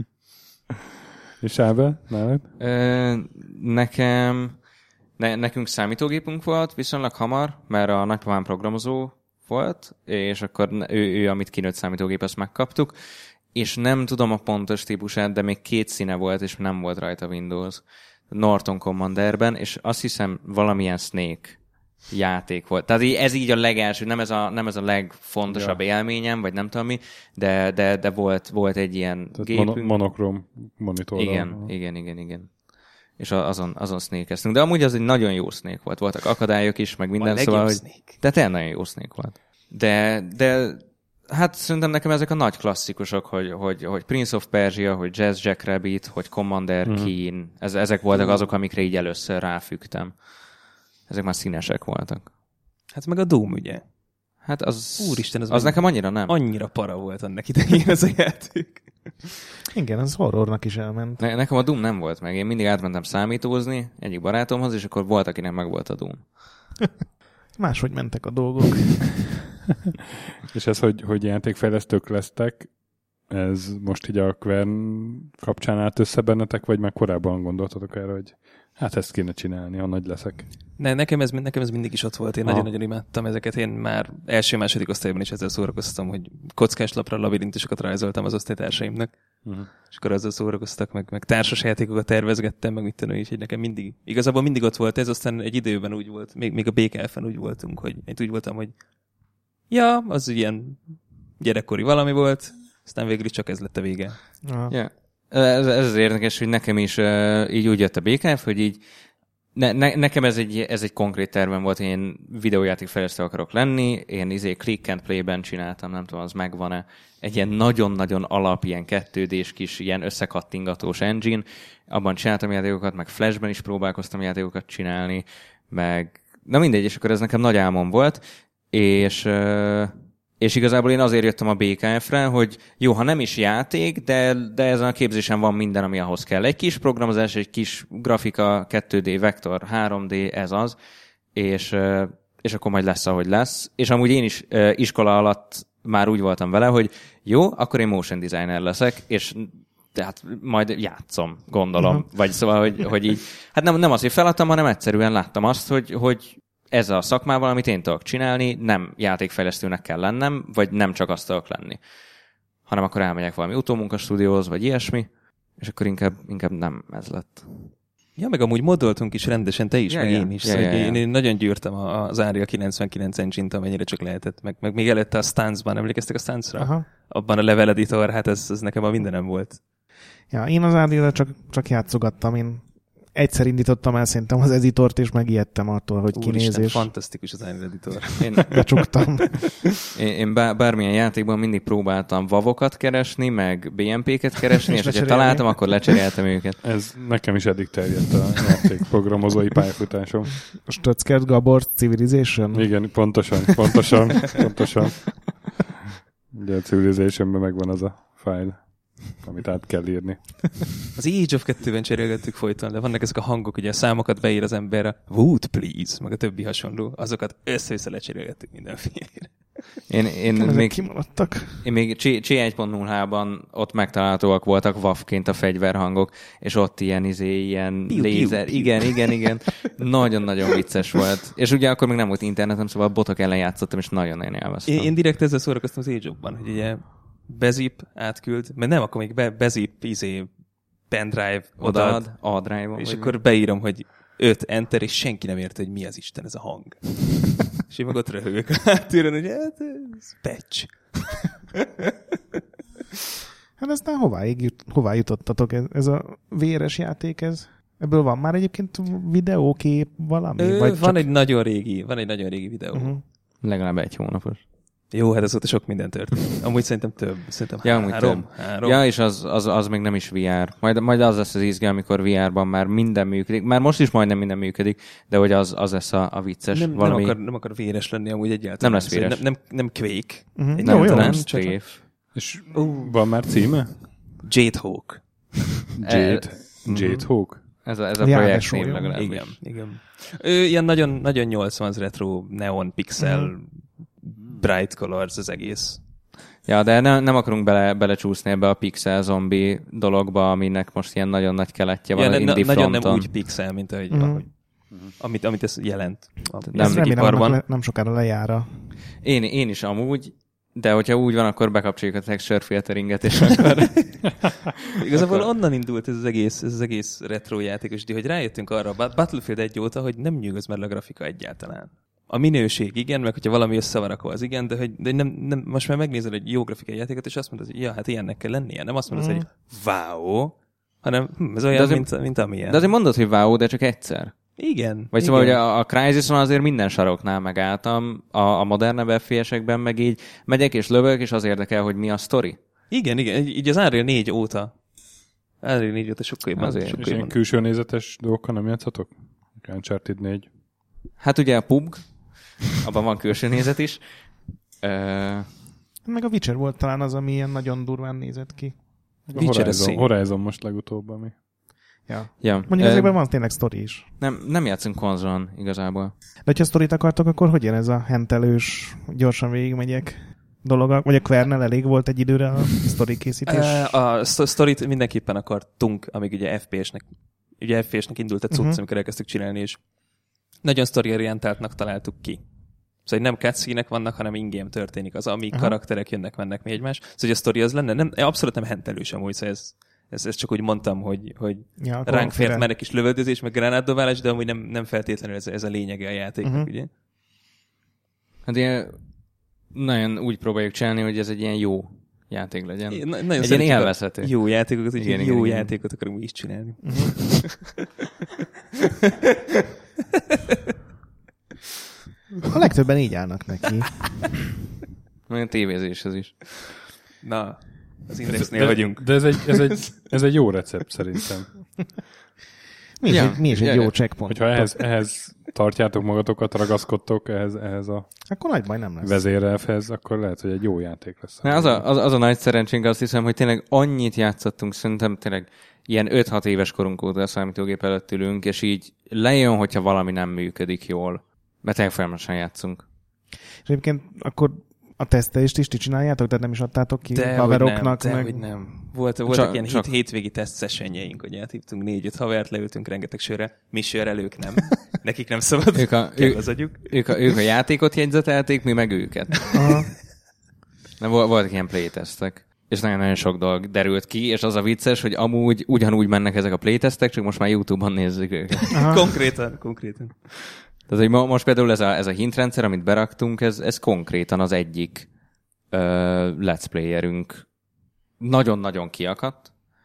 És Ábel, nálad? Ö, nekem, ne, nekünk számítógépünk volt viszonylag hamar, mert a nagypapám programozó volt, és akkor ő, ő amit kinőtt számítógép, ezt megkaptuk, és nem tudom a pontos típusát, de még két színe volt, és nem volt rajta Windows. Norton Commanderben, és azt hiszem valamilyen Snake játék volt. Tehát ez így a legelső, nem ez a, nem ez a legfontosabb ja. élményem, vagy nem tudom mi, de, de, de volt, volt egy ilyen Tehát gépünk. Mono, monokrom monitor. Igen, igen, igen, igen. És azon, azon snake-eztünk. De amúgy az egy nagyon jó snake volt. Voltak akadályok is, meg minden, szóval, hogy... De tényleg nagyon jó snake volt. De, de hát szerintem nekem ezek a nagy klasszikusok, hogy, hogy, hogy Prince of Persia, hogy Jazz Jackrabbit, hogy Commander mm. Keen. Ez, ezek voltak azok, amikre így először ráfügtem. Ezek már színesek voltak. Hát meg a Doom, ugye? Hát az... Úristen, az, az nekem annyira nem. Annyira para volt annak idején ez a játék. Igen, az horrornak is elment. Ne, nekem a Doom nem volt meg. Én mindig átmentem számítózni egyik barátomhoz, és akkor volt, akinek meg volt a Doom. Máshogy mentek a dolgok. És ez, hogy, hogy játékfejlesztők lesztek, ez most így a Quern kapcsán állt össze bennetek, vagy már korábban gondoltatok erre, hogy hát ezt kéne csinálni, ha nagy leszek? Ne, nekem, ez, nekem ez mindig is ott volt. Én nagyon-nagyon imádtam ezeket. Én már első-második osztályban is ezzel szórakoztam, hogy kockás lapra labirintusokat rajzoltam az osztálytársaimnak. Uh-huh. És akkor azzal szórakoztak, meg, meg társas játékokat tervezgettem, meg mit tudom is, hogy nekem mindig, igazából mindig ott volt ez, aztán egy időben úgy volt, még, még a bé ká ef-en úgy voltunk, hogy én úgy voltam, hogy ja, az ilyen gyerekkori valami volt, aztán végül is csak ez lett a vége. Aha. Yeah. Ez, ez az érdekes, hogy nekem is uh, így úgy jött a bé ká ef, hogy így ne, ne, nekem ez egy, ez egy konkrét tervem volt, hogy én videójátékfejlesztő akarok lenni, én izé Click and Play-ben csináltam, nem tudom, az megvan-e, egy ilyen nagyon-nagyon alap, ilyen kettődés kis, ilyen összekattingatós engine, abban csináltam játékokat, meg Flashben is próbálkoztam játékokat csinálni, meg na mindegy, és akkor ez nekem nagy álmom volt, és... Uh, És igazából én azért jöttem a bé ká ef-re, hogy jó, ha nem is játék, de, de ezen a képzésen van minden, ami ahhoz kell. Egy kis programozás, egy kis grafika, kettő dé, vektor, három dé, ez az, és, és akkor majd lesz, ahogy lesz. És amúgy én is iskola alatt már úgy voltam vele, hogy jó, akkor én motion designer leszek, és tehát majd játszom, gondolom. Uh-huh. Vagy szóval, hogy, hogy így, hát nem, nem az, hogy feladtam, hanem egyszerűen láttam azt, hogy, hogy ez a szakmával, amit én tudok csinálni, nem játékfejlesztőnek kell lennem, vagy nem csak azt tudok lenni. Hanem akkor elmegyek valami utómunkastúdióhoz, vagy ilyesmi, és akkor inkább, inkább nem ez lett. Ja, meg amúgy modoltunk is rendesen, te is, ja, meg ja. én is. Ja, szóval ja, ja. Én, én nagyon gyűrtem az Unreal kilencvenkilenc engine-t, amennyire csak lehetett. Meg, meg még előtte a Stance-ban, emlékeztek a Stance-ra? Aha. Abban a level editor, hát ez, ez nekem a mindenem volt. Ja, én az Unreal-re csak, csak játszogattam. Én egyszer indítottam el szerintem az editort, és megijedtem attól, hogy kinézés. Úristen, fantasztikus az Unreal Editor. Én, Becsuktam. én, én bár, bármilyen játékban mindig próbáltam vavokat keresni, meg bé em pé-ket keresni, és, és hogyha találtam, akkor lecseréltem őket. Ez nekem is eddig terjedt a játékprogramozói pályafutásom. Stöckert Gabor Civilization? Igen, pontosan, pontosan, pontosan. Ugye a Civilizationben megvan az a fájl, amit át kell írni. Az Age of kettőben cserélgettük folyton, de vannak ezek a hangok, ugye a számokat beír az emberre, Wood please, meg a többi hasonló, azokat össze-vissza lecserélgettük mindenfélére. Én, én Ezek még, kimaradtak. én még C egy pont nullában ott megtalálhatóak voltak wavként a fegyverhangok, és ott ilyen izé, ilyen Piu, lézer. piu, piu. Igen, igen, igen. Nagyon-nagyon vicces volt. És ugye akkor még nem volt internetem, szóval botok ellen játszottam, és nagyon-nagyon élveztem. Én, én direkt ezzel szórakoztam az Age of-ban, hogy ugye bezip átküld, mert nem, akkor még be, bezip izé pendrive odaad, odaad, a drive-on. és vagy akkor beírom, hogy öt enter, és senki nem érte, hogy mi az Isten ez a hang. És én meg ott röhögök a háttérön, hogy hát ez patch. Hát aztán hováig jut, hová jutottatok? Ez, ez a véres játék, ez? Ebből van már egyébként videókép valami? Ö, Vagy van csak... egy nagyon régi, van egy nagyon régi videó. Uh-huh. Legalább egy hónapos. Jó, hát azóta sok minden történt. Amúgy szerintem több. Szerintem Ja, amúgy három. több. három. Ja, és az, az, az még nem is vé er. Majd, majd az lesz az izgi, amikor vé er-ban már minden működik. Már most is majdnem minden működik, de hogy az, az lesz a, a vicces. Nem, valami... nem, akar, nem akar véres lenni amúgy egyáltalán. Nem lesz Ez egy- véres. Nem, nem, nem Quake. Uh-huh. Egy Jó, jó. talán, Nem csak- Strafe. És van már címe? Jade Hawk. Jade. Jade Hawk? Ez a, ez a Ja, projekt de név jó. legalábbis. Igen, igen. Ő ilyen nagyon, nagyon nyolcvanas retro, neon pixel, Mhm. bright colors az egész. Ja, de ne, nem akarunk bele, belecsúszni ebbe a pixel zombi dologba, aminek most ilyen nagyon nagy keletje van Ja, az ne, indie nagyon fronton. nem úgy pixel, mint ahogy, Mhm. ahogy amit, amit ez jelent. A Nem, Ez remélem, iparban. annak le, nem sokára lejár a... Én, én is amúgy, de hogyha úgy van, akkor bekapcsoljuk a texture filteringet, és akkor... Igazából Akkor- onnan indult ez az egész, ez az egész retro játékos, hogy rájöttünk arra a Battlefield egy óta, hogy nem nyűgöz meg a grafika egyáltalán. A minőség igen, meg hogyha valami össze van, akkor az igen, de, hogy, de nem, nem, most már megnézed egy jó grafikai játékot, és azt mondod, hogy ja, hát ilyennek kell lennie. Nem azt mondod, Mm. hogy wow, hanem hm, ez olyan, De azért- mint, mint amilyen. De azért mondod, hogy wow, de csak egyszer. Igen. Vagy igen. szóval, hogy a, a Crysis-on azért minden saroknál megálltam, a, a modernebb ef pé es-ekben meg így megyek és lövök, és az érdekel, hogy mi a sztori. Igen, igen. Így így az Unreal négy óta. Unreal négy óta sokkal jobban. Azért. Sokkal És ilyen jobban. külső nézetes dolgokkal nem játszatok? Uncharted négy. Hát ugye a pé u bé gé, abban van külső nézet is. Ö, Meg a Witcher volt talán az, ami ilyen nagyon durván nézett ki. A Witcher a Horizon, szín. Horizon most legutóbb, ami. Ja. ja. Mondjuk Ö, ezekben van tényleg sztori is. nem, nem játszunk konzolon igazából. De hogyha sztorit akartok, akkor hogy jön ez a hentelős, gyorsan végigmegyek dolog? Vagy a Quernel elég volt egy időre a sztori készítés? Uh, a sto- sztorit mindenképpen akartunk, amíg ugye ef pé es-nek, ugye ef pé es-nek indult a cucc, Uh-huh. amikor elkezdtük csinálni, és nagyon sztoriorientáltnak találtuk ki. Szóval nem cutscene-ek vannak, hanem in-game történik az, ami Aha. karakterek jönnek, mennek mi egymás. Szóval hogy a sztori az lenne, nem, abszolút nem hentelős amúgy, szóval ez, ez, ez csak úgy mondtam, hogy, hogy ja, akkor ránk fért félre- már egy kis lövöldözés, meg gránátdobálás, de amúgy nem, nem feltétlenül ez, ez a lényege a játéknak, Uh-huh. ugye? Hát ilyen nagyon úgy próbáljuk csinálni, hogy ez egy ilyen jó játék legyen. Na, nagyon Egy ilyen szeretjük a élvezhető. jó játékokat, úgyhogy Igen, jó igen, igen. játékot akarunk mi is csinálni. A legtöbben így állnak neki. Olyan tévézéshez is. Na, az Indexnél de, vagyunk. De ez egy, ez, egy, ez egy jó recept szerintem. Mi is, Ja, egy, mi is egy ja, jó ja. checkpoint. Hogyha ehhez, ehhez tartjátok magatokat, ragaszkodtok ehhez, ehhez a Akkor nagy baj nem lesz. vezérelfhez, akkor lehet, hogy egy jó játék lesz. Na, az, a, az, az a nagy szerencsénk, azt hiszem, hogy tényleg annyit játszottunk, szerintem tényleg ilyen öt-hat éves korunk óta a számítógép előtt ülünk, és így lejön, hogyha valami nem működik jól. Mert tényleg folyamatosan játszunk. És egyébként akkor a tesztelést is ti csináljátok, tehát nem is adtátok ki De haveroknak? hogy nem, meg... de hogy nem. Volt, voltak Csak- ilyen csak- hét, hétvégi teszt sessionjeink, hogy áthívtunk négy-öt havert, leültünk rengeteg sörre, mi sörrel, ők nem. Nekik nem szabad. Ők a, Kell ő, az agyuk. ők, a, ők a játékot jegyzetelték, mi meg őket. Aha. De vol- voltak ilyen playtestek. És nagyon-nagyon sok dolog derült ki, és az a vicces, hogy amúgy ugyanúgy mennek ezek a playtestek, csak most már YouTube-on nézzük őket. Aha. Konkrétan, konkrétan. Tehát, hogy mo- most például ez a, ez a hintrendszer, amit beraktunk, ez, ez konkrétan az egyik ö, let's playerünk nagyon-nagyon kiakadt.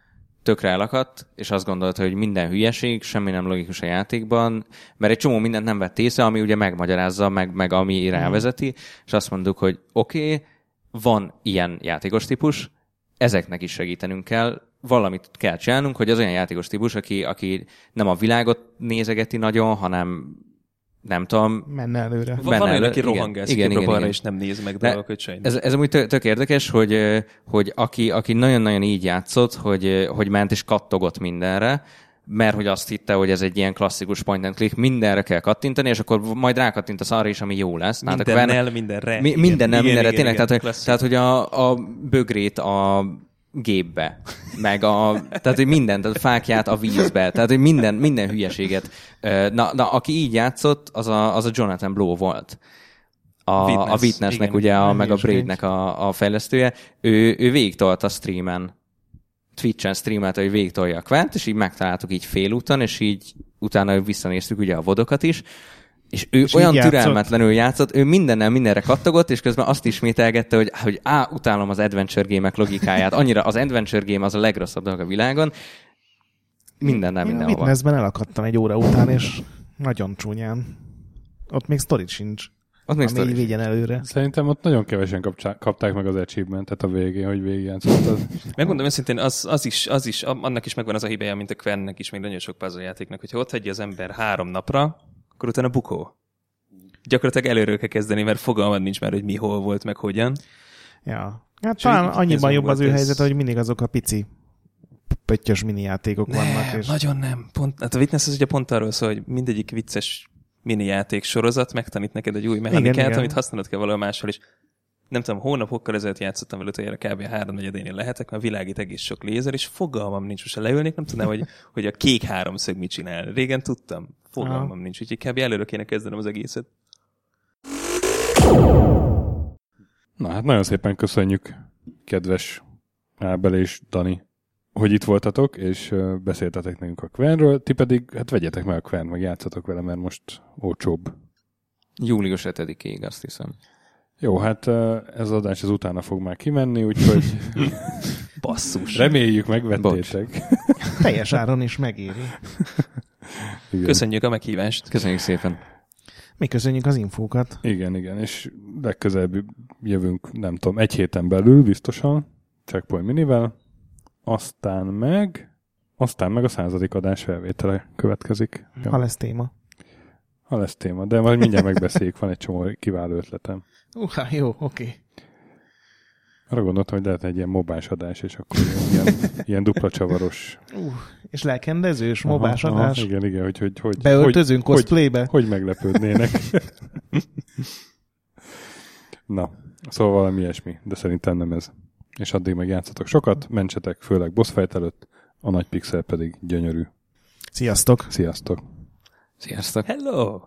tökre elakadt, és azt gondolta, hogy minden hülyeség, semmi nem logikus a játékban, mert egy csomó mindent nem vett észre, ami ugye megmagyarázza, meg, meg ami rávezeti, és azt mondtuk, hogy oké, okay, van ilyen játékos típus, ezeknek is segítenünk kell, valamit kell csinálnunk, hogy az olyan játékos típus, aki, aki nem a világot nézegeti nagyon, hanem nem tudom... Menne előre. Van, van olyan, aki rohangálsz jobbra-balra, és nem néz meg dolgokat sajnos. Ez, ez amúgy tök érdekes, hogy, hogy aki, aki nagyon-nagyon így játszott, hogy, hogy ment és kattogott mindenre, mert hogy azt hitte, hogy ez egy ilyen klasszikus point and click, mindenre kell kattintani, és akkor majd rákattintasz arra is, ami jó lesz. Mindennel, tehát mindenre. Mi, mindennel, igen, mindenre, igen, tényleg. Igen, tehát, igen, tehát, hogy a, a bögrét a gépbe, meg a, tehát, hogy minden, tehát a fákját a vízbe, tehát, hogy minden, minden hülyeséget. Na, na, aki így játszott, az a, az a Jonathan Blow volt. A Witness, a Witnessnek, igen, ugye, a, meg a Braidnek a, a fejlesztője. Ő, ő végigtolt a streamen, Twitch-en streamelt, hogy végigtolja a Quent, és így megtaláltuk így félúton, és így utána visszanéztük ugye a vodokat is, és ő és olyan türelmetlenül játszott, ő mindennel mindenre kattogott, és közben azt ismételgette, hogy, hogy á, utálom az adventure game-ek logikáját. Annyira az adventure game az a legrosszabb dolog a világon. Mindennel, mindenhova. Én a Witnessben elakadtam egy óra után, és nagyon csúnyán. Ott még sztori sincs. Ott még ami így vigyen előre. Szerintem ott nagyon kevesen kapcsá- kapták meg az achievementet a végén, hogy végigjátszottad. Megmondom őszintén, az, az, is, az is, annak is megvan az a hibája, mint a Quennek is, még nagyon sok puzzle játéknak, hogyha ott hagyja az ember három napra, akkor utána bukó. Gyakorlatilag előről kell kezdeni, mert fogalmad nincs már, hogy mi hol volt, meg hogyan. Ja. Hát talán annyiban jobb az ő ez... helyzet, hogy mindig azok a pici pöttyös mini játékok ne, vannak. És... nagyon nem. Pont, hát a Witness az ugye pont arról szól, hogy mindegyik vicces mini játék sorozat megtanít neked egy új mechanikát, igen, amit igen. használnod kell valahol máshol is. Nem tudom, hónapokkal ezelőtt játszottam vele utoljára kb. háromnegyedénél lehetek, mert a világít egész sok lézer, és fogalmam nincs, most leülnék, nem tudnám, hogy, hogy a kék háromszög mit csinál. Régen tudtam. Fogalmam Aha. nincs, úgyhogy kb. Előre kéne kezdenem az egészet. Na hát nagyon szépen köszönjük, kedves Ábel és Dani, hogy itt voltatok, és beszéltetek nekünk a Quenről, ti pedig hát vegyetek meg a Quen, meg játszatok vele, mert most olcsóbb. július hetedikéig, azt hiszem. Jó, hát ez az adás az utána fog már kimenni, úgyhogy basszus. Reméljük megvettétek. Teljes áron is megéri. Igen. Köszönjük a meghívást. Köszönjük szépen. Mi köszönjük az infókat. Igen, igen, és legközelebb jövünk, nem tudom, egy héten belül biztosan, Checkpoint Minivel, aztán meg, aztán meg a századik adás felvétele következik. Ha lesz téma. Ha lesz téma, de majd mindjárt megbeszéljük, van egy csomó kiváló ötletem. Uh, jó, oké. Okay. Arra gondoltam, hogy lehet egy ilyen mobás adás, és akkor ilyen, ilyen dupla csavaros. Uh, és lelkendezős mobás aha, adás. Aha, igen, igen, hogy... hogy, hogy beöltözünk hogy, cosplaybe. Hogy, hogy meglepődnének. Na, szóval valami ilyesmi, de szerintem nem ez. És addig meg játszatok sokat, mentsetek, főleg boss fight előtt, a nagy pixel pedig gyönyörű. Sziasztok! Sziasztok! Sziasztok! Hello!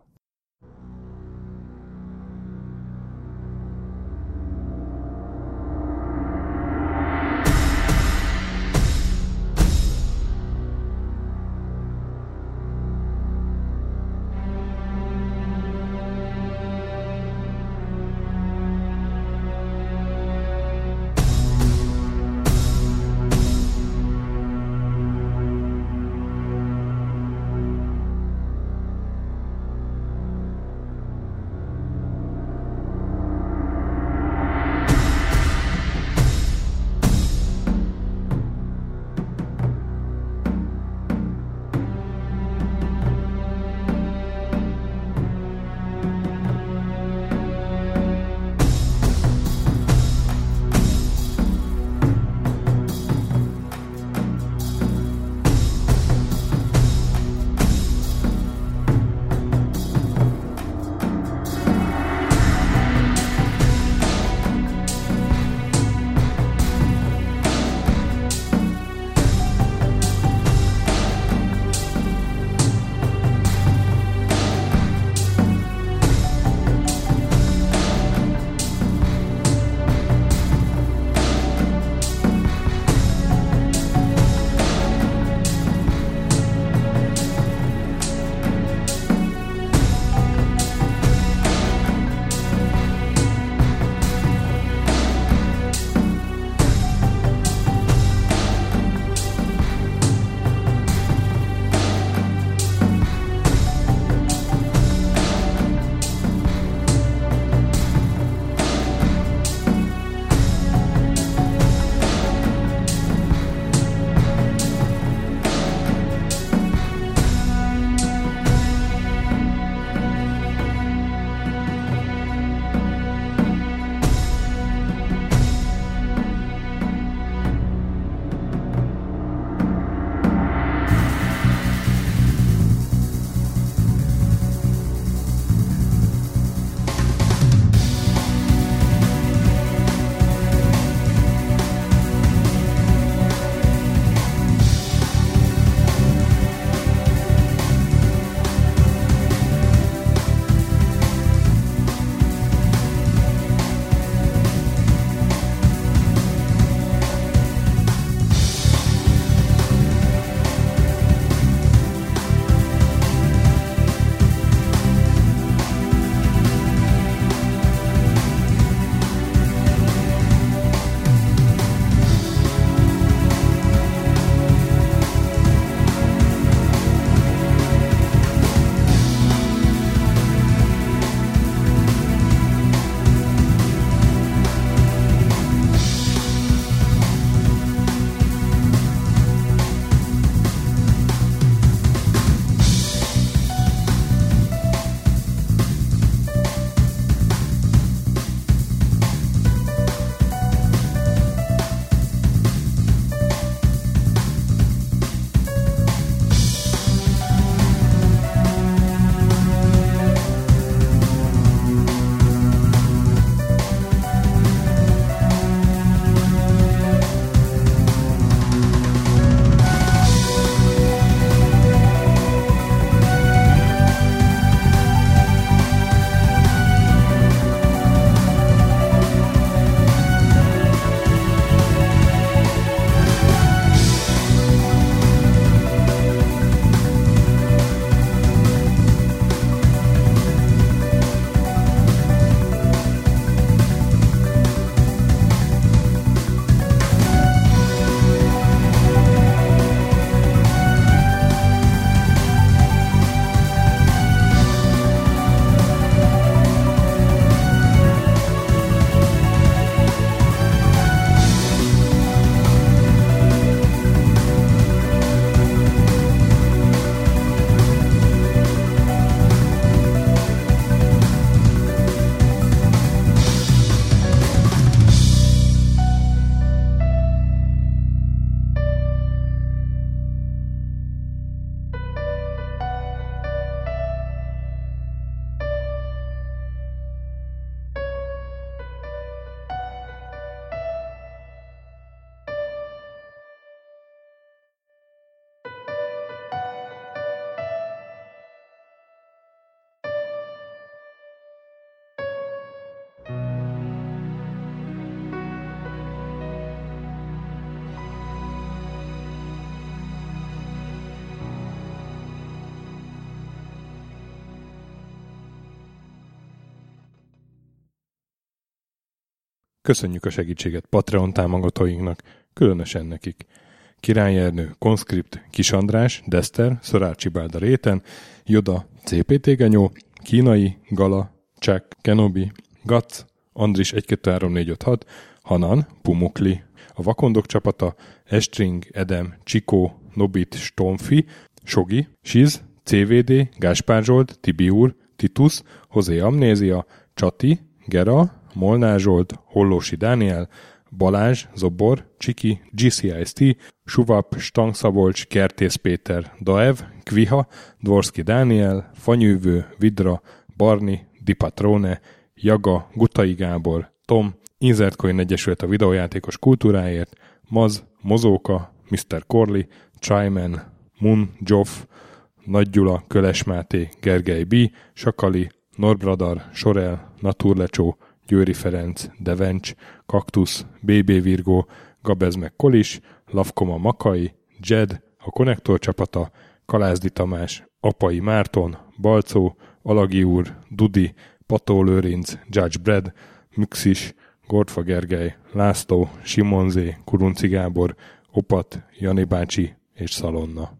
Köszönjük a segítséget Patreon támogatóinknak, különösen nekik. Király Ernő, Konszkript, Kis András, Deszter, Szorácsi Bálda Réten, Joda, cé pé té Genyó, Kínai, Gala, Chuck, Kenobi, Gac, Andris egy kettő három négy öt hat, Hanan, Pumukli, a Vakondok csapata, Estring, Edem, Csikó, Nobit, Stomfi, Sogi, Siz, cé vé dé, Gáspár Zsolt, Tibiur, Titus, Hozé Amnézia, Csati, Gera, Molnár Zsolt, Hollósi Dániel, Balázs, Zobor, Csiki, gé cé i es té, Suvap, Stangszabolcs, Kertész Péter, Daev, Kviha, Dvorski Dániel, Fanyűvő, Vidra, Barni, Dipatrone, Jaga, Gutai Gábor, Tom, Insert Coin Egyesület a videójátékos kultúráért, Maz, Mozóka, miszter Corley, Tryman, Mun, Joff, Nagy Gyula, Köles Máté, Gergely B, Sakali, Norbradar, Sorel, Naturlecsó, Győri Ferenc, Devencs, Kaktusz, bé bé Virgó, Gabez meg Kolis, Lavkoma Makai, Jed, a Konnektor csapata, Kalázdi Tamás, Apai Márton, Balcó, Alagi úr, Dudi, Pató Lőrinc, Judge Brad, Müxis, Gordfa Gergely, László, Simonzé, Kurunci Gábor, Opat, Jani bácsi és Szalonna.